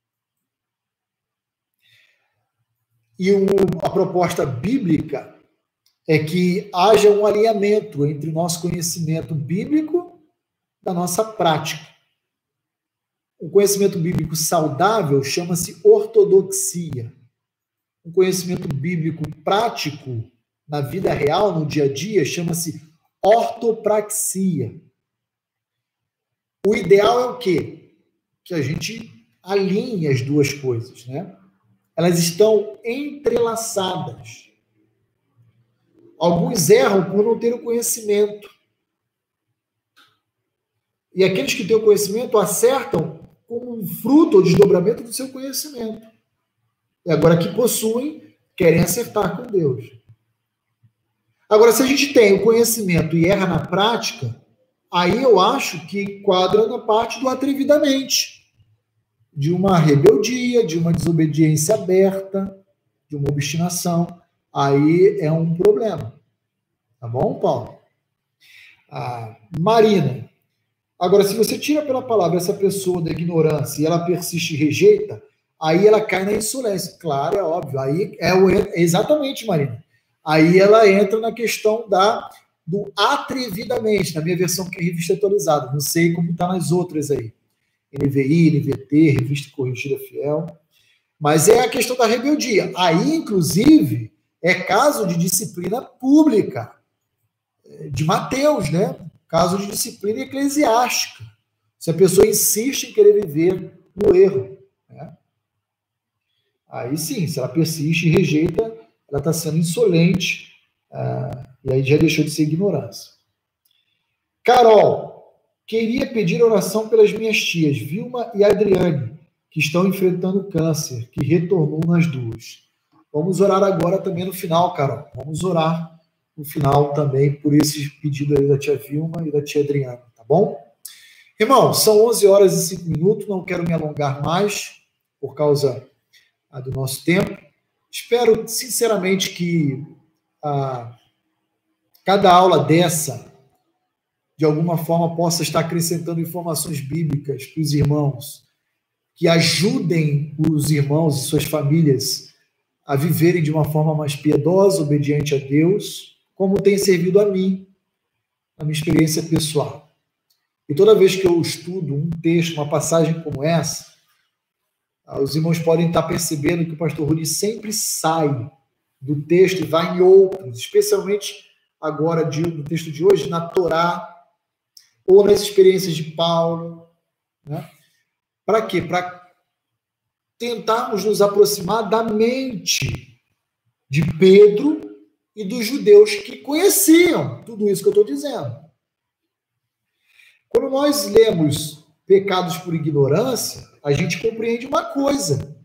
E a proposta bíblica é que haja um alinhamento entre o nosso conhecimento bíblico e da nossa prática. Um conhecimento bíblico saudável chama-se ortodoxia. Um conhecimento bíblico prático na vida real, no dia a dia, chama-se ortopraxia. O ideal é o quê? Que a gente alinhe as duas coisas, né? Elas estão entrelaçadas. Alguns erram por não ter o conhecimento. E aqueles que têm o conhecimento acertam como um fruto ou desdobramento do seu conhecimento. E agora que possuem, querem acertar com Deus. Agora, se a gente tem o conhecimento e erra na prática, aí eu acho que quadra na parte do atrevidamente. De uma rebeldia, de uma desobediência aberta, de uma obstinação. Aí é um problema. Tá bom, Paulo? Marina. Agora, se você tira pela palavra essa pessoa da ignorância e ela persiste e rejeita, aí ela cai na insolência. Claro, é óbvio. Aí exatamente, Marina. Aí ela entra na questão do atrevidamente, na minha versão que é revista atualizada. Não sei como está nas outras aí. NVI, NVT, Revista Corrigida Fiel. Mas é a questão da rebeldia. Aí, inclusive, é caso de disciplina pública. De Mateus, né? Caso de disciplina eclesiástica. Se a pessoa insiste em querer viver no erro. Né? Aí sim, se ela persiste e rejeita, ela está sendo insolente. E aí já deixou de ser ignorância. Carol, queria pedir oração pelas minhas tias, Vilma e Adriane, que estão enfrentando câncer, que retornou nas duas. Vamos orar agora também no final, Carol. Vamos orar no final também por esse pedido aí da tia Vilma e da tia Adriana, tá bom? Irmão, são 11 horas e 5 minutos, não quero me alongar mais por causa do nosso tempo. Espero, sinceramente, que cada aula dessa, de alguma forma, possa estar acrescentando informações bíblicas para os irmãos, que ajudem os irmãos e suas famílias a viverem de uma forma mais piedosa, obediente a Deus, como tem servido a mim, a minha experiência pessoal. E toda vez que eu estudo um texto, uma passagem como essa, os irmãos podem estar percebendo que o pastor Rudi sempre sai do texto e vai em outros, especialmente agora do texto de hoje, na Torá, ou nas experiências de Paulo, né? Para quê? Para tentarmos nos aproximar da mente de Pedro e dos judeus que conheciam tudo isso que eu estou dizendo. Quando nós lemos pecados por ignorância, a gente compreende uma coisa.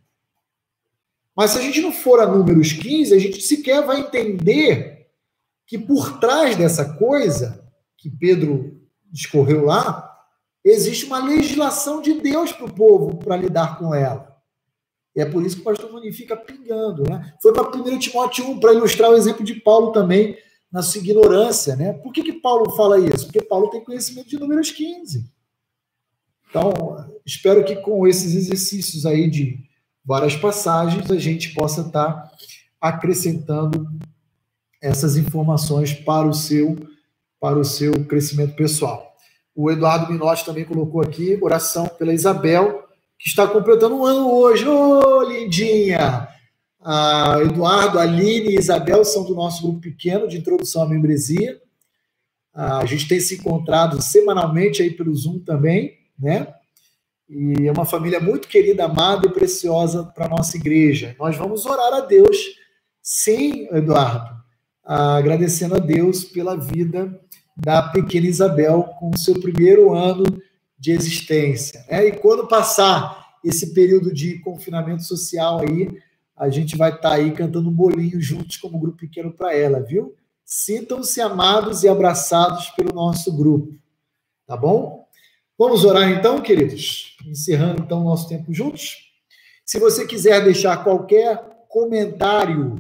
Mas se a gente não for a Números 15, a gente sequer vai entender que por trás dessa coisa que Pedro discorreu lá, existe uma legislação de Deus para o povo para lidar com ela. E é por isso que o pastor Rony fica pingando, né? Foi para 1 Timóteo 1, para ilustrar o exemplo de Paulo também, na sua ignorância, né? Por que Paulo fala isso? Porque Paulo tem conhecimento de Números 15. Então, espero que com esses exercícios aí de várias passagens, a gente possa estar acrescentando essas informações para o seu crescimento pessoal. O Eduardo Minotti também colocou aqui, oração pela Isabel, que está completando um ano hoje. Ô, lindinha! Eduardo, Aline e Isabel são do nosso grupo pequeno de introdução à membresia. A gente tem se encontrado semanalmente aí pelo Zoom também, né? E é uma família muito querida, amada e preciosa para a nossa igreja. Nós vamos orar a Deus, sim, Eduardo, agradecendo a Deus pela vida da pequena Isabel com o seu primeiro ano de existência, né? E quando passar esse período de confinamento social aí, a gente vai estar aí cantando um bolinho juntos como grupo pequeno para ela, viu? Sintam-se amados e abraçados pelo nosso grupo, tá bom? Vamos orar então, queridos? Encerrando então o nosso tempo juntos. Se você quiser deixar qualquer comentário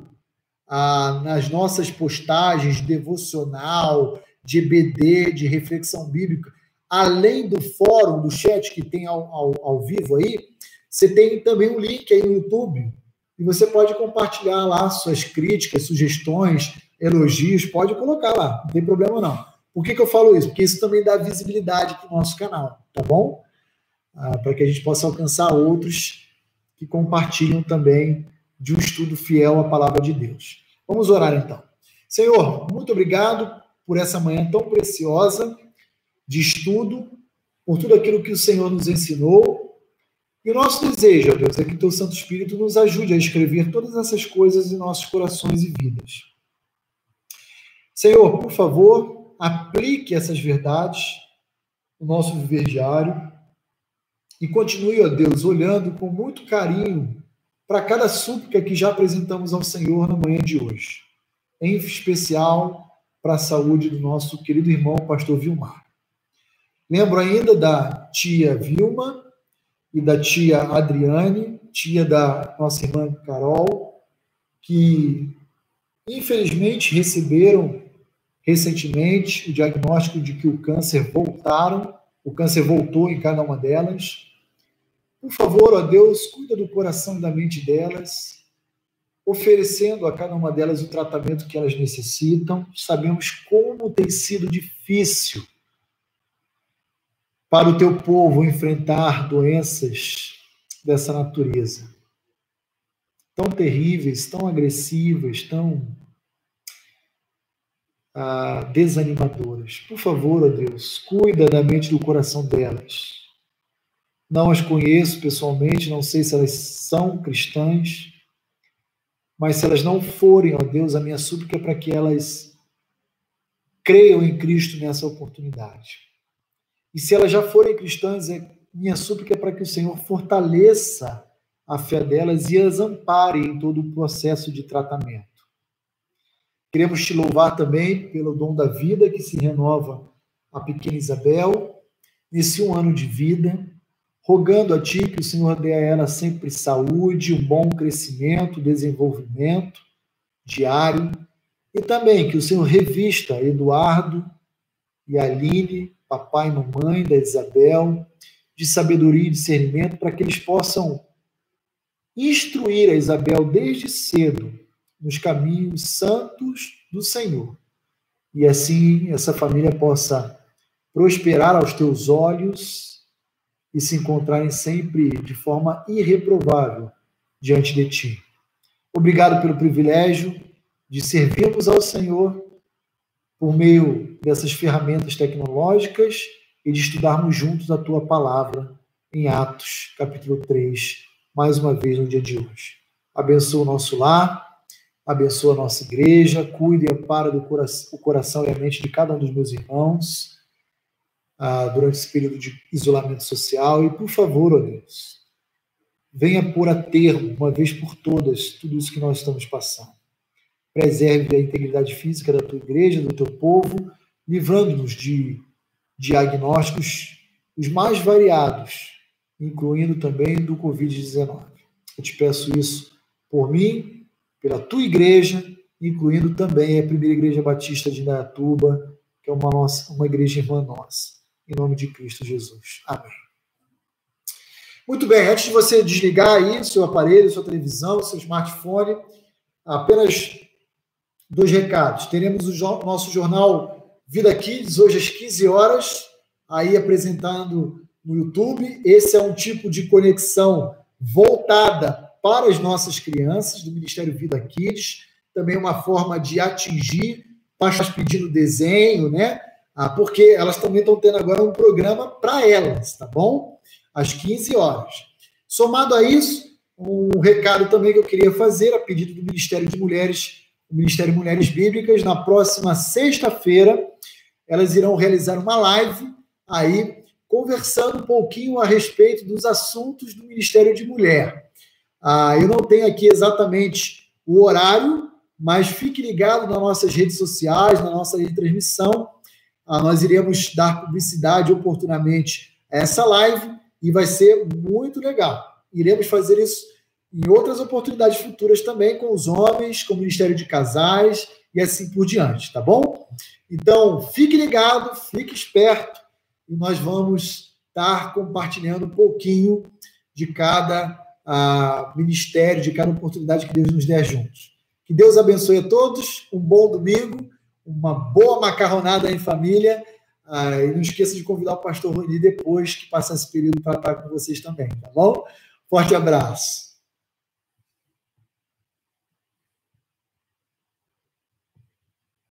nas nossas postagens de devocional, de EBD, de reflexão bíblica, além do fórum, do chat que tem ao vivo aí, você tem também um link aí no YouTube e você pode compartilhar lá suas críticas, sugestões, elogios, pode colocar lá, não tem problema não. Por que eu falo isso? Porque isso também dá visibilidade para o nosso canal, tá bom? Para que a gente possa alcançar outros que compartilham também de um estudo fiel à palavra de Deus. Vamos orar então. Senhor, muito obrigado por essa manhã tão preciosa de estudo, por tudo aquilo que o Senhor nos ensinou. E o nosso desejo, ó Deus, é que o Teu Santo Espírito nos ajude a escrever todas essas coisas em nossos corações e vidas. Senhor, por favor, aplique essas verdades no nosso viver diário e continue, ó Deus, olhando com muito carinho para cada súplica que já apresentamos ao Senhor na manhã de hoje. Em especial para a saúde do nosso querido irmão, pastor Vilmar. Lembro ainda da tia Vilma e da tia Adriane, tia da nossa irmã Carol, que infelizmente receberam recentemente o diagnóstico de que o câncer voltou em cada uma delas. Por favor, ó Deus, cuida do coração e da mente delas, oferecendo a cada uma delas o tratamento que elas necessitam. Sabemos como tem sido difícil para o teu povo enfrentar doenças dessa natureza, tão terríveis, tão agressivas, tão desanimadoras. Por favor, ó Deus, cuida da mente e do coração delas. Não as conheço pessoalmente, não sei se elas são cristãs, mas se elas não forem, ó Deus, a minha súplica é para que elas creiam em Cristo nessa oportunidade. E se elas já forem cristãs, minha súplica é para que o Senhor fortaleça a fé delas e as ampare em todo o processo de tratamento. Queremos te louvar também pelo dom da vida que se renova a pequena Isabel, nesse 1 ano de vida, rogando a ti que o Senhor dê a ela sempre saúde, um bom crescimento, desenvolvimento diário, e também que o Senhor revista Eduardo e Aline, papai e mamãe da Isabel, de sabedoria e discernimento, para que eles possam instruir a Isabel desde cedo nos caminhos santos do Senhor, e assim essa família possa prosperar aos teus olhos e se encontrarem sempre de forma irreprovável diante de ti. Obrigado pelo privilégio de servirmos ao Senhor por meio dessas ferramentas tecnológicas e de estudarmos juntos a tua palavra em Atos, capítulo 3, mais uma vez no dia de hoje. Abençoa o nosso lar, abençoa a nossa igreja, cuide e ampara o coração e a mente de cada um dos meus irmãos durante esse período de isolamento social. E, por favor, ó Deus, venha pôr a termo, uma vez por todas, tudo isso que nós estamos passando. Preserve a integridade física da tua igreja, do teu povo, livrando-nos de diagnósticos os mais variados, incluindo também do Covid-19. Eu te peço isso por mim, pela tua igreja, incluindo também a Primeira Igreja Batista de Indaiatuba, que é uma igreja irmã nossa. Em nome de Cristo Jesus. Amém. Muito bem, antes de você desligar aí seu aparelho, sua televisão, seu smartphone, apenas 2 recados. Teremos o nosso jornal Vida Kids, hoje às 15 horas, aí apresentando no YouTube. Esse é um tipo de conexão voltada para as nossas crianças, do Ministério Vida Kids. Também uma forma de atingir, pais pedindo desenho, né? Porque elas também estão tendo agora um programa para elas, tá bom? Às 15 horas. Somado a isso, um recado também que eu queria fazer, a pedido do Ministério de Mulheres, o Ministério Mulheres Bíblicas, na próxima sexta-feira, elas irão realizar uma live aí, conversando um pouquinho a respeito dos assuntos do Ministério de Mulher. Eu não tenho aqui exatamente o horário, mas fique ligado nas nossas redes sociais, na nossa retransmissão. Nós iremos dar publicidade oportunamente a essa live e vai ser muito legal. Iremos fazer isso em outras oportunidades futuras também com os homens, com o Ministério de Casais e assim por diante, tá bom? Então, fique ligado, fique esperto e nós vamos estar compartilhando um pouquinho de cada ministério, de cada oportunidade que Deus nos der juntos. Que Deus abençoe a todos, um bom domingo, uma boa macarronada em família, e não esqueça de convidar o pastor Rony depois que passar esse período para estar com vocês também, tá bom? Forte abraço.